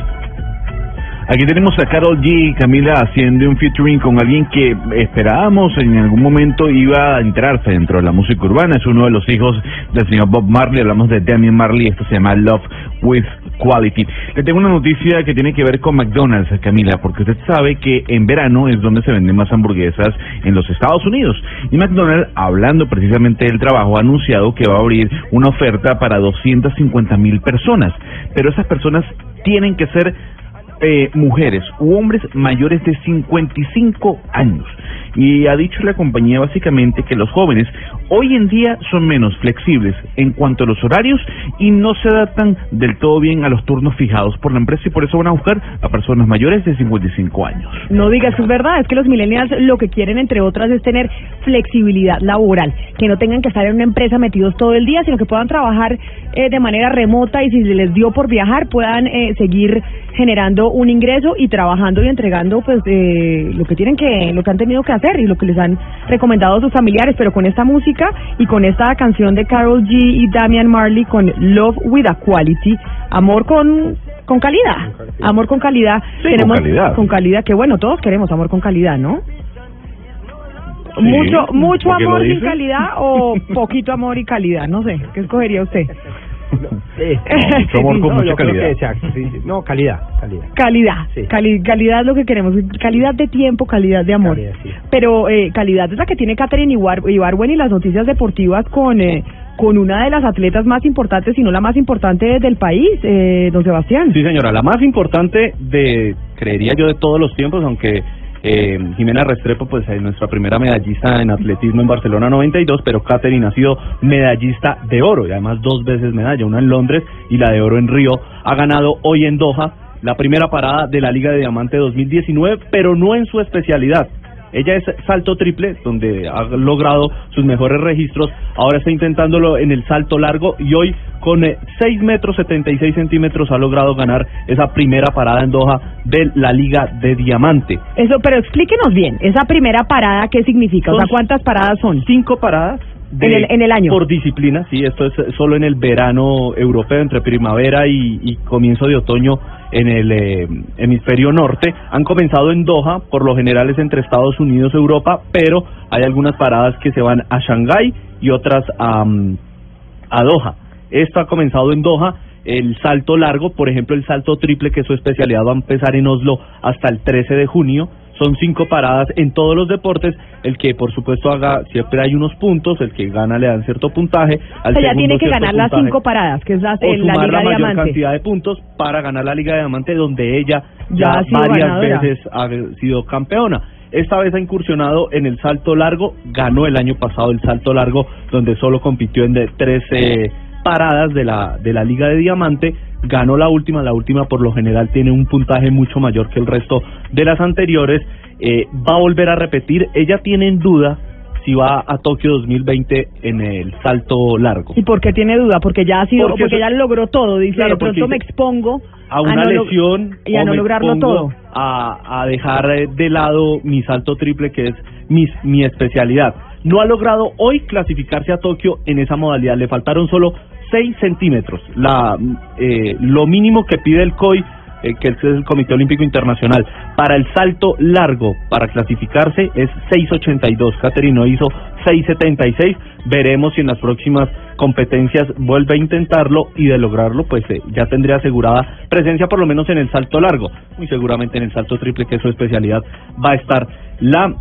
Aquí tenemos a Karol G, Camila, haciendo un featuring con alguien que esperábamos en algún momento iba a entrarse dentro de la música urbana. Es uno de los hijos del señor Bob Marley. Hablamos de Damian Marley. Esto se llama Love with Quality. Le tengo una noticia que tiene que ver con McDonald's, Camila, porque usted sabe que en verano es donde se venden más hamburguesas en los Estados Unidos. Y McDonald's, hablando precisamente del trabajo, ha anunciado que va a abrir una oferta para 250,000 personas. Pero esas personas tienen que ser mujeres u hombres mayores de 55 años. Y ha dicho la compañía básicamente que los jóvenes hoy en día son menos flexibles en cuanto a los horarios y no se adaptan del todo bien a los turnos fijados por la empresa, y por eso van a buscar a personas mayores de 55 años. No digas que es verdad, es que los millennials lo que quieren, entre otras, es tener flexibilidad laboral, que no tengan que estar en una empresa metidos todo el día, sino que puedan trabajar de manera remota, y si se les dio por viajar puedan seguir generando un ingreso y trabajando y entregando pues lo que han tenido que hacer y lo que les han recomendado a sus familiares. Pero con esta música y con esta canción de Karol G y Damian Marley, con Love with a Quality, amor con calidad, amor con calidad, sí, tenemos con calidad, que bueno, todos queremos amor con calidad, ¿no? Sí, mucho amor sin calidad o poquito amor y calidad, no sé, ¿qué escogería usted? Mucho amor con mucha calidad. No, calidad. Sí. Calidad es lo que queremos, calidad de tiempo, calidad de amor. Calidad, sí. Pero calidad es la que tiene Katherine Ibargüen y las noticias deportivas con una de las atletas más importantes, si no la más importante del país, don Sebastián. Sí, señora, la más importante creería yo, de todos los tiempos, aunque Jimena Restrepo pues es nuestra primera medallista en atletismo en Barcelona 92, pero Katherine ha sido medallista de oro y además 2 veces medalla, una en Londres y la de oro en Río. Ha ganado hoy en Doha la primera parada de la Liga de Diamante 2019, pero no en su especialidad. Ella es salto triple, donde ha logrado sus mejores registros. Ahora está intentándolo en el salto largo y hoy con 6 metros 76 centímetros ha logrado ganar esa primera parada en Doha de la Liga de Diamante. Eso, pero explíquenos bien, esa primera parada, ¿qué significa? O sea, ¿cuántas paradas son? 5 paradas. En el año. Por disciplina, sí, esto es solo en el verano europeo, entre primavera y comienzo de otoño en el hemisferio norte. Han comenzado en Doha, por lo general es entre Estados Unidos y Europa, pero hay algunas paradas que se van a Shanghái y otras a Doha. Esto ha comenzado en Doha. El salto largo, por ejemplo, el salto triple, que es su especialidad, va a empezar en Oslo hasta el 13 de junio. Son 5 paradas en todos los deportes. El que, por supuesto, haga, siempre hay unos puntos. El que gana le dan cierto puntaje. O sea, ya tiene que ganar las 5 paradas, que es la Liga la mayor Diamante. Cantidad de puntos para ganar la Liga de Diamante, donde ella ya varias ganadora. veces ha sido campeona. Esta vez ha incursionado en el salto largo. Ganó el año pasado el salto largo, donde solo compitió en 13 paradas de la Liga de Diamante. Ganó la última por lo general tiene un puntaje mucho mayor que el resto de las anteriores. Va a volver a repetir. Ella tiene en duda si va a Tokio 2020 en el salto largo. ¿Y por qué tiene duda? Porque ya ya logró todo. Dice, claro, de pronto me expongo a una lesión y a no lograrlo todo. A dejar de lado mi salto triple, que es mi especialidad. No ha logrado hoy clasificarse a Tokio en esa modalidad. Le faltaron solo 6 centímetros. Lo mínimo que pide el COI, que es el Comité Olímpico Internacional, para el salto largo, para clasificarse, es 6.82. Caterino hizo 6.76. Veremos si en las próximas competencias vuelve a intentarlo, y de lograrlo, pues ya tendría asegurada presencia por lo menos en el salto largo. Muy seguramente en el salto triple, que es su especialidad, va a estar la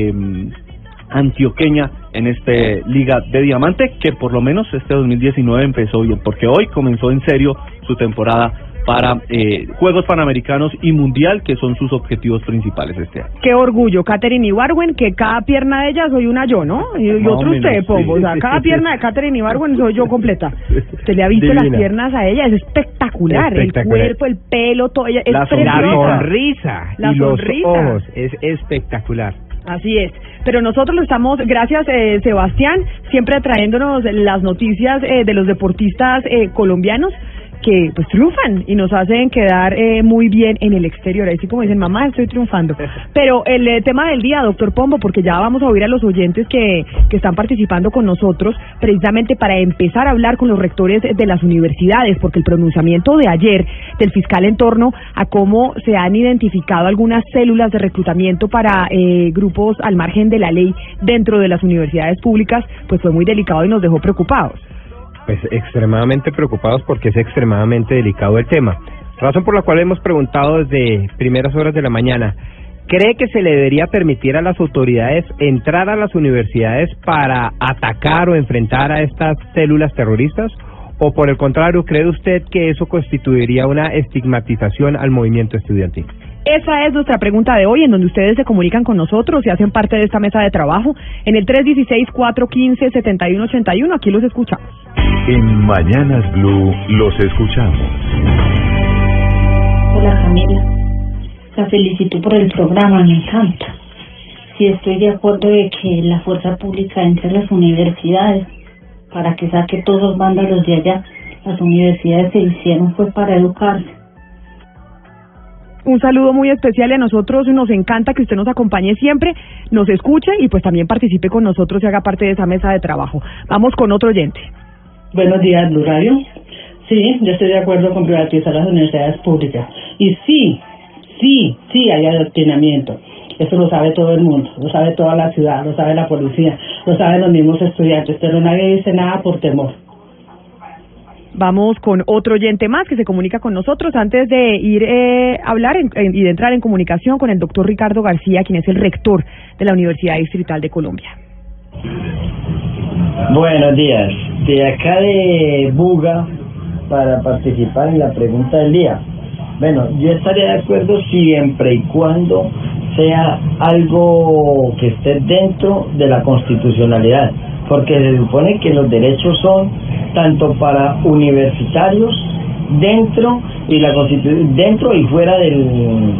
antioqueña en este Liga de Diamante, que por lo menos este 2019 empezó bien, porque hoy comenzó en serio su temporada para Juegos Panamericanos y Mundial, que son sus objetivos principales este año. Qué orgullo, Katherine Ibargüen, que cada pierna de ella soy una yo, ¿no? Y otro usted, Pombo. O sea, cada pierna de Katherine Ibargüen soy yo completa. Usted le ha visto Divina. las piernas a ella, es espectacular. El cuerpo, el pelo, todo. Ella es La sonrisa La y los sonrisa. ojos es espectacular. Así es, pero nosotros lo estamos, gracias Sebastián, siempre trayéndonos las noticias de los deportistas colombianos que pues triunfan y nos hacen quedar muy bien en el exterior, así como dicen, mamá, estoy triunfando. Pero el tema del día, doctor Pombo, porque ya vamos a oír a los oyentes que están participando con nosotros, precisamente para empezar a hablar con los rectores de las universidades, porque el pronunciamiento de ayer del fiscal en torno a cómo se han identificado algunas células de reclutamiento para grupos al margen de la ley dentro de las universidades públicas, pues fue muy delicado y nos dejó preocupados. Pues extremadamente preocupados, porque es extremadamente delicado el tema. Razón por la cual hemos preguntado desde primeras horas de la mañana: ¿cree que se le debería permitir a las autoridades entrar a las universidades para atacar o enfrentar a estas células terroristas? ¿O por el contrario, cree usted que eso constituiría una estigmatización al movimiento estudiantil? Esa es nuestra pregunta de hoy, en donde ustedes se comunican con nosotros y hacen parte de esta mesa de trabajo en el 316-415-7181. Aquí los escuchamos. En Mañanas Blue los escuchamos. Hola Camila, la felicito por el programa, me encanta. Sí, estoy de acuerdo de que la fuerza pública entre a las universidades para que saque todos los vándalos de allá. Las universidades se hicieron fue para educarse. Un saludo muy especial, y a nosotros nos encanta que usted nos acompañe siempre, nos escuche y pues también participe con nosotros y haga parte de esa mesa de trabajo. Vamos con otro oyente. Buenos días, Blue Radio. Sí, yo estoy de acuerdo con privatizar las universidades públicas. Y sí hay adoctrinamiento. Eso lo sabe todo el mundo, lo sabe toda la ciudad, lo sabe la policía, lo saben los mismos estudiantes, pero nadie dice nada por temor. Vamos con otro oyente más que se comunica con nosotros antes de ir a hablar y de entrar en comunicación con el doctor Ricardo García, quien es el rector de la Universidad Distrital de Colombia. Buenos días, de acá de Buga para participar en la pregunta del día. Bueno, yo estaría de acuerdo siempre y cuando sea algo que esté dentro de la constitucionalidad, porque se supone que los derechos son tanto para universitarios dentro y dentro y fuera del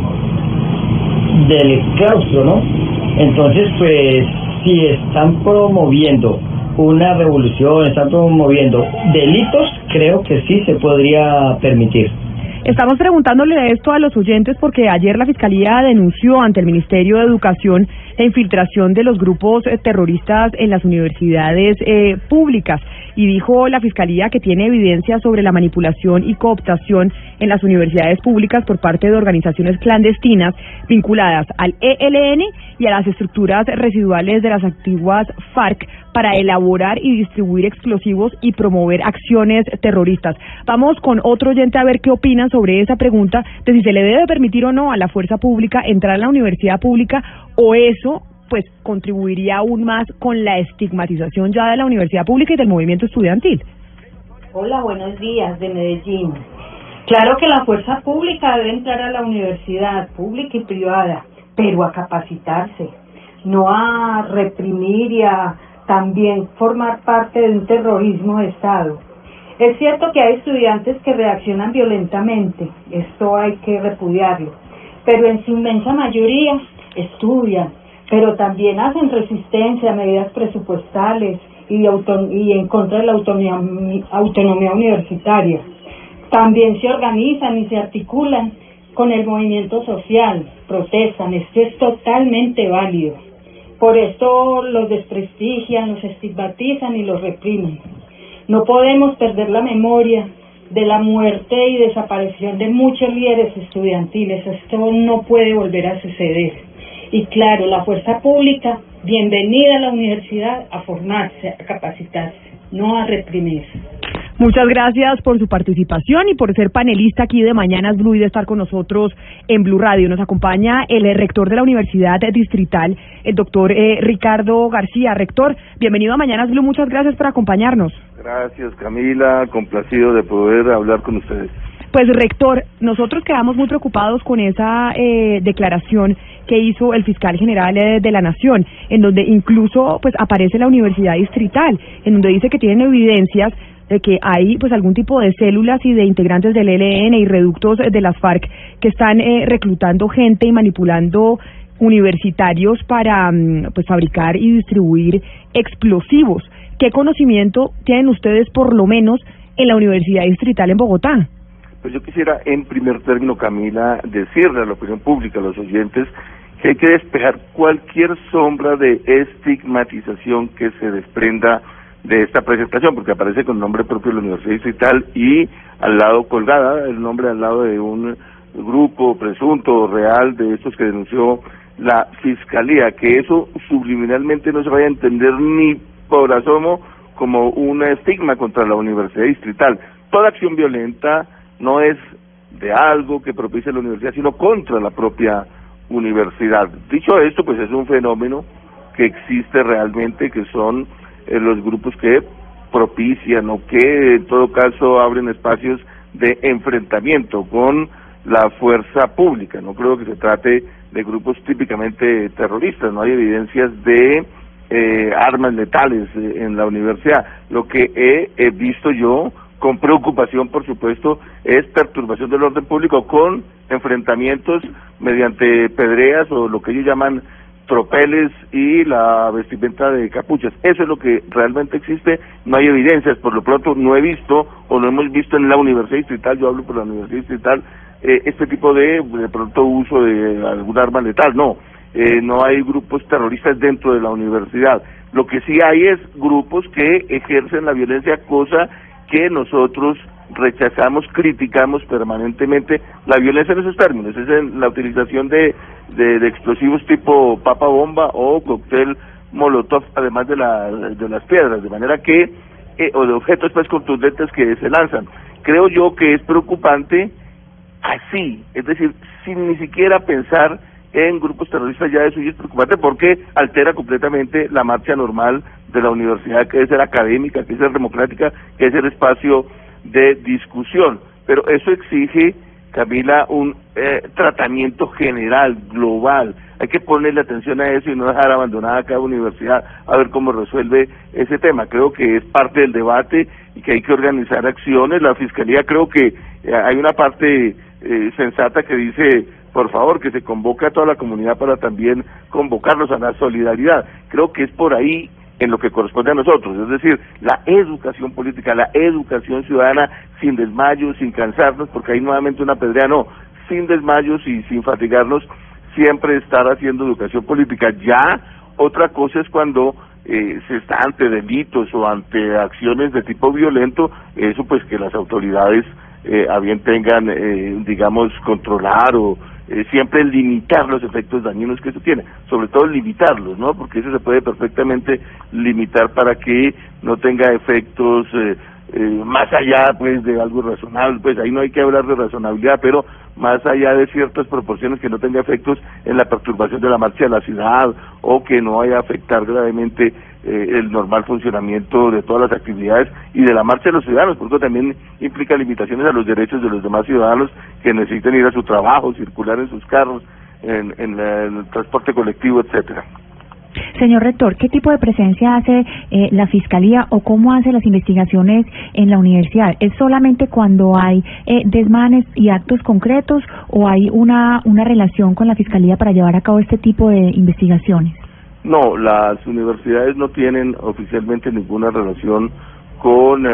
claustro, ¿no? Entonces, pues, si están promoviendo una revolución, están promoviendo delitos, creo que sí se podría permitir. Estamos preguntándole esto a los oyentes porque ayer la Fiscalía denunció ante el Ministerio de Educación la infiltración de los grupos terroristas en las universidades públicas, y dijo la Fiscalía que tiene evidencia sobre la manipulación y cooptación en las universidades públicas por parte de organizaciones clandestinas vinculadas al ELN y a las estructuras residuales de las antiguas FARC para elaborar y distribuir explosivos y promover acciones terroristas. Vamos con otro oyente a ver qué opinan sobre esa pregunta de si se le debe permitir o no a la fuerza pública entrar a la universidad pública, o eso pues contribuiría aún más con la estigmatización ya de la universidad pública y del movimiento estudiantil. Hola, buenos días, de Medellín. Claro que la fuerza pública debe entrar a la universidad, pública y privada, pero a capacitarse, no a reprimir y a también formar parte de un terrorismo de Estado. Es cierto que hay estudiantes que reaccionan violentamente, esto hay que repudiarlo, pero en su inmensa mayoría estudian, pero también hacen resistencia a medidas presupuestales y en contra de la autonomía universitaria. También se organizan y se articulan con el movimiento social, protestan, esto es totalmente válido. Por esto los desprestigian, los estigmatizan y los reprimen. No podemos perder la memoria de la muerte y desaparición de muchos líderes estudiantiles. Esto no puede volver a suceder. Y claro, la fuerza pública, bienvenida a la universidad a formarse, a capacitarse, no a reprimir. Muchas gracias por su participación y por ser panelista aquí de Mañanas Blue y de estar con nosotros en Blue Radio. Nos acompaña el rector de la Universidad Distrital, el doctor Ricardo García. Rector, bienvenido a Mañanas Blue, muchas gracias por acompañarnos. Gracias, Camila, complacido de poder hablar con ustedes. Pues, rector, nosotros quedamos muy preocupados con esa declaración que hizo el fiscal general de la Nación, en donde incluso pues aparece la Universidad Distrital, en donde dice que tienen evidencias de que hay pues algún tipo de células y de integrantes del ELN y reductos de las FARC que están reclutando gente y manipulando universitarios para pues fabricar y distribuir explosivos. ¿Qué conocimiento tienen ustedes, por lo menos, en la Universidad Distrital en Bogotá? Pues yo quisiera, en primer término, Camila, decirle a la opinión pública, a los oyentes, que hay que despejar cualquier sombra de estigmatización que se desprenda de esta presentación, porque aparece con nombre propio de la Universidad Distrital y al lado colgada, el nombre al lado de un grupo presunto o real de estos que denunció la Fiscalía, que eso subliminalmente no se vaya a entender ni por asomo como un estigma contra la Universidad Distrital. Toda acción violenta no es de algo que propicie la universidad, sino contra la propia universidad. Dicho esto, pues es un fenómeno que existe realmente, que son los grupos que propician o que en todo caso abren espacios de enfrentamiento con la fuerza pública. No creo que se trate de grupos típicamente terroristas, no hay evidencias de armas letales en la universidad. Lo que he visto yo con preocupación, por supuesto, es perturbación del orden público con enfrentamientos mediante pedreas o lo que ellos llaman tropeles y la vestimenta de capuchas. Eso es lo que realmente existe, no hay evidencias, por lo pronto no he visto o no hemos visto en la Universidad Distrital, yo hablo por la Universidad Distrital, este tipo de pronto uso de algún arma letal, no hay grupos terroristas dentro de la universidad. Lo que sí hay es grupos que ejercen la violencia, cosa que nosotros rechazamos, criticamos permanentemente. La violencia en esos términos es en la utilización de explosivos tipo papa bomba o cóctel molotov, además de las piedras, de manera que o de objetos pues contundentes que se lanzan. Creo yo que es preocupante así, es decir, sin ni siquiera pensar en grupos terroristas, ya eso es preocupante porque altera completamente la marcha normal de la universidad, que debe ser académica, que debe ser democrática, que debe ser espacio de discusión. Pero eso exige, Camila, un tratamiento general, global. Hay que ponerle atención a eso y no dejar abandonada cada universidad a ver cómo resuelve ese tema. Creo que es parte del debate y que hay que organizar acciones. La Fiscalía, creo que hay una parte sensata que dice, por favor, que se convoque a toda la comunidad para también convocarlos a la solidaridad. Creo que es por ahí en lo que corresponde a nosotros, es decir, la educación política, la educación ciudadana, sin desmayos, sin cansarnos, porque hay nuevamente una pedrea, no, sin desmayos y sin fatigarnos, siempre estar haciendo educación política. Ya otra cosa es cuando se está ante delitos o ante acciones de tipo violento, eso pues que las autoridades a bien tengan, digamos, controlar o siempre limitar los efectos dañinos que eso tiene, sobre todo limitarlos, ¿no? Porque eso se puede perfectamente limitar para que no tenga efectos más allá pues de algo razonable, pues ahí no hay que hablar de razonabilidad, pero más allá de ciertas proporciones, que no tenga efectos en la perturbación de la marcha de la ciudad o que no vaya a afectar gravemente el normal funcionamiento de todas las actividades y de la marcha de los ciudadanos, porque también implica limitaciones a los derechos de los demás ciudadanos que necesiten ir a su trabajo, circular en sus carros, en el transporte colectivo, etcétera. Señor rector, ¿qué tipo de presencia hace la Fiscalía o cómo hace las investigaciones en la universidad? ¿Es solamente cuando hay desmanes y actos concretos o hay una relación con la Fiscalía para llevar a cabo este tipo de investigaciones? No, las universidades no tienen oficialmente ninguna relación con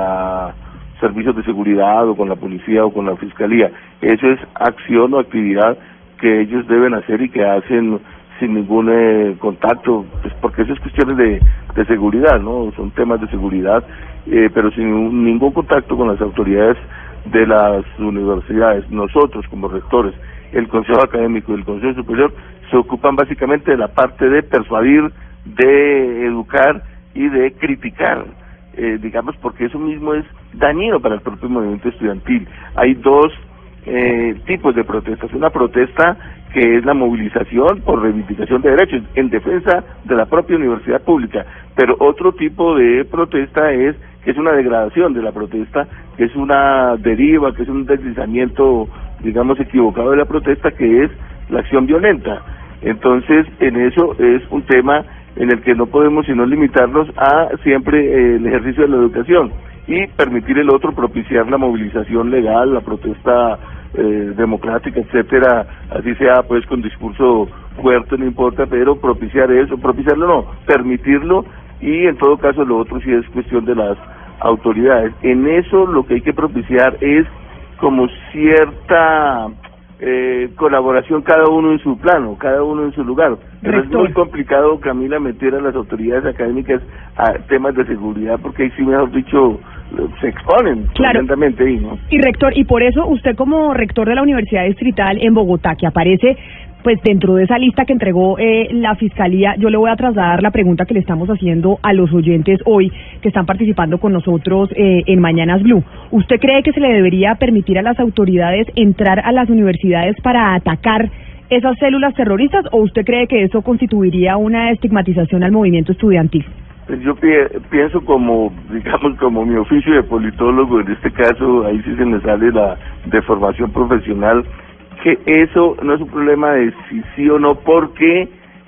la servicios de seguridad o con la policía o con la Fiscalía. Eso es acción o actividad que ellos deben hacer y que hacen sin ningún contacto, pues porque eso es cuestiones de de seguridad, ¿no? Son temas de seguridad, pero sin ningún contacto con las autoridades de las universidades. Nosotros como rectores, el Consejo Académico y el Consejo Superior se ocupan básicamente de la parte de persuadir, de educar y de criticar, digamos, porque eso mismo es dañino para el propio movimiento estudiantil. Hay dos tipos de protestas: una protesta que es la movilización por reivindicación de derechos en defensa de la propia universidad pública, pero otro tipo de protesta es que es una degradación de la protesta, que es una deriva, que es un deslizamiento, digamos, equivocado de la protesta, que es la acción violenta. Entonces, en eso es un tema en el que no podemos sino limitarnos a siempre el ejercicio de la educación y permitir el otro, propiciar la movilización legal, la protesta democrática, etcétera, así sea pues con discurso fuerte, no importa, pero propiciarlo no, permitirlo, y en todo caso lo otro sí es cuestión de las autoridades. En eso lo que hay que propiciar es como cierta colaboración, cada uno en su plano, cada uno en su lugar. Pero es muy complicado, Camila, meter a las autoridades académicas a temas de seguridad, porque ahí sí, mejor dicho, se exponen tremendamente ahí, ¿no? Y rector, y por eso usted como rector de la Universidad Distrital en Bogotá, que aparece pues dentro de esa lista que entregó la Fiscalía, yo le voy a trasladar la pregunta que le estamos haciendo a los oyentes hoy que están participando con nosotros en Mañanas Blue. ¿Usted cree que se le debería permitir a las autoridades entrar a las universidades para atacar esas células terroristas, o usted cree que eso constituiría una estigmatización al movimiento estudiantil? Yo pienso como, digamos, como mi oficio de politólogo, en este caso, ahí sí se me sale la deformación profesional, que eso no es un problema de si sí o no, porque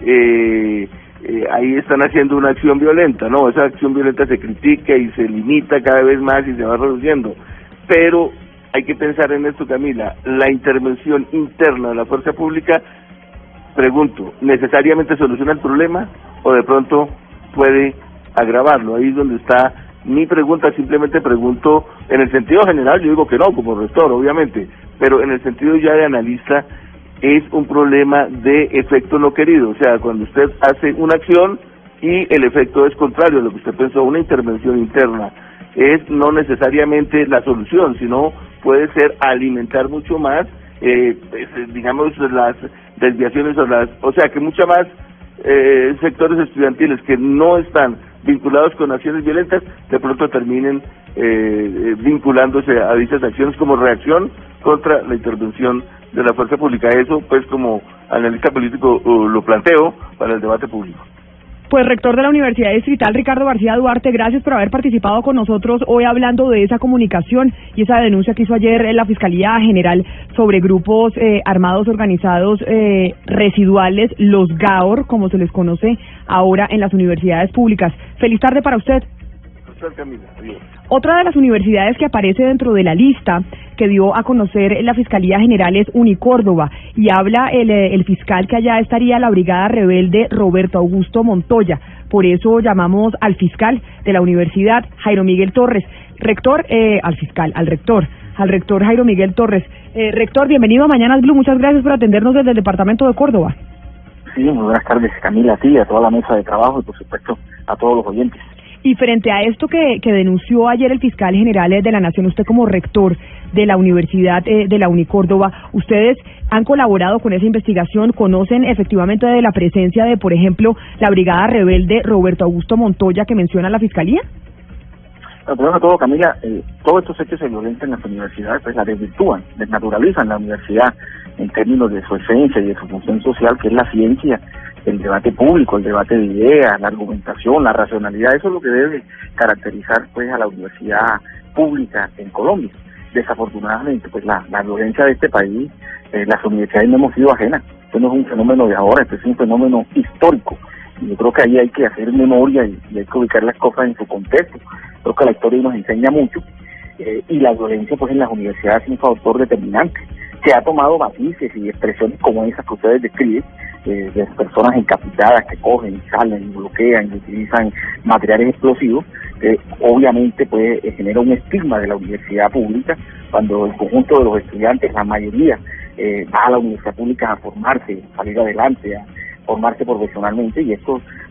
ahí están haciendo una acción violenta, no, esa acción violenta se critica y se limita cada vez más y se va reduciendo, pero hay que pensar en esto, Camila, la intervención interna de la fuerza pública, pregunto, ¿necesariamente soluciona el problema o de pronto puede agravarlo? Ahí es donde está mi pregunta. Simplemente pregunto en el sentido general, yo digo que no, como rector, obviamente, pero en el sentido ya de analista, es un problema de efecto no querido, o sea, cuando usted hace una acción y el efecto es contrario a lo que usted pensó, una intervención interna, es no necesariamente la solución, sino puede ser alimentar mucho más, digamos, las desviaciones o sea, que mucha más sectores estudiantiles que no están vinculados con acciones violentas, de pronto terminen vinculándose a dichas acciones como reacción contra la intervención de la fuerza pública. Eso, pues, como analista político lo planteo para el debate público. Pues rector de la Universidad Distrital, Ricardo García Duarte, gracias por haber participado con nosotros hoy hablando de esa comunicación y esa denuncia que hizo ayer la Fiscalía General sobre grupos armados organizados residuales, los GAOR, como se les conoce ahora en las universidades públicas. Feliz tarde para usted. Otra de las universidades que aparece dentro de la lista que dio a conocer la Fiscalía General es Unicórdoba, y habla el fiscal que allá estaría la brigada rebelde Roberto Augusto Montoya. Por eso llamamos al fiscal de la universidad, Jairo Miguel Torres. Rector, al rector Jairo Miguel Torres. Rector, bienvenido a Mañanas Blue, muchas gracias por atendernos desde el departamento de Córdoba. Sí, muy buenas tardes, Camila, a ti, a toda la mesa de trabajo y por supuesto a todos los oyentes. Y frente a esto que denunció ayer el fiscal general de la Nación, usted como rector de la Universidad de la Unicórdoba, ¿ustedes han colaborado con esa investigación? ¿Conocen efectivamente de la presencia de, por ejemplo, la brigada rebelde Roberto Augusto Montoya que menciona la Fiscalía? Primero de todo, Camila, todos estos hechos de violencia en las universidades pues la desvirtúan, desnaturalizan la universidad en términos de su esencia y de su función social, que es la ciencia, el debate público, el debate de ideas, la argumentación, la racionalidad. Eso es lo que debe caracterizar pues a la universidad pública en Colombia. Desafortunadamente, pues la violencia de este país, las universidades no hemos sido ajenas. Esto no es un fenómeno de ahora, esto es un fenómeno histórico. Y yo creo que ahí hay que hacer memoria y hay que ubicar las cosas en su contexto. Creo que la historia nos enseña mucho, y la violencia pues en las universidades es un factor determinante, que ha tomado matices y expresiones como esas que ustedes describen, de personas encapitadas que cogen, salen, bloquean y utilizan materiales explosivos. Obviamente pues genera un estigma de la universidad pública cuando el conjunto de los estudiantes, la mayoría, va a la universidad pública a formarse, a salir adelante, a formarse profesionalmente, y esto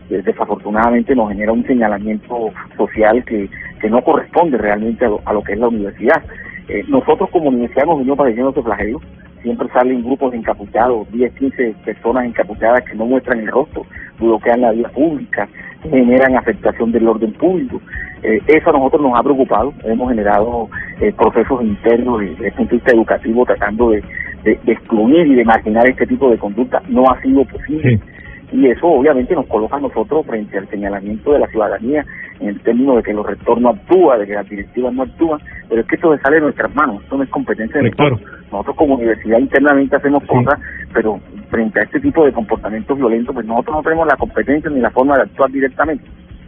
desafortunadamente nos genera un señalamiento social que no corresponde realmente a lo que es la universidad. Nosotros como universidad hemos venido padeciendo este flagelo. Siempre salen grupos encapuchados, 10, 15 personas encapuchadas que no muestran el rostro, bloquean la vía pública, generan afectación del orden público. Eso a nosotros nos ha preocupado. Hemos generado procesos internos desde el punto de vista educativo tratando de excluir y de marginar este tipo de conducta. No ha sido posible. Sí. Y eso obviamente nos coloca a nosotros frente al señalamiento de la ciudadanía en el término de que los rectores no actúan, de que las directivas no actúan, pero es que esto se sale de nuestras manos, esto no es competencia del rector. Nosotros como universidad internamente hacemos cosas, pero frente a este tipo de comportamientos violentos, pues nosotros no tenemos la competencia ni la forma de actuar directamente.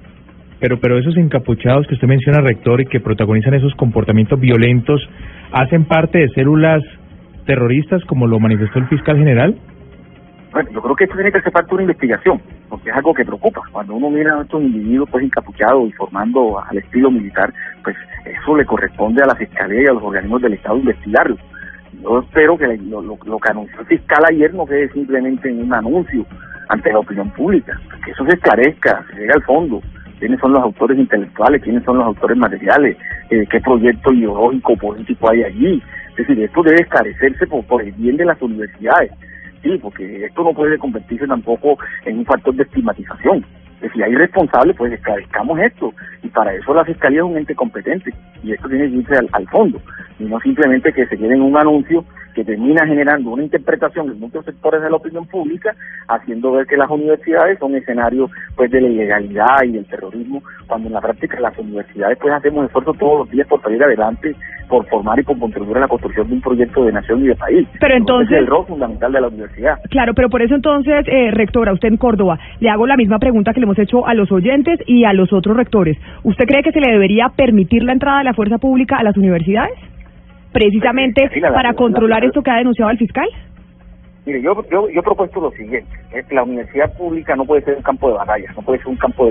Pero esos encapuchados que usted menciona, rector, y que protagonizan esos comportamientos violentos, ¿hacen parte de células terroristas como lo manifestó el fiscal general? Bueno, yo creo que esto tiene que ser parte de una investigación, porque es algo que preocupa. Cuando uno mira a estos individuos pues encapuchados y formando al estilo militar, pues eso le corresponde a la Fiscalía y a los organismos del Estado investigarlo. Yo espero que lo que anunció el fiscal ayer no quede simplemente en un anuncio ante la opinión pública, que eso se esclarezca, se llegue al fondo. ¿Quiénes son los autores intelectuales? ¿Quiénes son los autores materiales? ¿Qué proyecto ideológico político hay allí? Es decir, esto debe esclarecerse por el bien de las universidades. Sí, porque esto no puede convertirse tampoco en un factor de estigmatización. Si hay responsables, pues esclarezcamos esto. Y para eso la Fiscalía es un ente competente. Y esto tiene que irse al fondo. Y no simplemente que se quede en un anuncio que termina generando una interpretación en muchos sectores de la opinión pública, haciendo ver que las universidades son escenarios pues de la ilegalidad y del terrorismo, cuando en la práctica las universidades pues hacemos esfuerzos todos los días por salir adelante, por formar y por contribuir a la construcción de un proyecto de nación y de país. Pero entonces es el rol fundamental de la universidad. Claro, pero por eso entonces, rectora, usted en Córdoba, le hago la misma pregunta que le hemos hecho a los oyentes y a los otros rectores. ¿Usted cree que se le debería permitir la entrada de la fuerza pública a las universidades? Precisamente para controlar esto que ha denunciado el fiscal. Mire, yo he propuesto lo siguiente: la universidad pública no puede ser un campo de batalla, no puede ser un campo de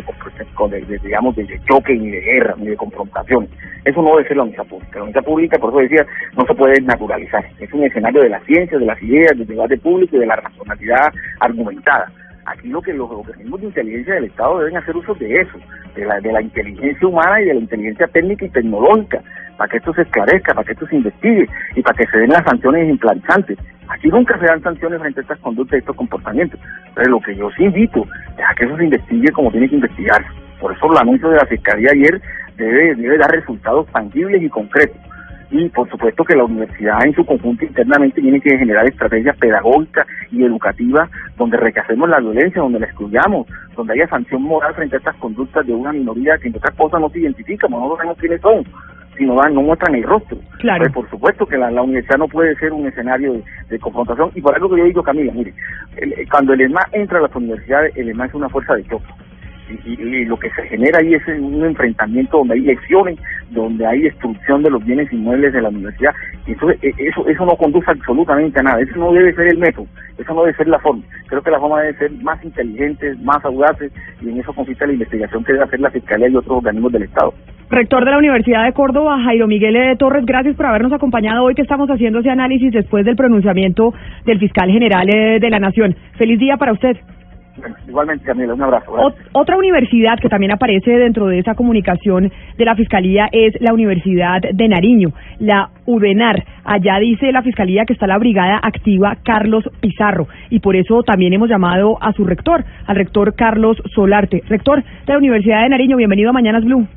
choque, ni de guerra, ni de confrontación. Eso no debe ser la universidad pública. La universidad pública, por eso decía, no se puede naturalizar. Es un escenario de la ciencia, de las ideas, del debate público y de la racionalidad argumentada. Aquí lo que los organismos de inteligencia del Estado deben hacer uso de eso, de la inteligencia humana y de la inteligencia técnica y tecnológica, para que esto se esclarezca, para que esto se investigue y para que se den las sanciones implantantes. Aquí nunca se dan sanciones frente a estas conductas y estos comportamientos, pero lo que yo sí invito es a que eso se investigue como tiene que investigarse. Por eso el anuncio de la Fiscalía ayer debe dar resultados tangibles y concretos. Y por supuesto que la universidad en su conjunto internamente tiene que generar estrategias pedagógicas y educativas donde rechacemos la violencia, donde la excluyamos, donde haya sanción moral frente a estas conductas de una minoría que entre otras cosas no se identifican, no sabemos quiénes son, sino no muestran el rostro. Claro. Pues por supuesto que la universidad no puede ser un escenario de confrontación, y por algo que yo digo, Camila, mire, cuando el ESMAD entra a las universidades, el ESMAD es una fuerza de choque. Y lo que se genera ahí es un enfrentamiento donde hay lesiones, donde hay destrucción de los bienes inmuebles de la universidad. Y eso no conduce absolutamente a nada. Eso no debe ser el método, eso no debe ser la forma. Creo que la forma debe ser más inteligente, más audaces, y en eso consiste la investigación que debe hacer la Fiscalía y otros organismos del Estado. Rector de la Universidad de Córdoba, Jairo Miguel Torres, gracias por habernos acompañado hoy que estamos haciendo ese análisis después del pronunciamiento del fiscal general de la Nación. Feliz día para usted. Bueno, igualmente, Camila, un abrazo. Otra universidad que también aparece dentro de esa comunicación de la Fiscalía es la Universidad de Nariño, la UDENAR. Allá dice la Fiscalía que está la Brigada Activa Carlos Pizarro, y por eso también hemos llamado a su rector, al rector Carlos Solarte. Rector de la Universidad de Nariño, bienvenido a Mañanas Blue.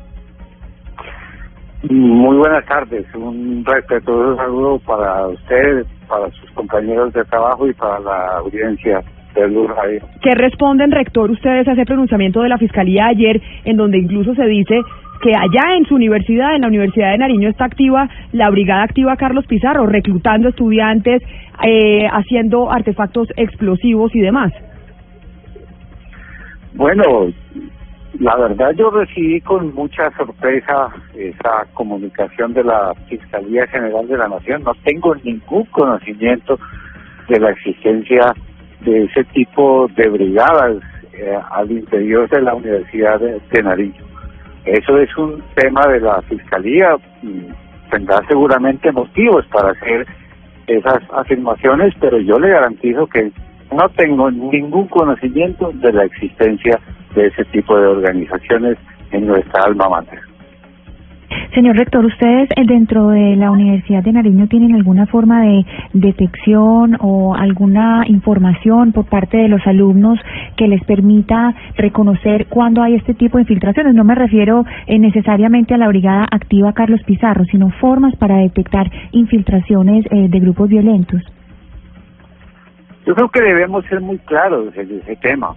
Muy buenas tardes, un respetuoso saludo para usted, para sus compañeros de trabajo y para la audiencia de Blue Radio. ¿Qué responden, rector, ustedes a ese pronunciamiento de la Fiscalía ayer, en donde incluso se dice que allá en su universidad, en la Universidad de Nariño, está activa la Brigada Activa Carlos Pizarro, reclutando estudiantes, haciendo artefactos explosivos y demás? Bueno, la verdad yo recibí con mucha sorpresa esa comunicación de la Fiscalía General de la Nación. No tengo ningún conocimiento de la existencia de ese tipo de brigadas al interior de la Universidad de Nariño. Eso es un tema de la Fiscalía, tendrá seguramente motivos para hacer esas afirmaciones, pero yo le garantizo que no tengo ningún conocimiento de la existencia de ese tipo de organizaciones en nuestra alma mater. Señor rector, ¿ustedes dentro de la Universidad de Nariño tienen alguna forma de detección o alguna información por parte de los alumnos que les permita reconocer cuando hay este tipo de infiltraciones? No me refiero necesariamente a la Brigada Activa Carlos Pizarro, sino formas para detectar infiltraciones de grupos violentos. Yo creo que debemos ser muy claros en ese tema.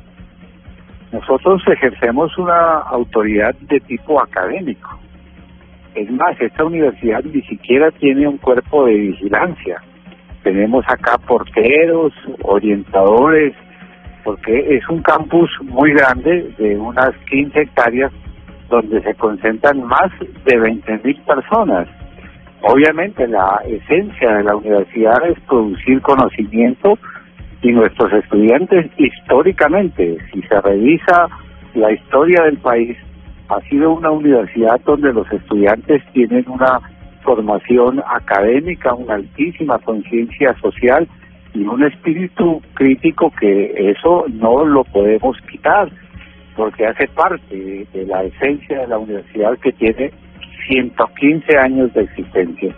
Nosotros ejercemos una autoridad de tipo académico. Es más, esta universidad ni siquiera tiene un cuerpo de vigilancia. Tenemos acá porteros, orientadores, porque es un campus muy grande de unas 15 hectáreas donde se concentran más de 20.000 personas. Obviamente la esencia de la universidad es producir conocimiento y nuestros estudiantes históricamente, si se revisa la historia del país, ha sido una universidad donde los estudiantes tienen una formación académica, una altísima conciencia social y un espíritu crítico que eso no lo podemos quitar, porque hace parte de la esencia de la universidad que tiene 115 años de existencia.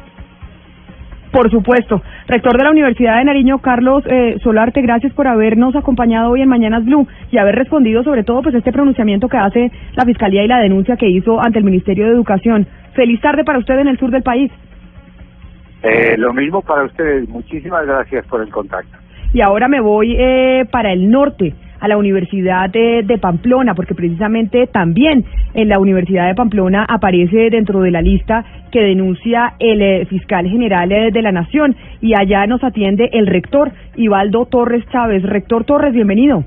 Por supuesto. Rector de la Universidad de Nariño, Carlos Solarte, gracias por habernos acompañado hoy en Mañanas Blue y haber respondido sobre todo pues este pronunciamiento que hace la Fiscalía y la denuncia que hizo ante el Ministerio de Educación. Feliz tarde para usted en el sur del país. Lo mismo para ustedes. Muchísimas gracias por el contacto. Y ahora me voy para el norte, a la Universidad de Pamplona, porque precisamente también en la Universidad de Pamplona aparece dentro de la lista que denuncia el fiscal general de la Nación, y allá nos atiende el rector Ibaldo Torres Chávez. Rector Torres, bienvenido.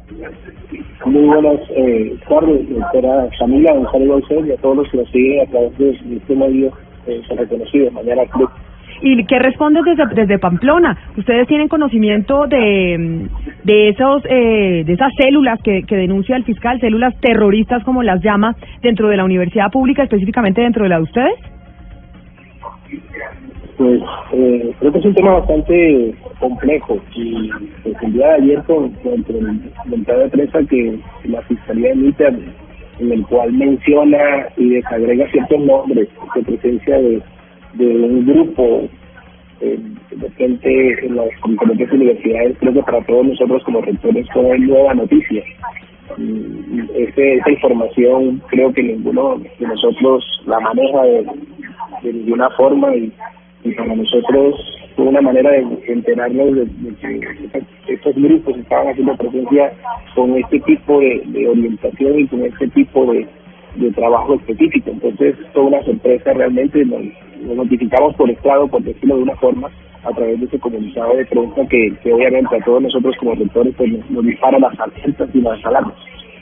Muy buenas tardes, doctora Camila. Un saludo a usted y a todos los que nos siguen a través de este medio reconocido, Mañana Club. ¿Y qué responde desde Pamplona? ¿Ustedes tienen conocimiento de esas células que denuncia el fiscal, células terroristas como las llama, dentro de la universidad pública, específicamente dentro de la de ustedes? Pues creo que es un tema bastante complejo y pues, el día de ayer con el comunicado de prensa que la Fiscalía emite, en el cual menciona y desagrega ciertos nombres de presencia de un grupo de gente en las diferentes universidades. Creo que para todos nosotros como rectores fue nueva noticia. Esa información creo que ninguno de nosotros la maneja de ninguna forma y para nosotros fue una manera de enterarnos de que estos grupos estaban haciendo presencia con este tipo de orientación y con este tipo de trabajo específico. Entonces, toda una sorpresa realmente. Nos notificamos por estado, por decirlo de una forma, a través de ese comunicado de prensa que obviamente a todos nosotros como rectores pues nos dispara las alertas y las alarmas.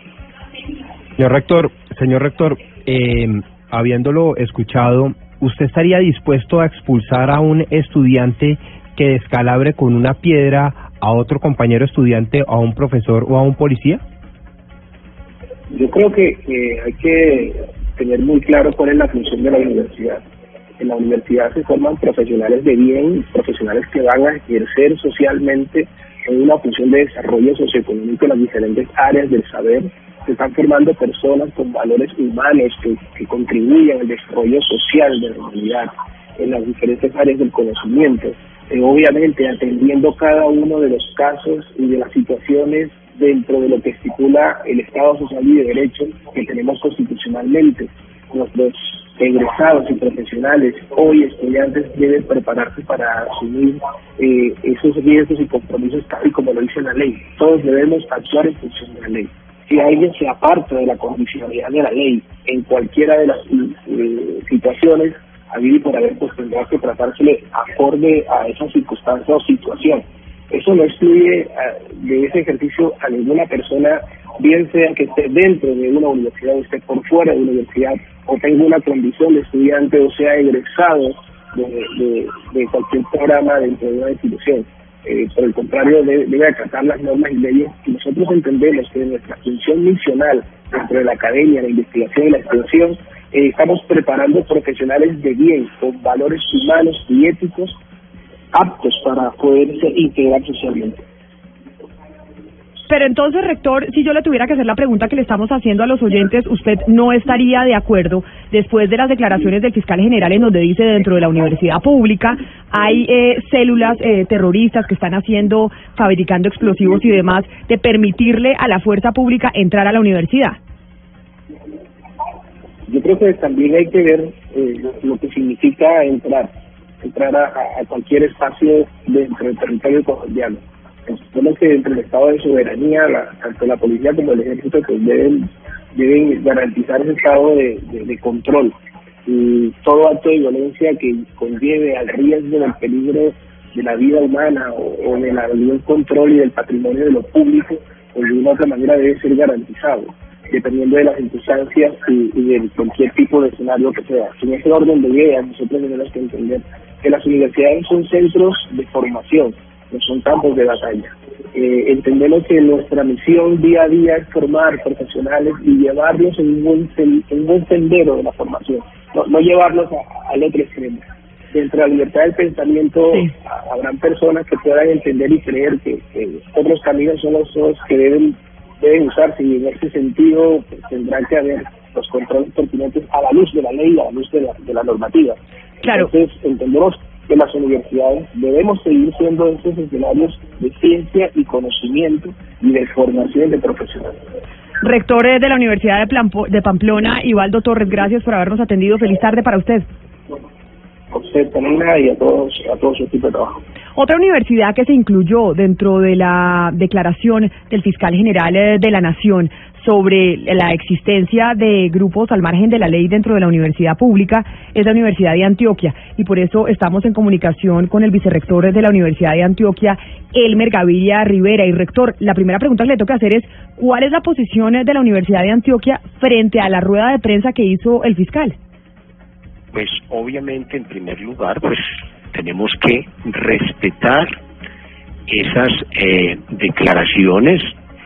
Señor rector, habiéndolo escuchado, ¿usted estaría dispuesto a expulsar a un estudiante que descalabre con una piedra a otro compañero estudiante, a un profesor o a un policía? Yo creo que hay que tener muy claro cuál es la función de la universidad. En la universidad se forman profesionales de bien, profesionales que van a ejercer socialmente en una función de desarrollo socioeconómico en las diferentes áreas del saber. Se están formando personas con valores humanos que contribuyen al desarrollo social de la humanidad en las diferentes áreas del conocimiento. Obviamente atendiendo cada uno de los casos y de las situaciones dentro de lo que estipula el Estado Social y de Derecho que tenemos constitucionalmente. Nuestros egresados y profesionales, hoy estudiantes, deben prepararse para asumir esos riesgos y compromisos tal y como lo dice la ley. Todos debemos actuar en función de la ley. Si alguien se aparta de la condicionalidad de la ley en cualquiera de las situaciones, habido y por haber, pues tendrá que tratársele acorde a esa circunstancia o situación. Eso no excluye de ese ejercicio a ninguna persona, bien sea que esté dentro de una universidad o esté por fuera de una universidad, o tenga una condición de estudiante o sea egresado de cualquier programa dentro de una institución. Por el contrario, debe acatar las normas y leyes, y nosotros entendemos que en nuestra función misional dentro de la academia, la investigación y la extensión, estamos preparando profesionales de bien, con valores humanos y éticos, aptos para poderse integrar socialmente. Pero entonces, rector, si yo le tuviera que hacer la pregunta que le estamos haciendo a los oyentes, ¿usted no estaría de acuerdo después de las declaraciones del fiscal general en donde dice dentro de la universidad pública hay células terroristas que están fabricando explosivos y demás, de permitirle a la fuerza pública entrar a la universidad? Yo creo que también hay que ver lo que significa entrar a cualquier espacio dentro del territorio colombiano. Supongo que dentro del estado de soberanía, tanto la policía como el ejército pues deben garantizar ese estado de control. Y todo acto de violencia que conlleve al riesgo del peligro de la vida humana o del control y del patrimonio de lo público, pues de una u otra manera debe ser garantizado, dependiendo de las circunstancias y de cualquier tipo de escenario que sea. En ese orden de ideas, nosotros tenemos que entender que las universidades son centros de formación, no son campos de batalla. Entendemos que nuestra misión día a día es formar profesionales y llevarlos en un buen sendero de la formación, no llevarlos al otro extremo. Dentro de la libertad del pensamiento habrán personas que puedan entender y creer que otros caminos son los que deben usarse, y en ese sentido pues, tendrán que haber los controles pertinentes a la luz de la ley, a la luz de la normativa. Claro. Entonces entendemos que las universidades debemos seguir siendo esos escenarios de ciencia y conocimiento y de formación de profesionales. Rector de la Universidad de Pamplona, Ivaldo Torres, gracias por habernos atendido. Feliz tarde para usted. A usted, Camila, y a todo su equipo de trabajo. Otra universidad que se incluyó dentro de la declaración del fiscal general de la Nación sobre la existencia de grupos al margen de la ley dentro de la universidad pública es la Universidad de Antioquia, y por eso estamos en comunicación con el vicerrector de la Universidad de Antioquia, Elmer Gaviria Rivera. Y rector, la primera pregunta que le toca hacer es, ¿cuál es la posición de la Universidad de Antioquia frente a la rueda de prensa que hizo el fiscal? Pues obviamente, en primer lugar, pues tenemos que respetar esas declaraciones.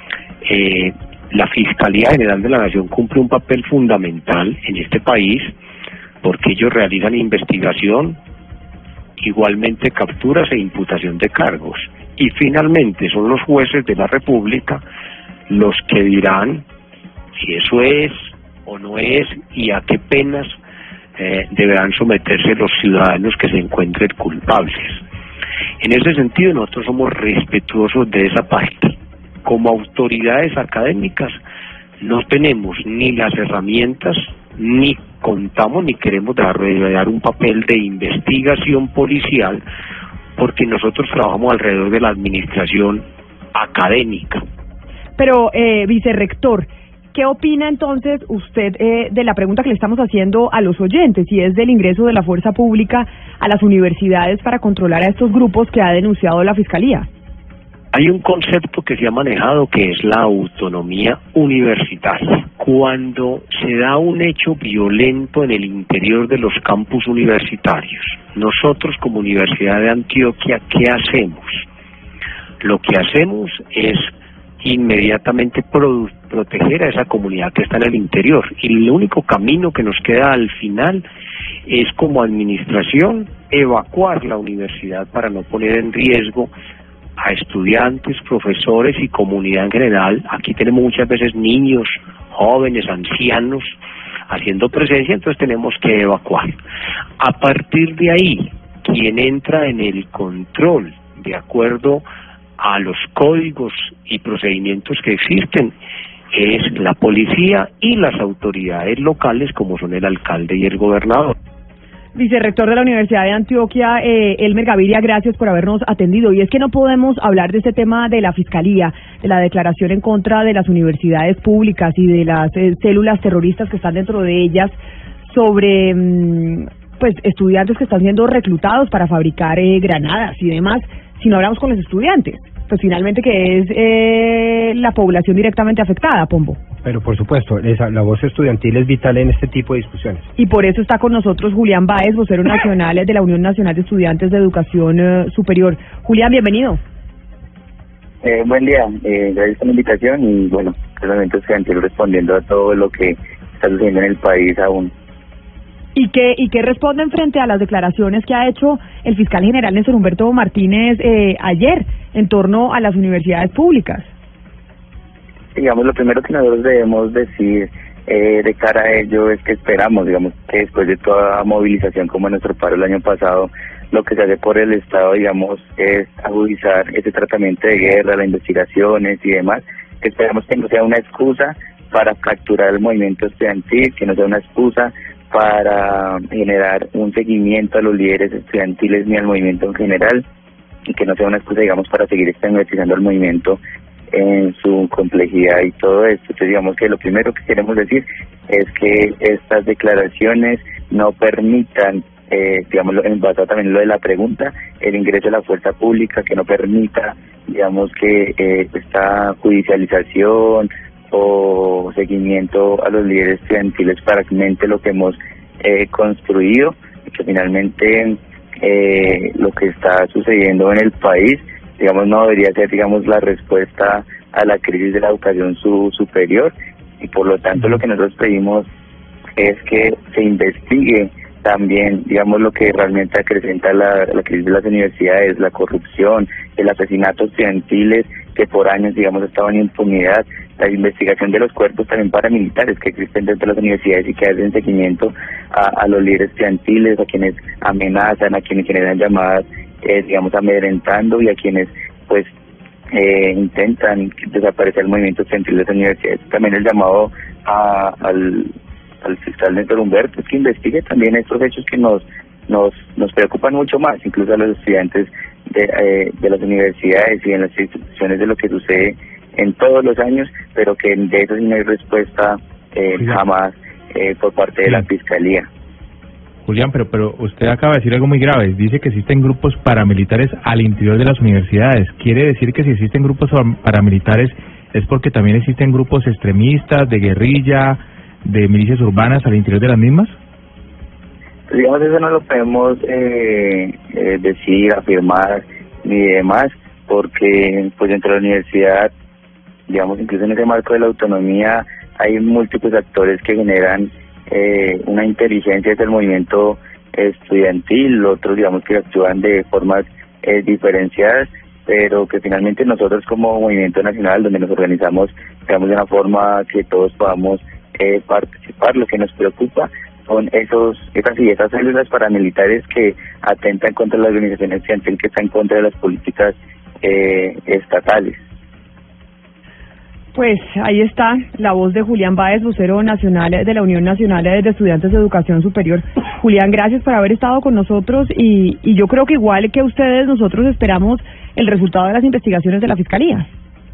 La Fiscalía General de la Nación cumple un papel fundamental en este país porque ellos realizan investigación, igualmente capturas e imputación de cargos. Y finalmente son los jueces de la República los que dirán si eso es o no es y a qué penas deberán someterse los ciudadanos que se encuentren culpables. En ese sentido, nosotros somos respetuosos de esa parte. Como autoridades académicas no tenemos ni las herramientas, ni contamos, ni queremos desarrollar un papel de investigación policial, porque nosotros trabajamos alrededor de la administración académica. Pero, vicerrector, ¿qué opina entonces usted de la pregunta que le estamos haciendo a los oyentes, y es del ingreso de la fuerza pública a las universidades para controlar a estos grupos que ha denunciado la Fiscalía? Hay un concepto que se ha manejado que es la autonomía universitaria. Cuando se da un hecho violento en el interior de los campus universitarios, nosotros como Universidad de Antioquia, ¿qué hacemos? Lo que hacemos es inmediatamente proteger a esa comunidad que está en el interior, y el único camino que nos queda al final es, como administración, evacuar la universidad para no poner en riesgo a estudiantes, profesores y comunidad en general. Aquí tenemos muchas veces niños, jóvenes, ancianos haciendo presencia, entonces tenemos que evacuar. A partir de ahí, quien entra en el control de acuerdo a los códigos y procedimientos que existen es la policía y las autoridades locales, como son el alcalde y el gobernador. Vicerrector de la Universidad de Antioquia, Elmer Gaviria, gracias por habernos atendido. Y es que no podemos hablar de este tema de la Fiscalía, de la declaración en contra de las universidades públicas y de las células terroristas que están dentro de ellas, sobre pues estudiantes que están siendo reclutados para fabricar granadas y demás, si no hablamos con los estudiantes, pues finalmente que es la población directamente afectada, Pombo. Pero por supuesto, la voz estudiantil es vital en este tipo de discusiones. Y por eso está con nosotros Julián Báez, vocero nacional de la Unión Nacional de Estudiantes de Educación Superior. Julián, bienvenido. Buen día, gracias por la invitación y bueno, claramente estudiantil respondiendo a todo lo que está sucediendo en el país aún. ¿Y qué responden frente a las declaraciones que ha hecho el fiscal general Néstor Humberto Martínez ayer en torno a las universidades públicas? digamos, lo primero que nosotros debemos decir de cara a ello es que esperamos, digamos, que después de toda movilización como nuestro paro el año pasado, lo que se hace por el Estado, digamos, es agudizar ese tratamiento de guerra, las investigaciones y demás, que esperamos que no sea una excusa para fracturar el movimiento estudiantil, que no sea una excusa para generar un seguimiento a los líderes estudiantiles ni al movimiento en general, y que no sea una excusa, digamos, para seguir estigmatizando el movimiento en su complejidad y todo esto. Entonces, digamos que lo primero que queremos decir es que estas declaraciones no permitan, digamos, basado también en lo de la pregunta, el ingreso de la fuerza pública, que no permita, digamos, que esta judicialización o seguimiento a los líderes estudiantiles fragmente lo que hemos construido, y que finalmente lo que está sucediendo en el país, digamos, no debería ser, digamos, la respuesta a la crisis de la educación superior, y por lo tanto lo que nosotros pedimos es que se investigue también, digamos, lo que realmente acrecenta la crisis de las universidades, la corrupción, el asesinato estudiantiles que por años, digamos, estaban en impunidad, la investigación de los cuerpos también paramilitares que existen dentro de las universidades y que hacen seguimiento a los líderes estudiantiles, a quienes amenazan, a quienes generan llamadas, digamos, amedrentando, y a quienes, pues, intentan desaparecer el movimiento estudiantil de las universidades. También el llamado al fiscal Néstor Humberto es que investigue también estos hechos que nos preocupan mucho más, incluso a los estudiantes de las universidades y en las instituciones, de lo que sucede en todos los años, pero que de eso sí no hay respuesta jamás por parte de la Fiscalía. Julián, pero usted acaba de decir algo muy grave. Dice que existen grupos paramilitares al interior de las universidades. ¿Quiere decir que si existen grupos paramilitares es porque también existen grupos extremistas, de guerrilla, de milicias urbanas al interior de las mismas? Digamos, eso no lo podemos decir, afirmar ni demás, porque pues dentro de la universidad, digamos, incluso en ese marco de la autonomía, hay múltiples actores que generan una inteligencia del movimiento estudiantil, otros, digamos, que actúan de formas diferenciadas, pero que finalmente nosotros como movimiento nacional, donde nos organizamos, digamos, de una forma que todos podamos participar, lo que nos preocupa son esas células paramilitares que atentan contra la organización estudiantil, que está en contra de las políticas estatales. Pues ahí está la voz de Julián Báez, vocero nacional de la Unión Nacional de Estudiantes de Educación Superior. Julián, gracias por haber estado con nosotros, y yo creo que igual que ustedes, nosotros esperamos el resultado de las investigaciones de la Fiscalía.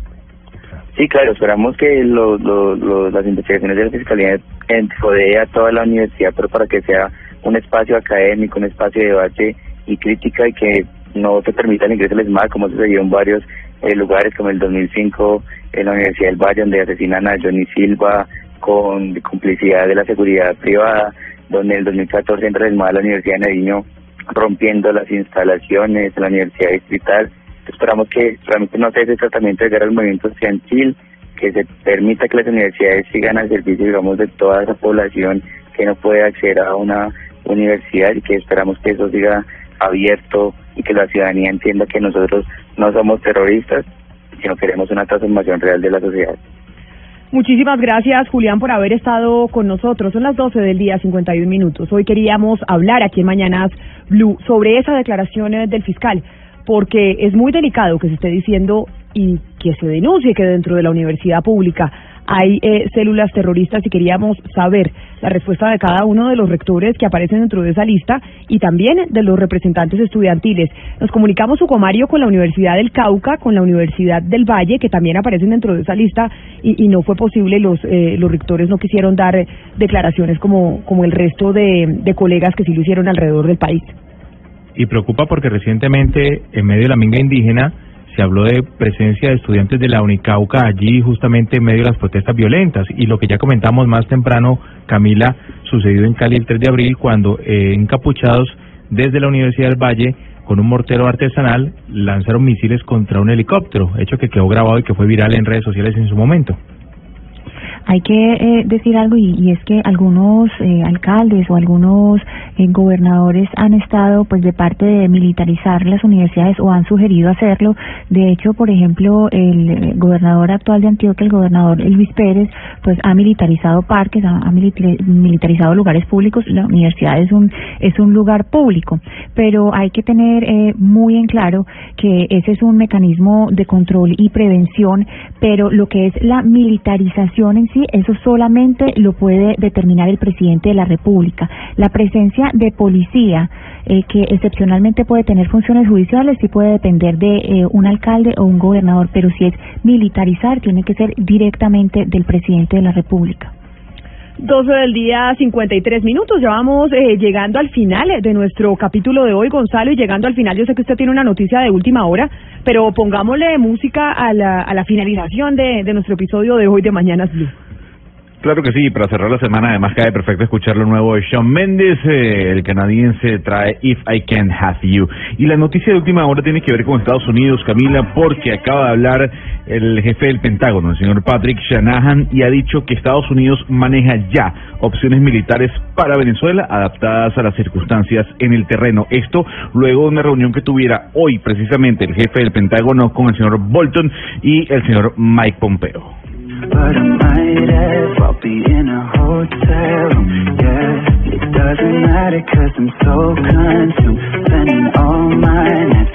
Sí, claro, esperamos que las investigaciones de la Fiscalía rodeen a toda la universidad, pero para que sea un espacio académico, un espacio de debate y crítica, y que no se permita el ingreso del ESMAD, como sucedió en varios lugares, como el 2005 en la Universidad del Valle, donde asesinan a Johnny Silva con complicidad de la seguridad privada, donde en el 2014 entra el ESMAD a la Universidad de Nariño rompiendo las instalaciones de la Universidad Distrital. Esperamos que realmente no se ese tratamiento de guerra al movimiento estudiantil, que se permita que las universidades sigan al servicio, digamos, de toda esa población que no puede acceder a una universidad, y que esperamos que eso siga abierto y que la ciudadanía entienda que nosotros no somos terroristas, sino queremos una transformación real de la sociedad. Muchísimas gracias, Julián, por haber estado con nosotros. Son las 12 del día, 51 minutos. Hoy queríamos hablar aquí en Mañanas Blue sobre esa declaración del fiscal, porque es muy delicado que se esté diciendo y que se denuncie que dentro de la universidad pública hay células terroristas, y queríamos saber la respuesta de cada uno de los rectores que aparecen dentro de esa lista y también de los representantes estudiantiles. Nos comunicamos, Sucomario, con la Universidad del Cauca, con la Universidad del Valle, que también aparecen dentro de esa lista, y no fue posible, los rectores no quisieron dar declaraciones como el resto de colegas que sí lo hicieron alrededor del país. Y preocupa porque recientemente, en medio de la minga indígena, se habló de presencia de estudiantes de la Unicauca allí, justamente en medio de las protestas violentas, y lo que ya comentamos más temprano, Camila, sucedió en Cali el 3 de abril, cuando encapuchados desde la Universidad del Valle, con un mortero artesanal, lanzaron misiles contra un helicóptero, hecho que quedó grabado y que fue viral en redes sociales en su momento. hay que decir algo y es que algunos alcaldes o algunos gobernadores han estado pues de parte de militarizar las universidades o han sugerido hacerlo. De hecho, por ejemplo, el gobernador actual de Antioquia, el gobernador Elvis Pérez, pues ha militarizado parques, ha militarizado lugares públicos. La universidad es un lugar público, pero hay que tener muy en claro que ese es un mecanismo de control y prevención, pero lo que es la militarización en sí, eso solamente lo puede determinar el presidente de la República. La presencia de policía, que excepcionalmente puede tener funciones judiciales, sí puede depender de un alcalde o un gobernador, pero si es militarizar, tiene que ser directamente del presidente de la República. 12 del día, 53 minutos. Ya vamos llegando al final de nuestro capítulo de hoy, Gonzalo, y llegando al final, yo sé que usted tiene una noticia de última hora, pero pongámosle música a la finalización de nuestro episodio de hoy de Mañanas Blue. Claro que sí, para cerrar la semana además cae perfecto escuchar lo nuevo de Shawn Mendes, el canadiense trae If I Can Have You. Y la noticia de última hora tiene que ver con Estados Unidos, Camila, porque acaba de hablar el jefe del Pentágono, el señor Patrick Shanahan, y ha dicho que Estados Unidos maneja ya opciones militares para Venezuela adaptadas a las circunstancias en el terreno. Esto luego de una reunión que tuviera hoy precisamente el jefe del Pentágono con el señor Bolton y el señor Mike Pompeo. But I might as well be in a hotel room, yeah. It doesn't matter 'cause I'm so consumed, spending all my nights.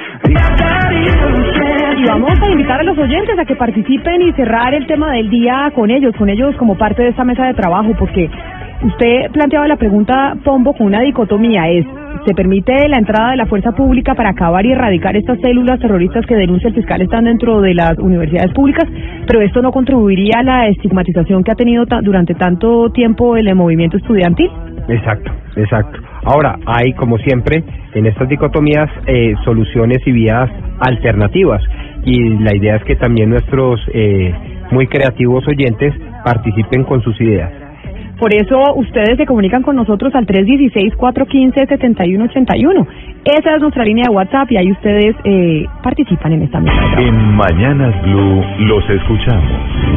Y vamos a invitar a los oyentes a que participen y cerrar el tema del día con ellos como parte de esta mesa de trabajo, porque usted planteaba la pregunta, Pombo, con una dicotomía, ¿se permite la entrada de la fuerza pública para acabar y erradicar estas células terroristas que denuncia el fiscal están dentro de las universidades públicas? Pero esto no contribuiría a la estigmatización que ha tenido durante tanto tiempo el movimiento estudiantil. Exacto. Ahora, hay, como siempre, en estas dicotomías, soluciones y vías alternativas. Y la idea es que también nuestros muy creativos oyentes participen con sus ideas. Por eso ustedes se comunican con nosotros al 316-415-7181. Esa es nuestra línea de WhatsApp y ahí ustedes participan en esta mesa. En Mañanas Blue los escuchamos.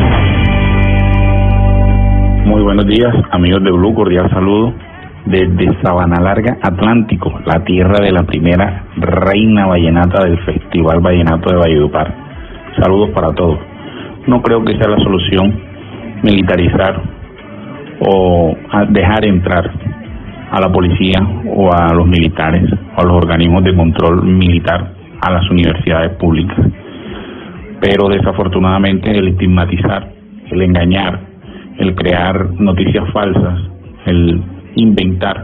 Muy buenos días, amigos de Blue, cordial saludo desde Sabana Larga, Atlántico, la tierra de la primera reina vallenata del Festival Vallenato de Valledupar. Saludos para todos. No creo que sea la solución militarizar o dejar entrar a la policía o a los militares o a los organismos de control militar a las universidades públicas. Pero desafortunadamente el estigmatizar, el engañar, el crear noticias falsas, el inventar,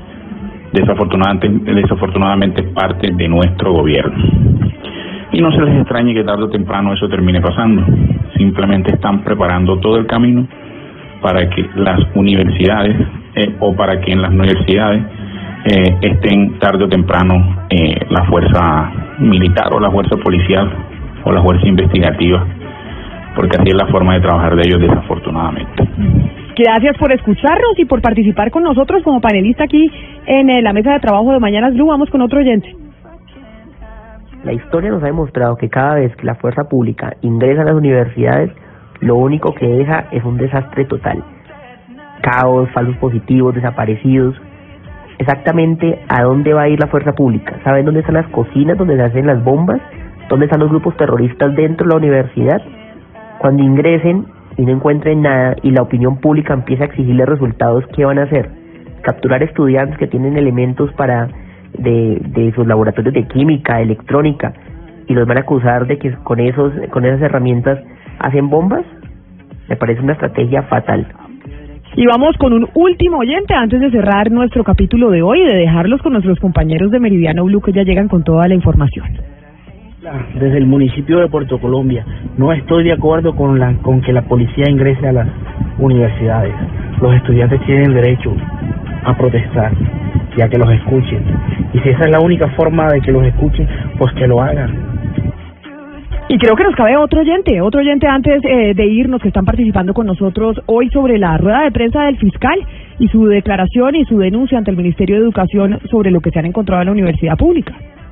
desafortunadamente parte de nuestro gobierno. Y no se les extrañe que tarde o temprano eso termine pasando. Simplemente están preparando todo el camino para que las universidades o para que en las universidades estén tarde o temprano la fuerza militar o la fuerza policial o la fuerza investigativa, porque así es la forma de trabajar de ellos, desafortunadamente. Gracias por escucharnos y por participar con nosotros como panelista aquí en la mesa de trabajo de Mañanas Blue. Vamos con otro oyente. La historia nos ha demostrado que cada vez que la fuerza pública ingresa a las universidades, lo único que deja es un desastre total. Caos, falsos positivos, desaparecidos. Exactamente a dónde va a ir la fuerza pública. ¿Saben dónde están las cocinas donde se hacen las bombas? ¿Dónde están los grupos terroristas dentro de la universidad? Cuando ingresen y no encuentren nada y la opinión pública empieza a exigirles resultados, ¿qué van a hacer? Capturar estudiantes que tienen elementos de sus laboratorios de química, electrónica, y los van a acusar de que con esas herramientas hacen bombas. Me parece una estrategia fatal. Y vamos con un último oyente antes de cerrar nuestro capítulo de hoy y de dejarlos con nuestros compañeros de Meridiano Blue que ya llegan con toda la información. Desde el municipio de Puerto Colombia, no estoy de acuerdo con que la policía ingrese a las universidades. Los estudiantes tienen el derecho a protestar y a que los escuchen. Y si esa es la única forma de que los escuchen, pues que lo hagan. Y creo que nos cabe otro oyente antes de irnos, que están participando con nosotros hoy sobre la rueda de prensa del fiscal y su declaración y su denuncia ante el Ministerio de Educación sobre lo que se han encontrado en la universidad pública.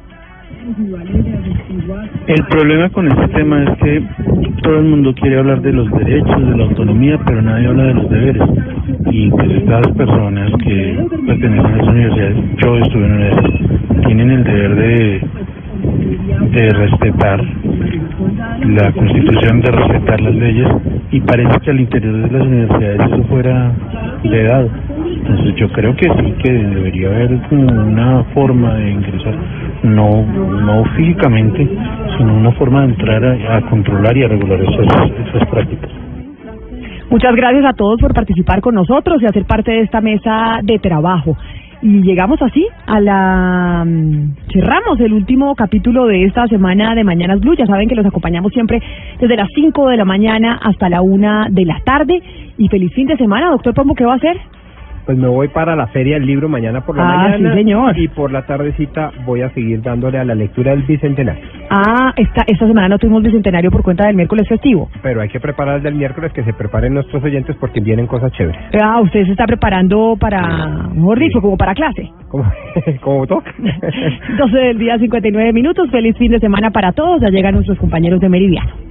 El problema con este tema es que todo el mundo quiere hablar de los derechos, de la autonomía, pero nadie habla de los deberes. Y pues estas personas que pertenecen a las universidades, yo estuve en una de esas, tienen el deber de respetar la Constitución, de respetar las leyes, y parece que al interior de las universidades eso fuera vedado. Entonces yo creo que sí, que debería haber como una forma de ingresar, no físicamente, sino una forma de entrar a controlar y a regular esas prácticas. Muchas gracias a todos por participar con nosotros y hacer parte de esta mesa de trabajo. Y llegamos así cerramos el último capítulo de esta semana de Mañanas Blue. Ya saben que los acompañamos siempre desde las 5 de la mañana hasta la 1 de la tarde. Y feliz fin de semana, doctor Pombo, ¿qué va a hacer? Pues me voy para la Feria del Libro mañana por la mañana. Sí, señor. Y por la tardecita voy a seguir dándole a la lectura del Bicentenario. Esta semana no tuvimos Bicentenario por cuenta del miércoles festivo. Pero hay que preparar el del miércoles, que se preparen nuestros oyentes porque vienen cosas chéveres. Usted se está preparando para, mejor dicho, como para clase. Como toca. 12 del día, 59 minutos. Feliz fin de semana para todos. Ya llegan nuestros compañeros de Meridiano.